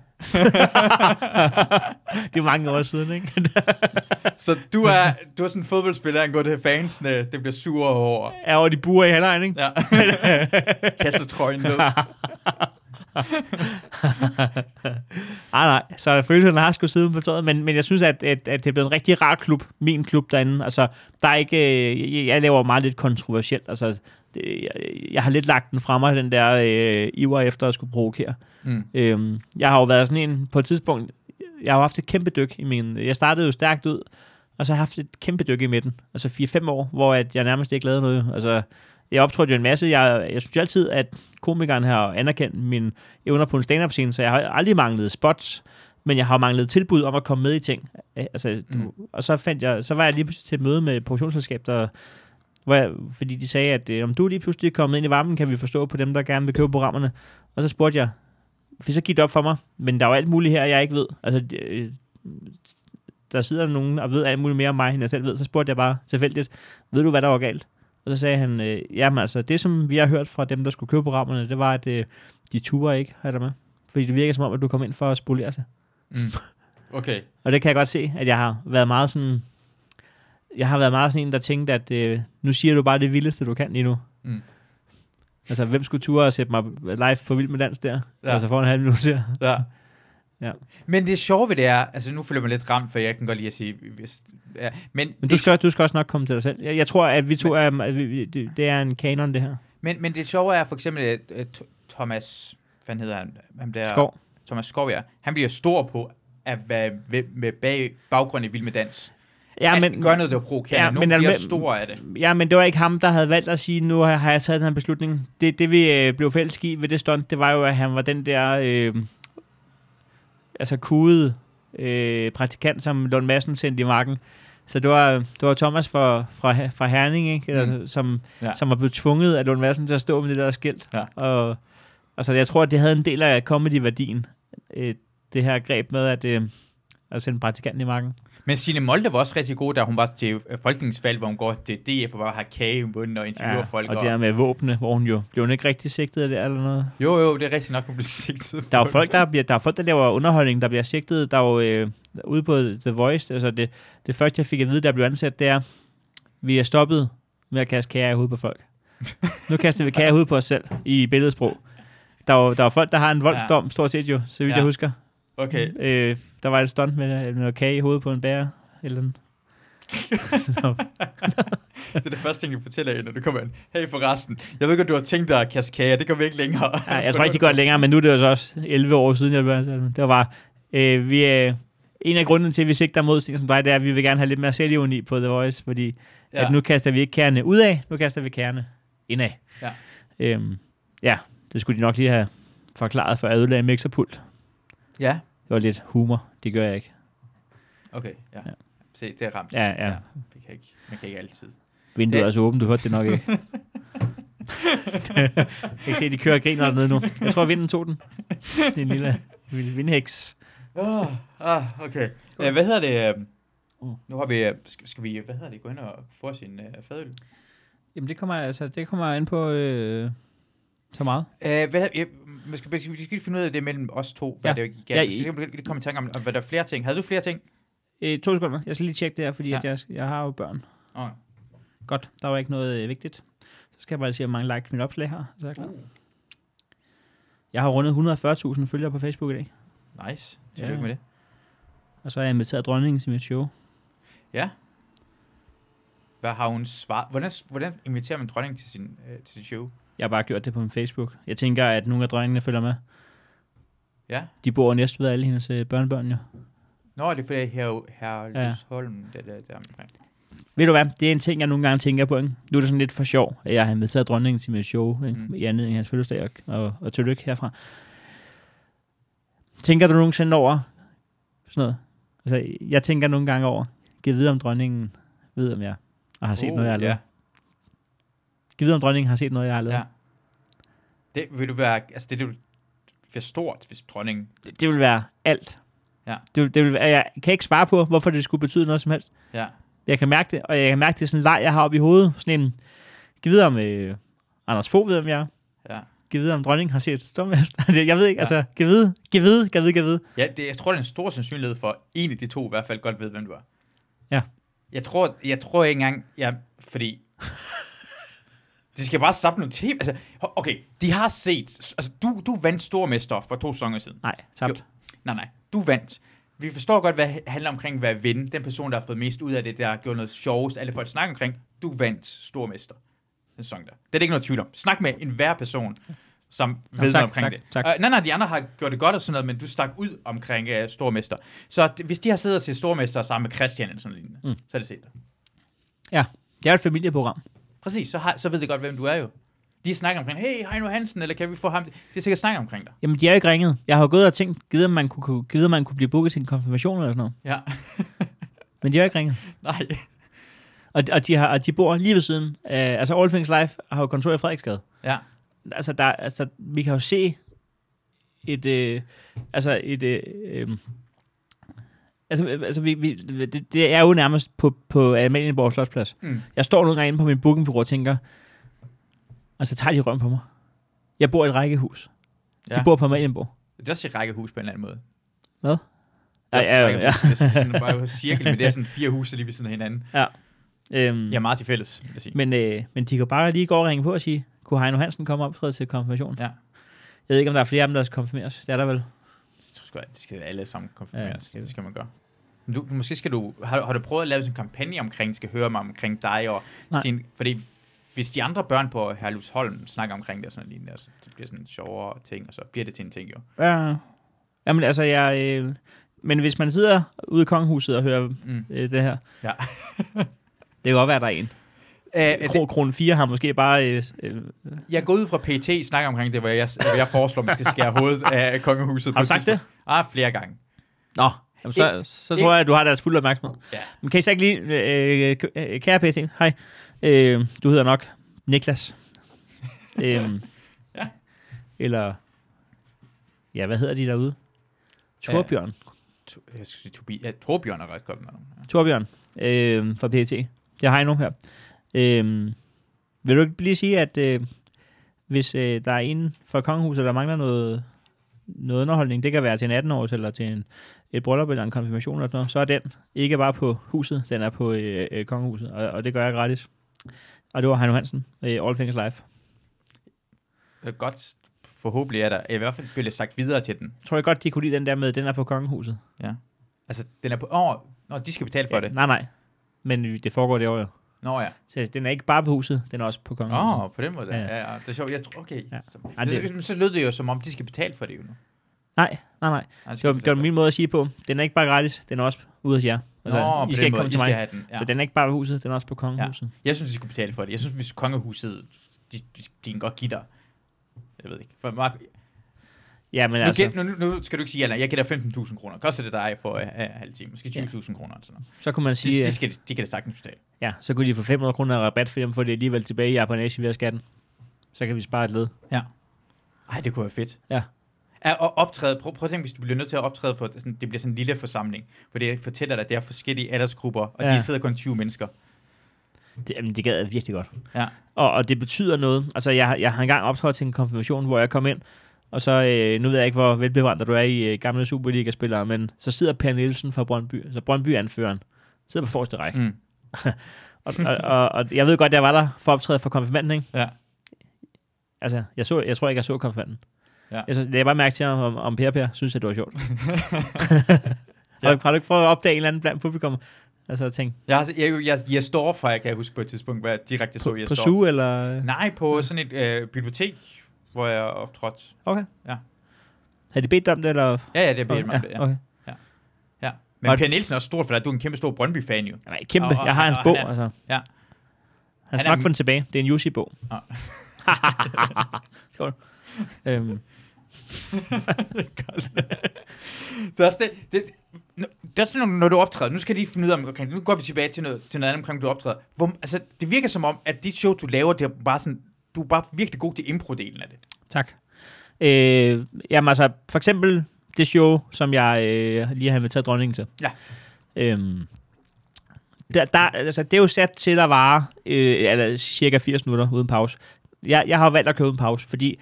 Det er mange år siden, ikke? Så du er sådan en fodboldspiller, der går til fansene, det bliver sur over. Ja, og de buer i halvlejen, ikke? Ja. Kaster trøjen ned. Nej, så følelsen har sgu siddet på tøjet, men jeg synes, at det er blevet en rigtig rar klub, min klub derinde. Altså, der er ikke, jeg laver meget lidt kontroversielt, altså, jeg har lidt lagt den fra mig, den der iver efter at skulle provokere. Jeg har jo været sådan en, på et tidspunkt, jeg har haft et kæmpe dyk jeg startede jo stærkt ud, og så har jeg haft et kæmpe dyk i midten, altså 4-5 år, hvor jeg nærmest ikke lavede noget, altså, jeg optrådte jo en masse. Jeg synes altid, at komikeren har anerkendt mine evner på en stand-up-scene, så jeg har aldrig manglet spots, men jeg har manglet tilbud om at komme med i ting. Altså, og så var jeg lige pludselig til et møde med et produktionsselskab, fordi de sagde, at om du lige pludselig er kommet ind i varmen, kan vi forstå på dem, der gerne vil købe programmerne. Og så spurgte jeg, for så gik det op for mig, men der er jo alt muligt her, jeg ikke ved. Altså, der sidder nogen og ved alt muligt mere om mig, end jeg selv ved. Så spurgte jeg bare tilfældigt, ved du, hvad der var galt? Og så sagde han, jamen altså, det som vi har hørt fra dem, der skulle købe programmerne, det var, at de turde ikke have dig med. Fordi det virker som om, at du kom ind for at spolere sig. Okay. Og det kan jeg godt se, at jeg har været meget sådan... Jeg har været meget sådan en, der tænkte, at nu siger du bare det vildeste, du kan lige nu. Altså, hvem skulle ture at sætte mig live på Vild med Dans der? Ja. Altså, for en halv minut der. Ja. Ja. Men det sjove ved det er, altså nu føler jeg mig lidt ramt, for jeg kan godt lide at sige, men du skal også nok komme til dig selv. Jeg tror, at vi to er, det er en kanon, det her. Men det sjove er for eksempel, Thomas, hvad hedder han der? Skov. Thomas Skov, ja. Han bliver stor på at være med baggrund i Vild med Dans. Ja, men gør noget, der provokerer. Ja, nogen bliver stor af det. Ja, men det var ikke ham, der havde valgt at sige, nu har jeg taget den her beslutning. Det vi blev fælles i ved det stunt, det var jo, at han var den der... kudede praktikant, som Lund Madsen sendte i marken. Så det var Thomas fra Herning, ikke? Som var blevet tvunget af Lund Madsen til at stå med det der skilt. Ja. Og altså, jeg tror, at det havde en del af comedy-værdien. Det her greb med, at sende praktikanten i marken. Men Signe Molde var også rigtig god, da hun var til folketingsvalg, hvor hun går til DF og bare har kage i munden og interviewer folk. Og det der med våbne, hvor hun jo blev hun ikke rigtig sigtet af det eller noget. Jo, det er rigtig nok, hun blev sigtet. Der er jo folk, der laver underholdning, der bliver sigtet. Der er jo ude på The Voice, altså det første, jeg fik at vide, der blev ansat, det er, vi er stoppet med at kaste kager i hovedet på folk. Nu kaster vi kager i hovedet på os selv i billedsprog. Der er folk, der har en voldsdom, stort set jo, så vidt jeg husker. Okay. Der var et stunt med noget kage i hovedet på en bærer. Eller en. Det er det første ting, jeg fortæller jer, når du kommer ind. Hey forresten, jeg ved godt, du har tænkt dig at kaste kager, det gør vi ikke længere. Ja, jeg tror ikke, de gør det længere, men nu er det jo så også 11 år siden, jeg blev ansat. Det var bare, en af grunden til, at vi sigter mod sådan som dig, det er, at vi vil gerne have lidt mere selvironi på The Voice, fordi at nu kaster vi ikke kærne ud af, nu kaster vi kærne indad. Ja. Det skulle de nok lige have forklaret, før jeg ødelagde mixerpult. Ja. Det var lidt humor, det gør jeg ikke. Okay, ja. Se, det er ramt. Ja. Man kan ikke altid. Vinduet er altså åbent, du hørte det nok ikke. Jeg kan se, de kører og griner dernede nu. Jeg tror, vinden tog den. Det er en lille vindhæks. Okay. Hvad hedder det? Nu har vi... Skal vi, hvad hedder det, gå ind og få sin fadøl? Jamen, det kommer ind på så meget. Vi skal lige finde ud af det mellem os to, hvad det gik galt. Så skal vi lige komme i tanke om, hvad der er flere ting. Havde du flere ting? 2 sekunder. Jeg skal lige tjekke det her, fordi at jeg har jo børn. Okay. Godt, der var ikke noget vigtigt. Så skal jeg bare se, hvor mange likes mit opslag har. Så er jeg klar. Jeg har rundet 140.000 følgere på Facebook i dag. Nice. Tillykke med det. Og så har jeg inviteret dronningen til mit show. Ja. Hvad har hun svaret? Hvordan inviterer man dronningen til sit show? Jeg har bare gjort det på min Facebook. Jeg tænker, at nogle af dronningene følger med. Ja. De bor næsten ved alle hendes børnebørn, jo. Nå, det er fordi Herlufsholm, der omkring. Ved du hvad? Det er en ting, jeg nogle gange tænker på. Ikke? Nu er det sådan lidt for sjov, at jeg har inviteret dronningen til mit show i anledning af hans fødselsdag og tillykke herfra. Tænker du nogensinde over sådan noget? Altså, jeg tænker nogle gange over, giv vide om dronningen ved, om jeg har set noget, jeg har lavet. Giv vide om dronningen har set noget, jeg har lavet. Ja. Det vil du være, altså det vil være stort, hvis dronningen... Det vil være alt. Ja. Det vil være, jeg kan ikke svare på, hvorfor det skulle betyde noget som helst. Ja. Jeg kan mærke det, og jeg kan mærke det er sådan en leg, jeg har oppe i hovedet. Sådan en, giv videre om Anders Fogh ved, om jeg er. Ja. Giv videre om dronningen har set Stormester. Jeg ved ikke, altså, giv vide. Ja, jeg tror, det er en stor sandsynlighed for, en af de to i hvert fald godt ved, hvem du er. Ja. Jeg tror ikke engang, fordi... De skal bare sappe noget til. Altså, okay, de har set... Altså, du vandt Stormester for 2 sæsoner siden. Nej, tabt. Nej, du vandt. Vi forstår godt, hvad det handler omkring, hvad at vinde. Den person, der har fået mest ud af det, der har gjort noget sjovest, alle folk snakker omkring. Du vandt Stormester. Den sæson der. Det er det ikke noget tvivl om. Snak med enhver person, som ved noget omkring det. Tak. Nej, de andre har gjort det godt og sådan noget, men du stak ud omkring Stormester. Så hvis de har siddet og set Stormester sammen med Christian eller sådan noget, så er det set. Ja, det er et familieprogram. Præcis, så ved de godt, hvem du er jo. De snakker omkring, hey, Heino Hansen, eller kan vi få ham? De har sikkert snakket omkring dig. Jamen, de har ikke ringet. Jeg har gået og tænkt, givet man kunne blive booket til en konfirmation eller sådan noget. Ja. Men de har ikke ringet. Nej. Og de bor lige ved siden. Altså, All Things Live har jo kontor i Frederiksgade. Ja. Altså, vi kan jo se det er jo nærmest på Amalienborg Slotsplads. Jeg står nogle gange inde på min bookingbureau og tænker, altså tager de røven på mig. Jeg bor i et rækkehus. De bor på Amalienborg. Det er også et rækkehus på en eller anden måde. Hvad? Ja. Det er sådan bare cirkel, men det er sådan 4 huse lige ved siden af hinanden. Ja. Jeg er meget til fælles, vil jeg sige. Men de kan bare lige gå og ringe på og sige, kunne Heino Hansen komme op til konfirmation? Ja. Jeg ved ikke, om der er flere af dem, der skal konfirmeres. Det er der vel? Jeg tror sgu, at de skal alle sammen konfirmeres. Ja, det skal man gøre. Måske skal du... Har du prøvet at lave sådan en kampagne omkring, skal høre mig omkring dig og din... Fordi hvis de andre børn på Herlufsholm snakker omkring det og sådan noget, så det bliver sådan sjovere ting, og så bliver det til en ting jo. Ja. Jamen altså, men hvis man sidder ude i kongehuset og hører det her, ja. Det kan godt være, der er en. Krone 4 har måske bare... Jeg går ud fra PT snakker omkring det, hvor jeg foreslår, man skal skære hovedet af kongehuset. Har du sagt det? Flere gange. Nå, jamen, så tror jeg, at du har deres fulde opmærksomhed. Ja. Men kan I så ikke lige... kære PT, hej. Du hedder nok Niklas. Ja. Eller... Ja, hvad hedder de derude? Torbjørn. Torbjørn er ret godt med dem. Ja. Torbjørn fra PET. Jeg har endnu her. Vil du ikke lige sige, at hvis der er en fra kongehuset, der mangler noget underholdning, det kan være til en 18-års eller til et bryllup eller en konfirmation eller noget, så er den ikke bare på huset, den er på kongehuset, og det gør jeg gratis. Og det var Heino Hansen, All Things Live. Det er godt. Forhåbentlig er der. I hvert fald bliver sagt videre til den. Tror jeg godt, de kunne lide den der med, den er på kongehuset. Ja. Altså, den er på... de skal betale for det. Nej. Men det foregår det år jo. Nå ja. Så den er ikke bare på huset, den er også på kongehuset. På den måde. Ja. Det er sjovt. Jeg tror, okay. Ja. Så lød det jo, som om de skal betale for det jo nu. Nej. Det var min måde at sige på. Den er ikke bare gratis, den er også ude hos jer. Altså, I skal ikke komme til mig. Den, ja. Så den er ikke bare på huset, den er også på kongehuset. Ja. Jeg synes, de skulle betale for det. Jeg synes, hvis kongehuset, de kan godt give dig. Jeg ved ikke. For Mark, ja, men nu skal du ikke sige, at jeg giver dig 15.000 kroner. Koster det dig for en halv time? Måske 20.000 kroner. Så kunne man sige... De kan da sagtens betale. Ja, så kunne de få 500 kroner rabat for dem, for det alligevel tilbage i Japanese via skatten. Så kan vi spare et led. Ja. Ej, det kunne være fedt. Ja. Og optræde, prøv at tænke, hvis du bliver nødt til at optræde for, sådan, det bliver sådan en lille forsamling, for det fortæller dig, at det er forskellige aldersgrupper, og de sidder kun 20 mennesker. Det gad jeg virkelig godt. Ja. Og det betyder noget. Altså, jeg har engang optrådt til en konfirmation, hvor jeg kom ind, og så, nu ved jeg ikke, hvor velbevandret du er i gamle Superliga-spillere, men så sidder Per Nielsen fra Brøndby, altså Brøndby-anføreren, sidder på forreste række. Mm. og jeg ved godt, jeg var der for optræde for konfirmanden, ikke? Ja. Altså, jeg tror ikke, jeg så konfirmanden. Ja. Jeg bare mærke til, om Per synes, at det var sjovt. Har du ikke prøvet at opdage en eller anden blandt publikum? Altså, jeg tænkte... Jeg står fra, jeg kan huske på et tidspunkt, hvor jeg direkte så, jeg står. På SU, eller...? Nej, på sådan et bibliotek, hvor jeg optrådte. Okay. Ja. Har de bedt om det, eller...? Ja, det har bedt mig om det, ja. Okay. Ja. Men Per Nielsen er også stort for dig. Du er en kæmpe stor Brøndby-fan, jo. Nej, kæmpe. Jeg har hans bog, altså. Ja. Han skal nok få den tilbage. Det er en Jussi-bog. Skål. Det er også det er sådan, når du optræder. Nu skal de finde ud af, okay, nu går vi tilbage til noget andet omkring, du optræder. Altså, det virker som om, at de show, du laver, det er bare sådan, du er bare virkelig god til impro-delen af det. Tak. Jamen altså, for eksempel det show, som jeg lige har inviteret dronningen til. Ja. Altså, det er jo sat til at vare eller cirka 80 minutter uden pause. Jeg har valgt at køre uden pause, fordi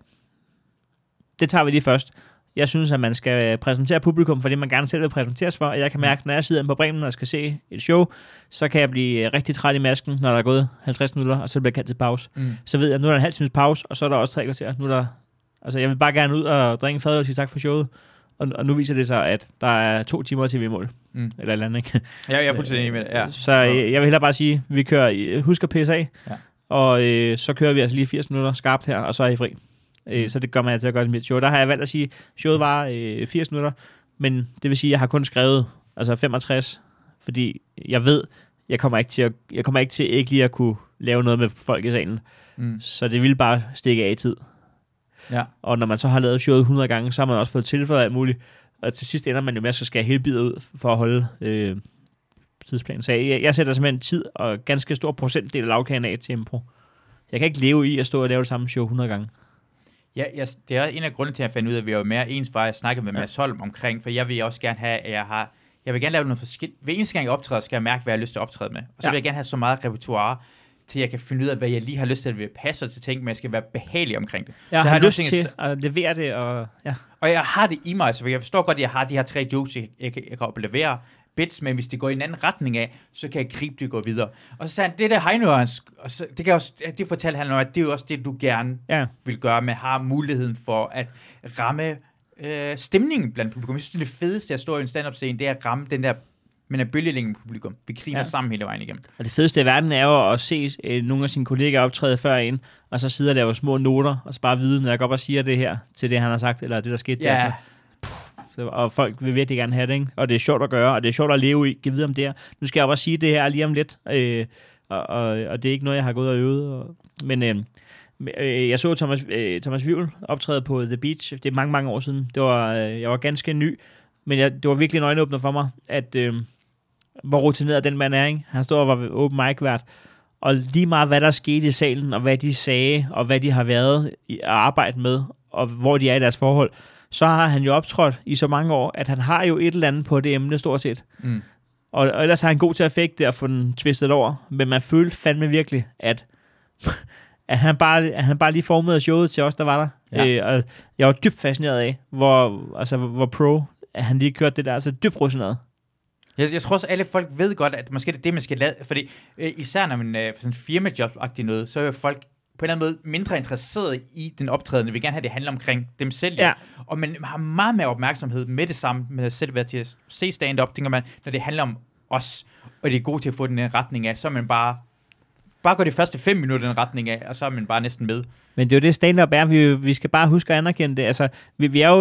det tager vi lige først. Jeg synes, at man skal præsentere publikum for det, man gerne selv vil præsenteres for, og jeg kan mærke, når jeg sidder inde på Bremen og skal se et show, så kan jeg blive rigtig træt i masken, når der er gået 50 minutter, og så bliver jeg kaldt til pause. Så ved jeg, at nu er der en halv times pause, og så er der også 3 kvarter. Nu er der, altså, jeg vil bare gerne ud og drikke en fad og sige tak for showet, og nu viser det sig, at der er 2 timer til vi-mål. Eller et eller andet, ikke? Ja, jeg er fuldstændig enig med det. Ja. Så jeg vil hellere bare sige, at vi kører, husk at pisse af, og så kører vi altså lige 80 minutter skarpt her, og så er I fri. Så det gør man til at gøre det mit show. Der har jeg valgt at sige, at showet var 80 minutter, men det vil sige, at jeg har kun skrevet 65, fordi jeg ved, jeg kommer ikke til ikke lige at kunne lave noget med folk i salen. Så det ville bare stikke af i tid. Ja. Og når man så har lavet showet 100 gange, så har man også fået tilføjet alt muligt. Og til sidst ender man jo med at skære hele bidet ud for at holde tidsplanen. Så jeg sætter simpelthen tid og ganske stor procentdel af lavkagen af til impro. Jeg kan ikke leve i at stå og lave det samme show 100 gange. Ja, det er en af grundene til, at jeg fandt ud af, at vi er mere ens, var at snakke med Mads Holm omkring, for jeg vil også gerne have, at jeg vil gerne lave noget forskelligt. Hver eneste gang jeg optræder, skal jeg mærke, hvad jeg har lyst til at optræde med. Og så vil jeg gerne have så meget repertoire, til jeg kan finde ud af, hvad jeg lige har lyst til, at det passer til ting, men jeg skal være behagelig omkring det. Jeg har lyst til at levere det, og jeg har det i mig, så jeg forstår godt, at jeg har de her 3 jokes, jeg kan levere bits, men hvis det går i en anden retning af, så kan jeg gribe det og gå videre. Og så sagde han, det der Heino, og så, det fortalte han om, at det er jo også det, du gerne vil gøre, med har muligheden for at ramme stemningen blandt publikum. Jeg synes, det fedeste at stå i en stand-up-scene, det er at ramme den der bølgelængden publikum. Vi griner sammen hele vejen igennem. Og det fedeste i verden er jo at se nogle af sine kollegaer optræde før en, og så sidder der jo små noter, og så bare vide, når jeg går op og siger det her, til det han har sagt, eller det der skete der. Og folk vil virkelig gerne have det, ikke? Og det er sjovt at gøre, og det er sjovt at leve i. Giv videre om det her. Nu skal jeg bare sige det her lige om lidt, og det er ikke noget, jeg har gået og øvet. Men jeg så Thomas Wivel optræde på The Beach. Det er mange, mange år siden. Jeg var ganske ny, men det var virkelig en øjenåbner for mig, at hvor rutineret den mand er, ikke? Han stod og var open mic-vært, og lige meget hvad der skete i salen, og hvad de sagde, og hvad de har været at arbejde med, og hvor de er i deres forhold, så har han jo optrådt i så mange år, at han har jo et eller andet på det emne, stort set. Mm. Og ellers er han god til at fake det og få den twistet over. Men man følte fandme virkelig, at han bare lige formede showet til os, der var der. Ja. Og jeg var dybt fascineret af, hvor pro han lige kørte det der, altså dybt rutineret. Jeg tror også, alle folk ved godt, at måske det er det, man skal lade. Fordi især når man er på sådan en firmajob-agtig noget, så er jo folk på en eller anden måde mindre interesseret i den optrædende. Vi vil gerne have, det handler omkring dem selv. Ja. Og man har meget mere opmærksomhed med det samme, med at selv være til at se stand-up, tænker man, når det handler om os, og det er godt til at få den retning af, så er man bare går de første 5 minutter den retning af, og så er man bare næsten med. Men det er jo det, stand-up er. Vi skal bare huske at anerkende det. Altså, vi er jo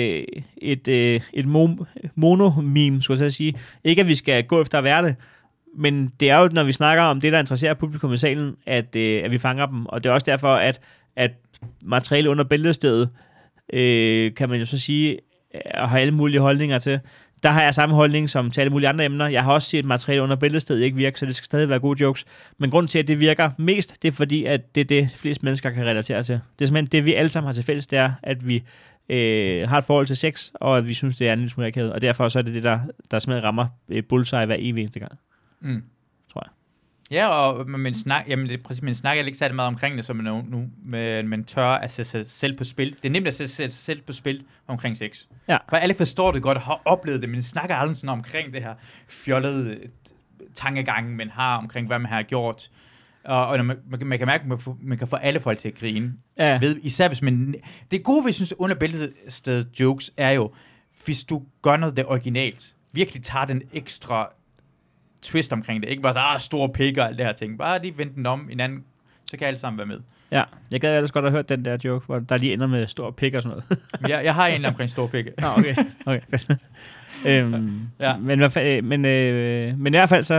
et monomeme, skulle jeg sige. Ikke, at vi skal gå efter at være det, men det er jo, når vi snakker om det, der interesserer publikum i salen, at vi fanger dem. Og det er også derfor, at materiale under bæltestedet, kan man jo så sige, har alle mulige holdninger til. Der har jeg samme holdning som til alle mulige andre emner. Jeg har også set materiale under bæltestedet ikke virke, så det skal stadig være gode jokes. Men grunden til, at det virker mest, det er fordi, at det er det, flest mennesker kan relatere til. Det er simpelthen det, vi alle sammen har til fælles, det er, at vi har et forhold til sex, og at vi synes, det er en lille smule akavet. Og derfor så er det det, der simpelthen rammer bullseye hver evig eneste gang. Mm. Tror jeg. Ja, og man snakker ikke særlig meget omkring det, som man tør at sætte sig selv på spil. Det er nemt at sætte sig selv på spil omkring sex. Ja. For alle forstår det godt og har oplevet det, men snakker aldrig sådan omkring det her fjollede tankegange, man har omkring, hvad man har gjort. Og man kan mærke, at man kan få alle folk til at grine. Ja. Især hvis man... Det gode, vi synes, under bæltestedet jokes, er jo, hvis du gør noget det originalt, virkelig tager den ekstra twist omkring det. Ikke bare så, store pikker og alt det her ting. Bare lige vende den om hinanden, så kan alle sammen være med. Ja, jeg gad ellers godt have hørt den der joke, hvor der lige ender med store pikker og sådan noget. Jeg har en omkring store pikker. Okay. Ja. Men i hvert fald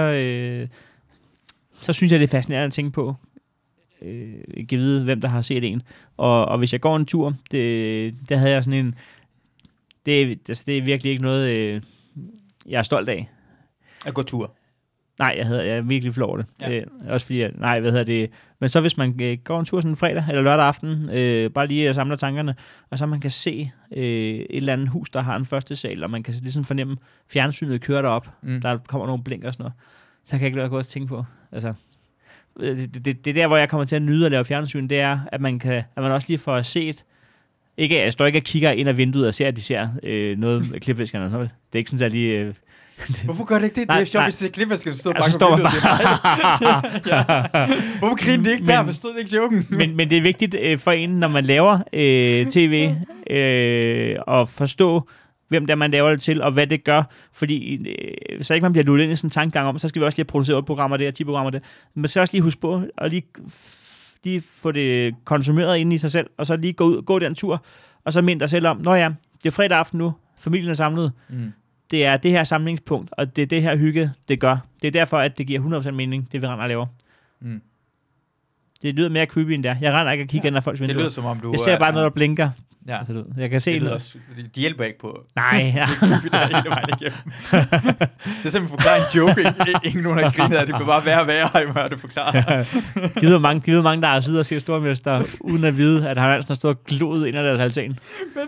så synes jeg, det er fascinerende at tænke på. Ikke vide, hvem der har set en. Og hvis jeg går en tur, der havde jeg sådan en... Det er virkelig ikke noget, jeg er stolt af. At gå tur? Nej, jeg er virkelig flov over det. Ja. Også fordi, men så hvis man går en tur sådan en fredag eller lørdag aften, bare lige samler tankerne, og så man kan se et eller andet hus, der har en første sal, og man kan ligesom fornemme, fjernsynet kører derop, der kommer nogle blink og sådan noget, så kan jeg ikke lade gå og tænke på. Altså, det er der, hvor jeg kommer til at nyde at lave fjernsyn, det er, at man også lige får set, ikke, jeg står ikke og kigger ind ad vinduet og ser, at de ser noget med klipfiskerne. Det er ikke sådan, at lige... Hvorfor gør det ikke det? Det er sjovt, hvis det er klipfiskerne, så står man bare... Hvorfor griner de ikke der? Forstod ikke joken? men det er vigtigt for en, når man laver tv, at forstå, hvem der man laver det til, og hvad det gør. Fordi så ikke man bliver lullet ind i sådan en tankegang om, så skal vi også lige producere 8 programmer der, 10 programmer der. Men man skal også lige huske på, og lige få det konsumeret inde i sig selv, og så lige gå den tur, og så minde dig selv om, det er fredag aften nu, familien er samlet, det er det her samlingspunkt, og det er det her hygge, det gør. Det er derfor, at det giver 100% mening, det vi render og laver. Mm. Det lyder mere creepy end der. Jeg render ikke og kigger ind af folks vinduer. Det lyder som om du... Jeg ser bare noget, der blinker. Ja. Altså, jeg kan se det. Også, de hjælper ikke på... Nej. Det er simpelthen forklare en joke. Ingen nogen har grinet af det. Det bliver bare værre og værre, i det forklare. Givet mange, der har siddet og set Stormester, uden at vide, at han altså har stået og gloet ind af deres altan.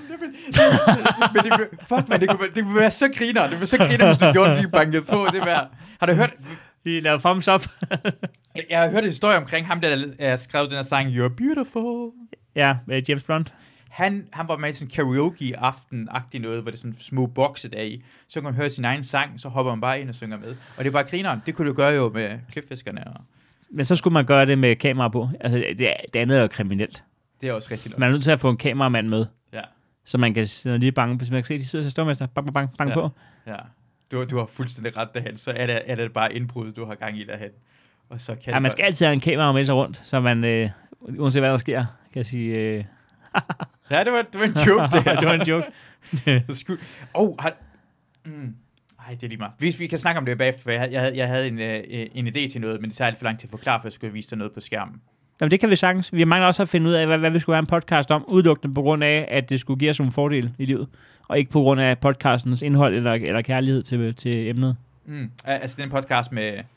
Men det kunne være så griner. Det kunne være så griner, hvis du gjorde det, lige banket på. Har du hørt... Vi lavede thumbs up. Jeg har hørt en historie omkring ham, der skrev den her sang, You're Beautiful. Ja, James Blunt. Han var med i sådan karaoke-aften-agtig noget, hvor det er sådan små bokse der i. Så kan man høre sin egen sang, så hopper man bare ind og synger med. Og det er bare grineren. Det kunne du gøre jo med klipfiskerne. Men så skulle man gøre det med kamera på. Altså, det andet er jo kriminelt. Det er også rigtig nok. Man er nødt til at få en kameramand med. Ja. Så man kan lige bange, hvis man kan se, de sidder til Stormester, bang på. Ja. Du har fuldstændig ret derhen, så er det bare indbrud, du har gang i derhen. Og så kan man skal altid have en kamera med sig rundt, så man, uanset hvad der sker, kan sige... Ja, det var en joke, det her. Det var en joke. Ej, det er lige meget. Vi kan snakke om det bagefter, for jeg havde en idé til noget, men det tager alt for langt til at forklare, for jeg skulle vise dig noget på skærmen. Jamen, det kan vi sagtens. Vi mangler også at finde ud af, hvad vi skulle have en podcast om, udelukkende på grund af, at det skulle give os nogle fordele i livet, og ikke på grund af podcastens indhold eller kærlighed til emnet. Altså den podcast med...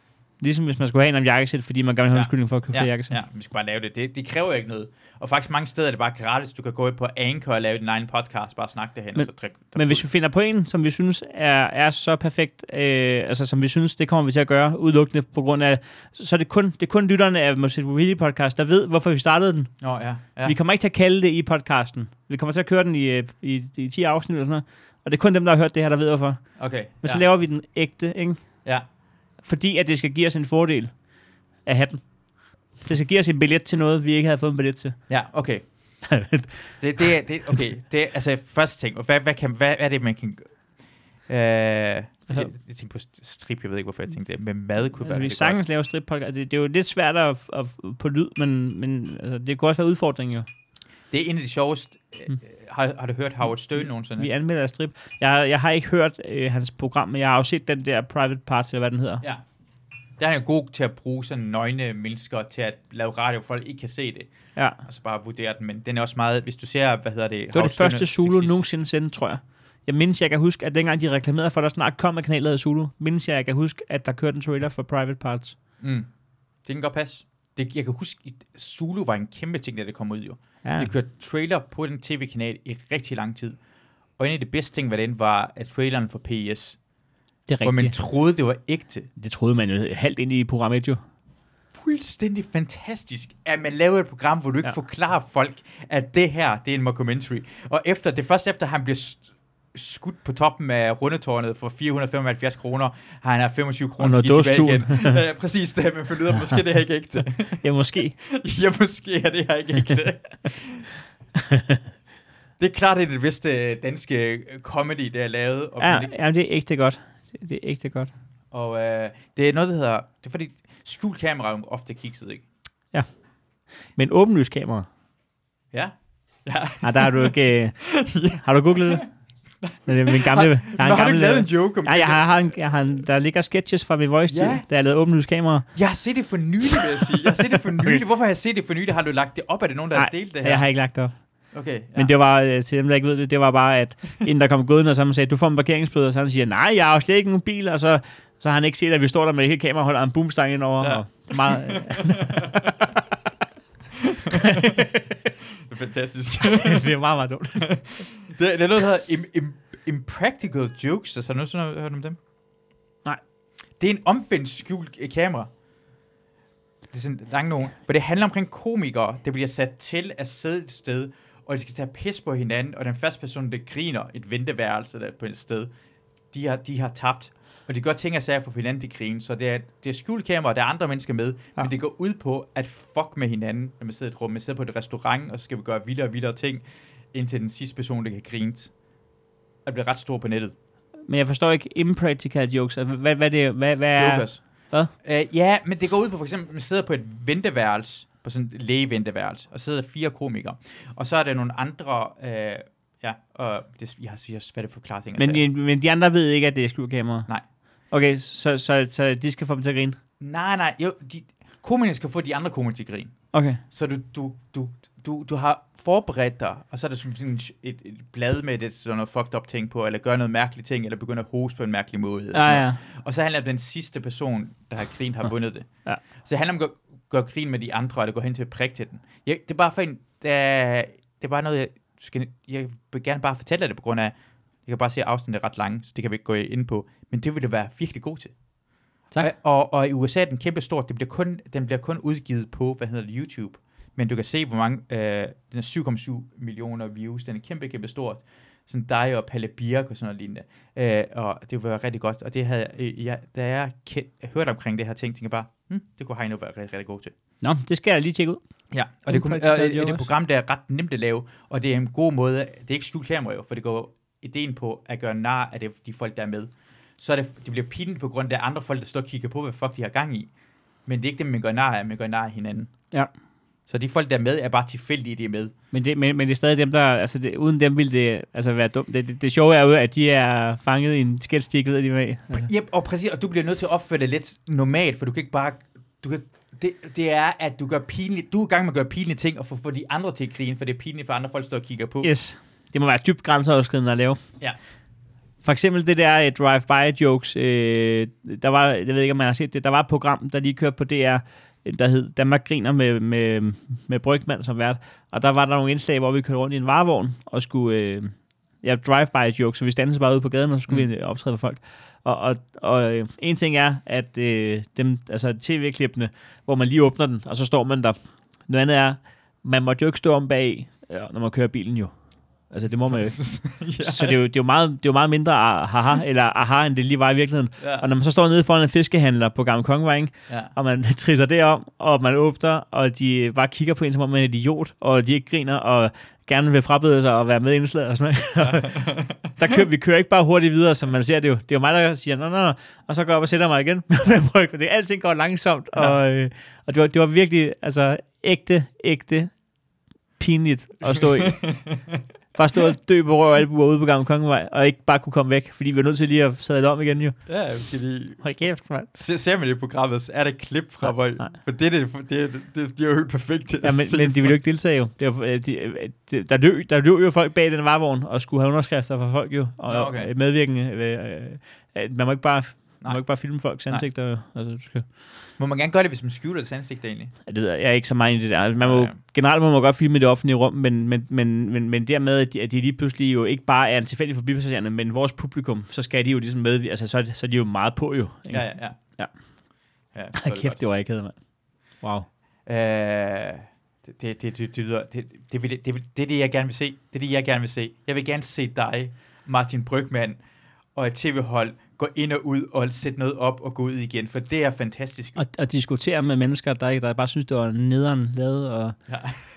Ligesom hvis man skulle have en om jakkesæt, fordi man gerne vil have en undskyldning for at købe flere jakkesæt. Ja, vi skal bare lave det. Det kræver ikke noget. Og faktisk mange steder er det bare gratis. Du kan gå ind på Anchor og lave din egen podcast, bare snakke det hen. Men hvis vi finder på en, som vi synes er så perfekt, altså som vi synes, det kommer vi til at gøre, udelukkende på grund af, så er det kun lytterne af Must Really Podcast, der ved, hvorfor vi startede den. Ja. Vi kommer ikke til at kalde det i podcasten. Vi kommer til at køre den i 10 afsnit eller sådan noget. Og det er kun dem, der har hørt det her, der ved hvorfor. Okay. Men så laver vi den ægte, ikke? Ja. Fordi at det skal give os en fordel af hatten. Det skal give os en billet til noget, vi ikke havde fået en billet til. Ja, okay. Okay. Det er altså første ting. Hvad er det, man kan... jeg tænkte på strip, jeg ved ikke, hvorfor jeg tænkte det. Men mad kunne være vi sagtens laver strip-podcast. Det er jo lidt svært at på lyd, men altså, det kunne også være udfordring, jo. Det er en af de sjoveste... Har du hørt Howard Stern nogensinde? Vi anmelder strip. Jeg har ikke hørt hans program, men jeg har jo set den der Private Parts, eller hvad den hedder. Ja. Der er han jo god til at bruge sådan nøgne mennesker til at lave radio, hvor folk ikke kan se det. Ja. Og så bare vurdere den. Men den er også meget... Hvis du ser, det var det første Zulu nogensinde sendte, tror jeg. Jeg kan huske, at dengang de reklamerede for, at der snart kom et kanal af Zulu, jeg kan huske, at der kørte en trailer for Private Parts. Det kan godt passe. Jeg kan huske, at Zulu var en kæmpe ting, da det kom ud jo. Ja. Det kørte trailer på den tv-kanal i rigtig lang tid. Og en af de bedste ting ved den var, at traileren for PES. Det er rigtigt. Hvor man troede, det var ægte. Det troede man jo halvt ind i programmet jo. Fuldstændig fantastisk, at man laver et program, hvor du ikke forklarer folk, at det her, det er en mockumentary. Og først efter han bliver skudt på toppen af rundetårnet for 475 kroner, har han 25 kroner til at give tilbage igen. Præcis det, men finder ud af, måske det her ikke ægte. Ja, måske. Ja, måske er det her ikke ægte. Det er klart, det er det bedste danske comedy, det er lavet. Ja, det er ægte godt. Det er ægte godt. Og det er noget, der hedder... Det er fordi, skjult kamera er ofte kikset, ikke? Ja. Men åbenlys kamera. Ja. Nej, der har du ikke... Har du googlet det? Det er min gamle... Har du ikke lavet en joke om det? Jeg har der ligger sketches fra min voice-tid, da jeg lavede åbenlys kamera. Jeg har set det for nylig, vil jeg sige. Jeg har set det for nylig. Okay. Hvorfor har jeg set det for nylig? Har du lagt det op? Er det nogen, der har delt det her? Jeg har ikke lagt det op. Okay, Men det var, til dem, der ikke ved det, det var bare, at inden der kom gående, og så sagde, du får en parkeringsbøde, og så han siger, nej, jeg har jo slet ikke nogen bil, og så har han ikke set, at vi står der med hele kamera og holder en boomstang indover. Ja. Og meget, det er fantastisk. Det er meget, meget dumt. Det er noget, der hedder Impractical Jokes. Altså, har du sådan hørt om dem? Nej. Det er en omvendt skjult kamera. Det er sådan langt nogen. For det handler omkring komikere, der bliver sat til at sidde et sted, og de skal tage pis på hinanden, og den første person, der griner et venteværelse der på et sted, de har tabt. Og de gør ting og sager for hinanden, de griner. Så det er skjult kamera, og der er andre mennesker med, men det går ud på at fuck med hinanden, når man sidder i et rum. Man sidder på et restaurant, og så skal vi gøre vildere og vildere ting, indtil den sidste person, der kan grine. Og det bliver ret stor på nettet. Men jeg forstår ikke impractical jokes. Altså, hvad er... Jokers. Hvad? Ja, men det går ud på, for eksempel, man sidder på et venteværelse, på sådan et lægeventeværelse, og sidder 4 komikere. Og så er der nogle andre, og jeg har svært at forklare ting. Men de andre ved ikke, at det er skjult kamera? Nej. Okay, så de skal få dem til at grine? Nej, jo, komikerne skal få de andre komikere til at grine. Okay. Så du har forberedt dig, og så er der sådan et blad med det, sådan noget fucked up ting på, eller gør noget mærkeligt ting, eller begynder at hoste på en mærkelig måde. Ja. Og så handler det om den sidste person, der har grint, har vundet det. Ja. Så det handler om at gøre grin med de andre, eller gå hen til at prikke til den. Det er bare for en, det er bare noget, jeg vil gerne bare fortælle dig det, på grund af, jeg kan bare se, at afstanden er ret lang, så det kan vi ikke gå ind på, men det vil det være virkelig god til. Tak. Og i USA er den kæmpe stort, den bliver kun udgivet på, YouTube. Men du kan se, hvor mange, den er 7,7 millioner views, den er kæmpe stort. Sådan dig og Palle Birk og sådan noget lignende. Og det var rigtig godt. Og det havde da jeg hørte omkring det her ting, tænkte jeg bare, det kunne Heino være rigtig god til. Nå, det skal jeg lige tjekke ud. Ja, og det er et program, der er ret nemt at lave, og det er en god måde, det er ikke skjult kamera jo, for det går ideen på at gøre nar af de folk, der er med. Så det bliver pinligt på grund af andre folk, der står og kigger på, hvad fuck de har gang i. Men det er ikke dem, man gør nar af, man gør nar af hinanden. Ja. Så de folk, der er med, er bare tilfældige, de er med. Men det er stadig dem, der... Altså, uden dem ville det altså være dumt. Det sjove er jo, at de er fanget i en sketstik, ved de med. Altså. Ja, og præcis, og du bliver nødt til at opføre det lidt normalt, for du kan ikke bare... Det er, at du er i gang med at gøre pinlige ting, og få de andre til at grine, for det er pinligt for andre folk, der står og kigger på. Yes. Det må være dybt grænseoverskridende at lave. Ja. For eksempel det der drive-by-jokes, der var, jeg ved ikke, om man har set det, der var et program, der lige kørte på DR, der hed Danmark griner med Brygman som vært, og der var der nogle indslag, hvor vi kørte rundt i en varevogn, og skulle drive-by-jokes, så vi standede bare ude på gaden, og så skulle vi optræde for folk. Og en ting er, at dem, altså tv-klippene, hvor man lige åbner den, og så står man der. Noget andet er, man må jo ikke stå om bag, når man kører bilen jo. Altså, det må man jo ikke. Så det er jo meget mindre aha, end det lige var i virkeligheden. Ja. Og når man så står nede foran en fiskehandler på Gamle Kongevej, og man trisser det om, og man åbner, og de bare kigger på en, som om man er en idiot, og de ikke griner, og gerne vil frabede sig og være med i indslaget og sådan noget. Vi kører ikke bare hurtigt videre, som man ser det jo. Det er jo mig, der siger, nå, og så går jeg op og sætter mig igen. Alting går langsomt, og det var virkelig, altså, ægte pinligt at stå i. Bare stå og dø på røv og albuer ude på Gamle Kongevej, og ikke bare kunne komme væk, fordi vi var nødt til lige at sadle om igen jo. Ja, vi skal lige... Hold kæft, mand. Ser man det i programmet, så er der klip fra mig. For det er jo helt perfekt. Ja, men de ville jo ikke deltage jo. Der løb jo folk bag den varevogn, og skulle have underskrifter fra folk jo. Og medvirkende. Man må ikke bare filme folks ansigter. Altså, du skal... Må man gerne gøre det, hvis man skjuler det ansigt egentlig? Ja, det ved jeg er ikke så meget i det der. Altså, generelt må man godt filme i det offentlige rum, men dermed, at de lige pludselig jo ikke bare er en tilfældig forbipasserende, men vores publikum, så skal de jo ligesom med, altså så er de jo meget på jo. Ikke? Ja. Kæft, det var ikke mand. Wow. Det er det, jeg gerne vil se. Det er det, jeg gerne vil se. Jeg vil gerne se dig, Martin Brygman, og et tv-hold gå ind og ud og sætte noget op og gå ud igen, for det er fantastisk. Og diskutere med mennesker, der bare synes, det var nederen lavet. Og... Ja.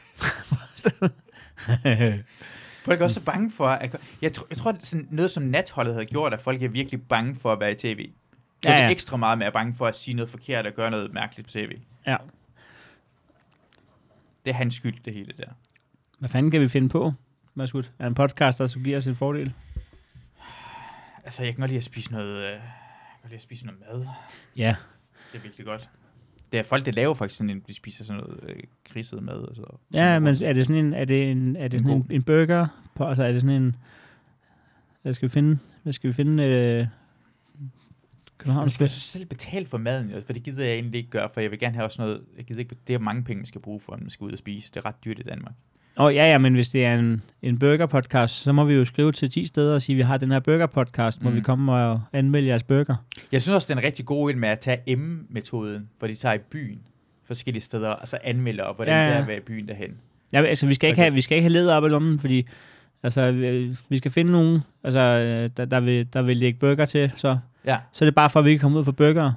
Folk er også så bange for... Jeg tror, at sådan noget som Natholdet havde gjort, at folk er virkelig bange for at være i tv. Det er ekstra meget med at bange for at sige noget forkert og gøre noget mærkeligt på tv. Ja. Det er hans skyld, det hele der. Hvad fanden kan vi finde på, Masud? Er en podcast, der giver os en fordel? Altså, jeg kan godt lide at spise noget, mad. Ja. Det er virkelig godt. Det er folk, der laver faktisk sådan de spiser sådan noget griset mad. Og så. Ja, men er det sådan en burger? Altså, er det sådan en... Hvad skal vi finde? Man skal så selv betale for maden, for det gider jeg egentlig ikke gøre, for jeg vil gerne have også noget... det er mange penge, man skal bruge for, at man skal ud og spise. Det er ret dyrt i Danmark. Men hvis det er en burger-podcast, så må vi jo skrive til 10 steder og sige, at vi har den her burger-podcast, må vi komme og anmelde jeres burger. Jeg synes også, det er en rigtig god en med at tage M-metoden, hvor de tager i byen forskellige steder, og så anmelder op, hvordan det er at være i byen derhen. Ja, altså vi skal ikke have leder op i lommen, fordi altså, vi skal finde nogen, altså, der vil lægge burger til, så er det bare for, at vi kan komme ud for burger,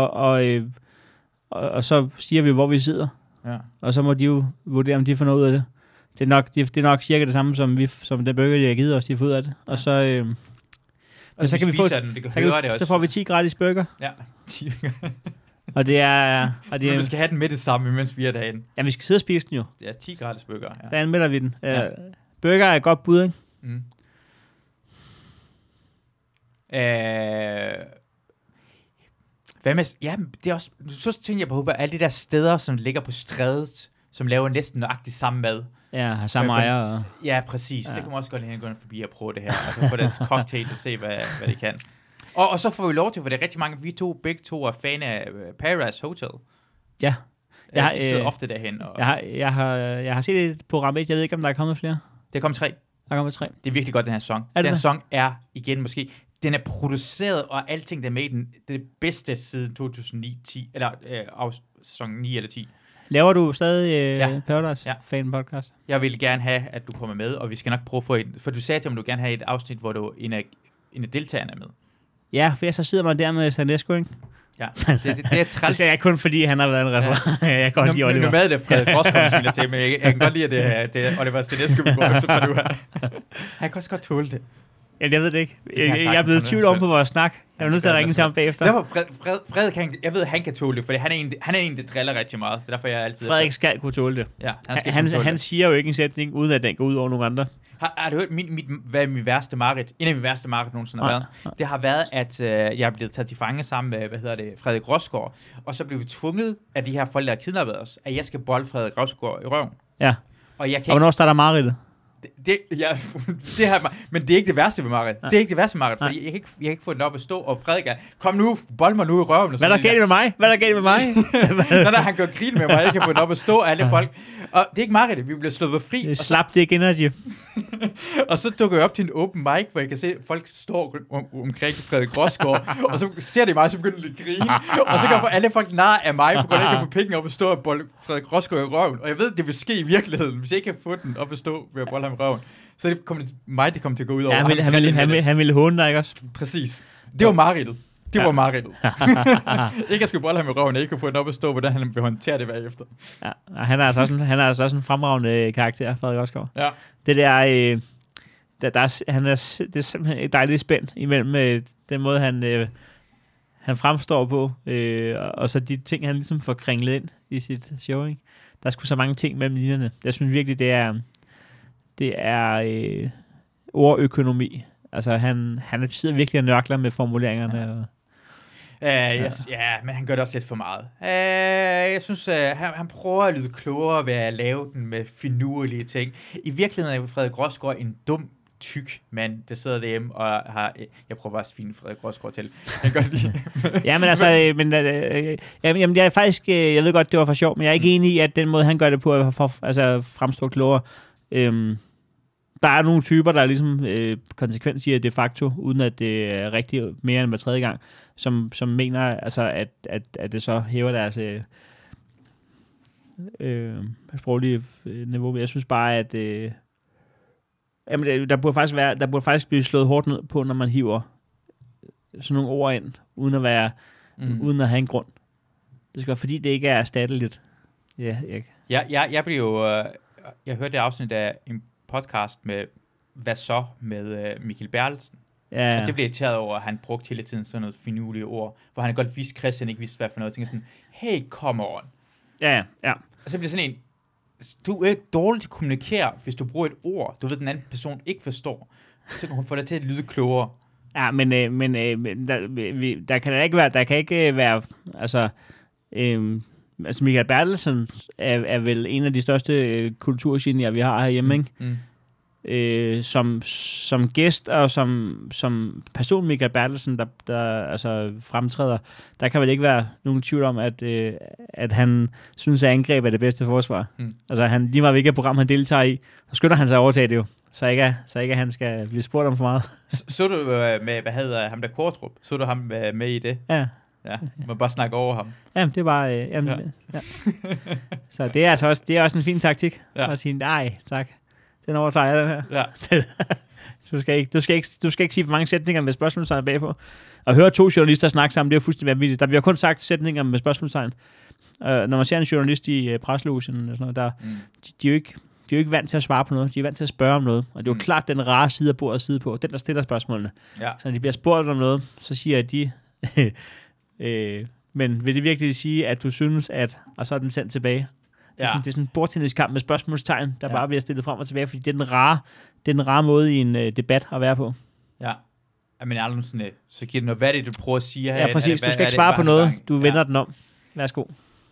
og så siger vi, hvor vi sidder, og så må de jo vurdere, om de får noget ud af det. Det er nok cirka det samme, som den burger, jeg har givet os, de har fået ud af det. Og så... og så kan vi få... Så får vi 10 gratis burger. Ja. og det er... Men vi skal have den med det samme, mens vi er derinde. Ja, vi skal sidde og spise den jo. Ja, 10 gratis burger. Ja. Så anmelder vi den. Burger er et godt bud, ikke? Hvad med... Ja, det er også... Så tænker jeg på, at alle de der steder, som ligger på strædet, som laver næsten nøjagtigt samme mad. Ja, har samme ejer. Ja, præcis. Det kunne man også godt lige gå forbi og prøve det her. Altså få deres cocktail og se, hvad de kan. Og så får vi lov til, for det er rigtig mange, begge to er fan af Paradise Hotel. Ja. De sidder ofte derhen. Og... Jeg har set et program, jeg ved ikke, om der er kommet flere. Det er kommet 3. Der er kommet 3. Det er virkelig godt, den her sang. Den her sang er, igen måske, den er produceret, og alting der med den, det bedste siden 2009-10, eller sæson 9 eller 10. Laver du stadig Paradise Fan Podcast? Jeg vil gerne have, at du kommer med, og vi skal nok prøve at få en... For du sagde til mig, at du gerne have et afsnit, hvor du en af deltagerne er med. Ja, for jeg så sidder man der med Sandesco, ikke? Ja, det er træls. Det sagde jeg kun, fordi han har været en referent. Jeg kan godt lide Oliver. Nu med det Frederik Rosgaard, til, men jeg kan godt lide, at det er Oliver Sandesco, vi går efter fra nu her. Han kan også godt tåle det. Ja, jeg ved det ikke. Jeg er blevet tvivl om på vores snak. Jeg er nødt til at ringe til ham bagefter. Derfor Frederik, jeg ved, at han kan tåle det, for han er en, der driller rigtig meget. Det er derfor, jeg altid... Frederik skal kunne tåle det. Ja, han siger jo ikke en sætning, uden at den går ud over nogle andre. Har du hørt, hvad min værste mareridt, en af mine værste mareridt nogensinde har været? Det har været, at jeg er blevet taget til fange sammen med, Frederik Rosgaard, og så blev vi tvunget af de her folk, der har kidnappet os, at jeg skal bolde Frederik Rosgaard i røven. Ja. Og hvornår starter mareridtet? det her, men det er ikke det værste ved Marit. Det er ikke det værste ved Marit, fordi jeg kan ikke få den op at stå, og Frederik er, kom nu, bold mig nu i røven. Hvad er der galt med mig? Hvad er der galt med mig? Når han gør grin med mig, jeg kan få den op at stå, alle folk. Og det er ikke Marit, vi bliver slået fri. Slap det ikke energy. Og så dukker jeg op til en open mic, hvor jeg kan se, at folk står omkring Frederik Rosgaard, og så ser de mig, så begynder de at grine. Og så kommer alle folk af mig, på grund af, at jeg kan få penge op at stå og bolle Frederik Rosgaard i røven. Og jeg ved, at det vil ske i virkeligheden, hvis jeg ikke kan få den op at stå ved at bolle ham i røven. Så det kommer til at gå ud over. Ja, han ville håne dig, ikke også? Præcis. Det var mareridtet. Det var mareridtet. Ikke at skulle bolle ham i røven, ikke at få den op at stå, hvordan han vil håndtere det bagefter. Ja, han er altså også en fremragende karakter, Frederik Rosgaard. Ja. Det der, det er simpelthen et dejligt spænd imellem den måde, han fremstår på, og så de ting, han ligesom får kringlet ind i sit show, ikke? Der er sgu så mange ting mellem linjerne. Jeg synes virkelig, det er ordøkonomi. Altså, han sidder virkelig og nørkler med formuleringerne. Ja, men han gør det også lidt for meget. Jeg synes, han prøver at lyde klogere ved at lave den med finurlige ting. I virkeligheden er Frederik Rosgaard en dum, tyk mand, der sidder derhjemme og har... Jeg prøver bare at svine Frederik Rosgaard til. Jeg gør det lige. Ja, men altså... jamen, jeg er faktisk... Jeg ved godt, det var for sjov, men jeg er ikke enig i, at den måde, han gør det på, altså fremstår klogere. Der er nogle typer, der ligesom konsekvent siger de facto, uden at det er rigtig mere end hver tredje gang, som mener, altså, at det så hæver deres sproglige niveau. Jeg synes bare, at jamen, der burde faktisk blive slået hårdt ned på, når man hiver sådan nogle ord ind, uden at have en grund. Det skal være, fordi det ikke er erstatteligt. Jeg blev jo... jeg hørte det afsnit af en podcast med Hvad så? Med Michael Bertelsen. Ja. Og det blev irriteret over, at han brugte hele tiden sådan noget finurlige ord, hvor han godt vidste, Christian ikke vidste, hvad for noget. Jeg tænkte sådan, hey, come on. Ja. Og så bliver sådan en, du er dårligt til at kommunikere, hvis du bruger et ord, du ved, den anden person ikke forstår. Så kan hun få dig til at lyde klogere. Ja, men der kan ikke være, altså Michael Bertelsen er vel en af de største kulturgenier, vi har herhjemme, ikke? Som gæst og som person Michael Bertelsen, der altså fremtræder, der kan vel ikke være nogen tvivl om, at han synes, at angreb er det bedste forsvar. Altså han, lige meget hvilket program han deltager i, så skynder han sig at overtage det jo, så ikke han skal blive spurgt om for meget. Så du med, hvad hedder ham der Kortrup? Så du ham med i det? Ja. Ja, man bare snakke over ham. Jamen, det var... Ja. Så det er altså også en fin taktik. Ja. At sige, nej, tak. Den overtager jeg, den her. Ja. Du skal ikke sige for mange sætninger med spørgsmålstegn bagpå. Og høre to journalister snakke sammen, det er jo fuldstændig vanvittigt. Der bliver kun sagt sætninger med spørgsmålstegn. Når man ser en journalist i preslogen og sådan noget, de er jo ikke vant til at svare på noget. De er vant til at spørge om noget. Og det er jo klart den rare side af bordet at sidde på. Den, der stiller spørgsmålene. Ja. Så når de bliver spurgt om noget, så siger de... men vil det virkelig sige, at du synes, at... Og så er den sendt tilbage. Det er sådan en bordtenniskamp med spørgsmålstegn, der bare bliver stillet frem og tilbage, fordi det er den rare måde i en debat at være på. Ja. Men aldrig sådan, så giver det noget, hvad er det, du prøver at sige her? Ja, præcis. Du skal ikke svare på noget. Du vender den om. Værsgo.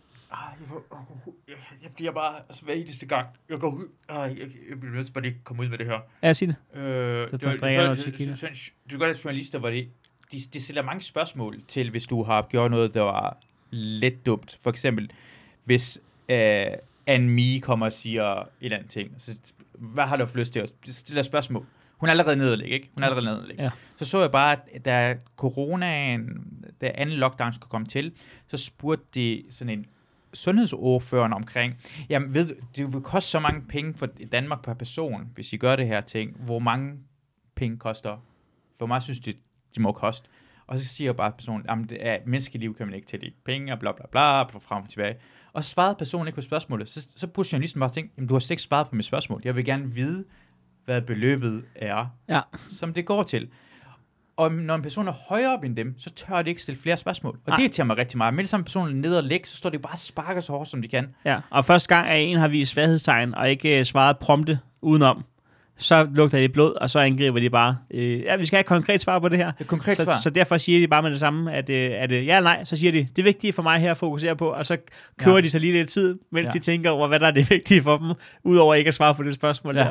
Jeg bliver bare hver eneste gang. Jeg går ud. Jeg bliver nødt til bare ikke komme ud med det her. Ja, sig det. Du kan godt have journalister, hvor de stiller mange spørgsmål til, hvis du har gjort noget, der var lidt dumt. For eksempel, hvis Anne-Mie kommer og siger et eller andet ting. Så, hvad har du lyst til? De stiller spørgsmål. Hun er allerede nederlig, ikke? Ja. Så jeg bare, at da coronaen, da anden lockdown skulle komme til, så spurgte de sådan en sundhedsordføreren omkring, jamen ved du, det vil koste så mange penge for Danmark per person, hvis I gør det her ting. Hvor mange penge koster? Hvor meget synes de må koste? Og så siger bare personen, jamen det er menneskeliv kan man ikke tælle i penge, og bla bla bla, frem og tilbage. Og så svarede personen ikke på spørgsmålet. Så burde journalisten bare tænke, jamen du har slet ikke svaret på mit spørgsmål. Jeg vil gerne vide, hvad beløbet er, som det går til. Og når en person er højere op end dem, så tør de ikke stille flere spørgsmål. Og det irriterer mig rigtig meget. Men som personen er nede og ligge, så står de bare og sparker så hårdt, som de kan. Ja, og første gang, at en har vist svaghedstegn, og ikke svaret prompte udenom, så lugter de blod, og så angriber de bare. Vi skal have et konkret svar på det her. Så derfor siger de bare med det samme, at ja eller nej. Så siger de, det vigtige for mig her at fokusere på, og så kører de så lige lidt tid, mens de tænker over, hvad der er det vigtige for dem, udover ikke at svare på det spørgsmål der.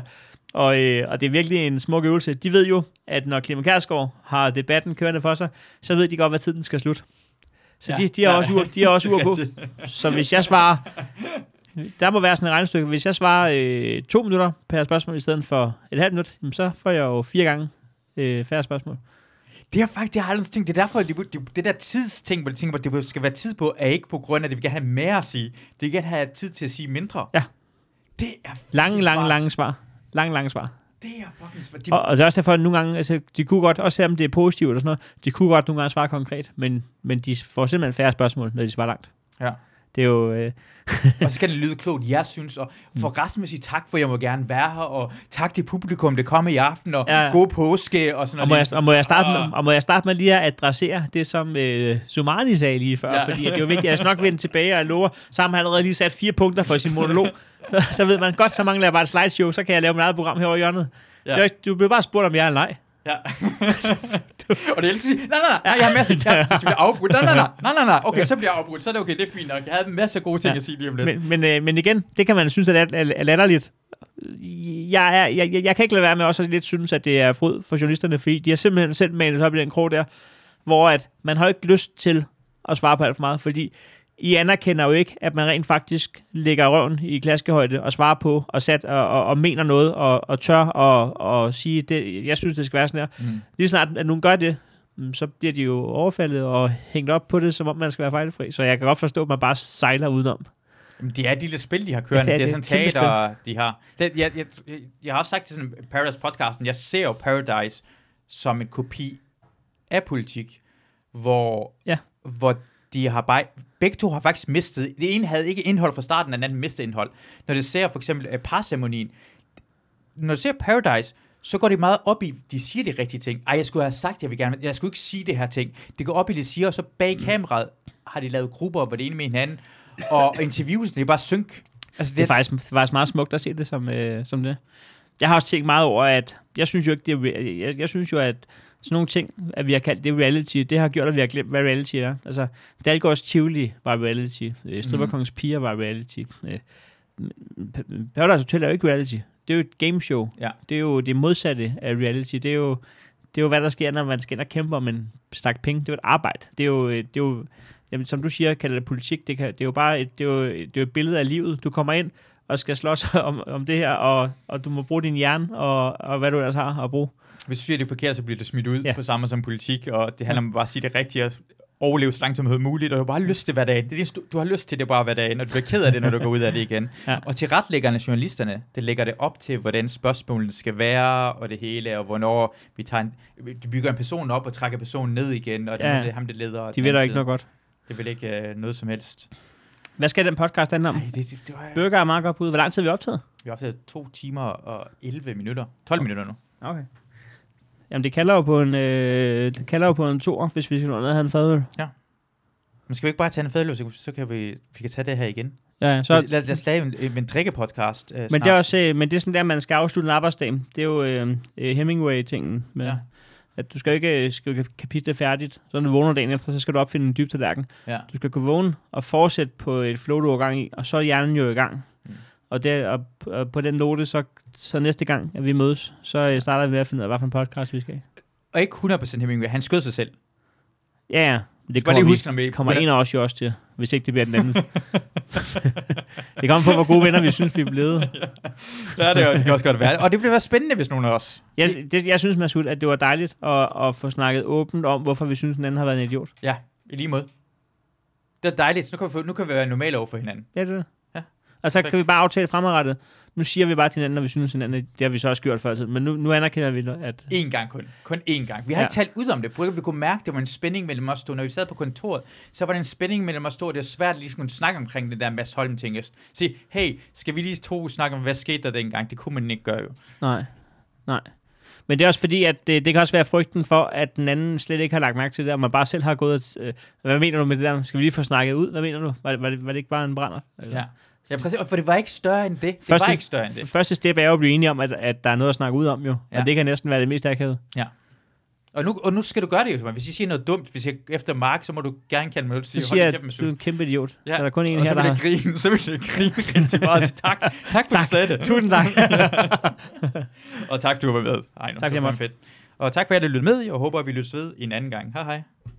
Og det er virkelig en smuk øvelse. De ved jo, at når Clement Kjærsgaard har debatten kørende for sig, så ved de godt, hvad tiden skal slutte. Så de er også ur på. Så hvis jeg svarer... Der må være sådan et regnestykke. Hvis jeg svarer 2 minutter per spørgsmål i stedet for et halvt minut, så får jeg jo 4 gange færre spørgsmål. Det er faktisk, det har aldrig tænkt. Det er derfor, det der tidsting, hvor de tænker, at det skal være tid på, er ikke på grund af, at de vil gerne have mere at sige. De vil gerne have tid til at sige mindre. Ja. Det er lange svar. Lange svar. Det er fucking svært. Og det er også derfor, at nogle gange, altså, de kunne godt, også selvom det er positivt og sådan noget, de kunne godt nogle gange svare konkret, men de får simpelthen færre spørgsmål, når de svarer langt. Ja. Det er jo... Og så skal det lyde klogt, jeg synes, og for resten vil sige tak, for jeg må gerne være her, og tak til publikum, det kommer i aften, og god påske, og sådan noget. Og må jeg starte med lige at adressere det, som Sumani sagde lige før, fordi det er jo vigtigt, at jeg skal nok vende tilbage og lover, så har han allerede lige sat 4 punkter for sin monolog, så ved man godt, så mangler jeg bare et slideshow, så kan jeg lave mit eget program her over hjørnet. Ja. Du bliver bare spurgt, om jeg er eller nej. Ja. Og det er ikke sige, nej, jeg har masser af ting, hvis vi bliver afbrudt. Nej, okay, så bliver jeg afbrudt, så er det okay, det er fint nok. Jeg havde en masse gode ting at sige lige om lidt. Men igen, det kan man synes er latterligt. Jeg kan ikke lade være med også lidt synes, at det er fryd for journalisterne, fordi de har simpelthen selv malet op i den krog der, hvor at man har ikke lyst til at svare på alt for meget, fordi I anerkender jo ikke, at man rent faktisk lægger røven i klaskehøjde og svarer på og mener noget og tør og sige, det, jeg synes, det skal være sådan her. Lige snart, at nogen gør det, så bliver de jo overfaldet og hængt op på det, som om man skal være fejlfri. Så jeg kan godt forstå, at man bare sejler udenom. Det er de lille spil, de har kørende. Det er sådan teater, de har. Jeg har også sagt til sådan Paradise-podcasten, jeg ser jo Paradise som en kopi af politik, hvor de har bare... Begge to har faktisk mistet... Det ene havde ikke indhold fra starten, og den anden mistede indhold. Når det ser for eksempel parceremonien, når du ser Paradise, så går det meget op i, de siger de rigtige ting. Jeg skulle have sagt, jeg skulle ikke sige det her ting. Det går op i, de siger, og så bag kameraet har de lavet grupper, hvor det ene med hinanden, og interviews, det er bare synk. Altså, det er faktisk meget smukt at se det som det. Jeg har også tænkt meget over, at jeg synes jo ikke, jeg synes jo, at sådan nogle ting, at vi har kaldt det reality, det har gjort, at vi har glemt, hvad reality er. Altså, Dalgårds Tivoli var reality. Stripperkongens piger var reality. Paradise Hotel er jo ikke reality. Det er jo et gameshow. Ja. Det er jo det modsatte af reality. Det er jo hvad der sker, når man skal ind og kæmpe om en stak penge. Det er jo et arbejde. Det er jo jamen, som du siger, kalder det politik. Det er jo bare det er jo et billede af livet. Du kommer ind og skal slås om det her, og du må bruge din hjerne, og hvad du ellers har at bruge. Hvis du siger, det er forkert, så bliver det smidt ud på samme som politik, og det handler om bare at sige det rigtige, og overleve så langt som muligt, og du har bare lyst til hver dag. Du har lyst til det bare hver dag, når du bliver ked af det, når du går ud af det igen. Ja. Og til retlæggerne, journalisterne, det lægger det op til, hvordan spørgsmålene skal være, og det hele, og hvornår vi bygger en person op, og trækker personen ned igen, og det er ham, det leder. De ved da ikke noget godt. Det vil ikke noget som helst. Hvad skal den podcast handle om? Burger er meget godt på ud. Hvor lang tid har vi optaget? Vi har optaget 2 timer og 11 minutter. 12 minutter nu. Okay. Jamen, det kalder jo på en toer, hvis vi skal nå ned og have en fadøl. Ja. Men skal vi ikke bare tage en fadøl, så kan vi kan tage det her igen? Ja, så... Lad os lave en drikkepodcast men det er også, men det er sådan der, man skal afslutte en arbejdsdag. Det er jo Hemingway-tingen med, at du skal ikke kapitlet færdigt. Så når du vågner dagen efter, så skal du opfinde en dyb tallerken. Ja. Du skal kunne vågne og fortsætte på et flow, du er gang i, og så er hjernen jo i gang. Og på den note, så næste gang, at vi mødes, så starter vi med at finde ud af, hvad for en podcast vi skal have. Og ikke 100% Hemingway, han skød sig selv. Ja. Det kommer en af os jo også til, hvis ikke det bliver den anden. Det kommer på, hvor gode venner vi synes, vi er blevet. Ja, det kan også godt være. Og det bliver spændende, hvis nogen af os. Jeg synes, Masud, at det var dejligt at få snakket åbent om, hvorfor vi synes, den anden har været en idiot. Ja, i lige måde. Det er dejligt. Nu kan vi være normale over for hinanden. Ja, det er det. Og så kan vi bare aftale fremadrettet. Nu siger vi bare til hinanden, når vi synes hinanden, det har vi så også gjort før tid. Men nu anerkender vi, at... En gang kun én gang. Vi har ikke talt ud om det. Vi kunne mærke, det var en spænding mellem os to. Når vi sad på kontoret, så var det en spænding mellem os to. Det er svært at lige kunne snakke omkring det der Mads Holm-ting. Sige, hey, skal vi lige to snakke om, hvad skete der dengang? Det kunne man ikke gøre jo. Nej. Men det er også fordi, at det kan også være frygten for, at den anden slet ikke har lagt mærke til det, og man bare selv har gået hvad mener du med det der? Skal vi lige få snakket ud? Hvad mener du? Var det ikke bare en brænder? Eller? Ja, præcis. For det var ikke større end det. Første step er jo at blive enige om, at der er noget at snakke ud om jo. Ja. Og det kan næsten være det mest akavet. Ja. Og nu skal du gøre det jo. Hvis I siger noget dumt, hvis jeg efter Mark, så må du gerne kalde mig ud og sige, Så siger jeg, at du er en kæmpe idiot. Ja. Så er der kun en og her, der så vil jeg grine rigtig meget og sige tak. Tak, for du sagde det. Tusind tak. Og tak, du var med. Ej, tak, det var fedt. Og tak for, at I lyttede med, og håber, at vi lyttes ved en anden gang. Hej hej.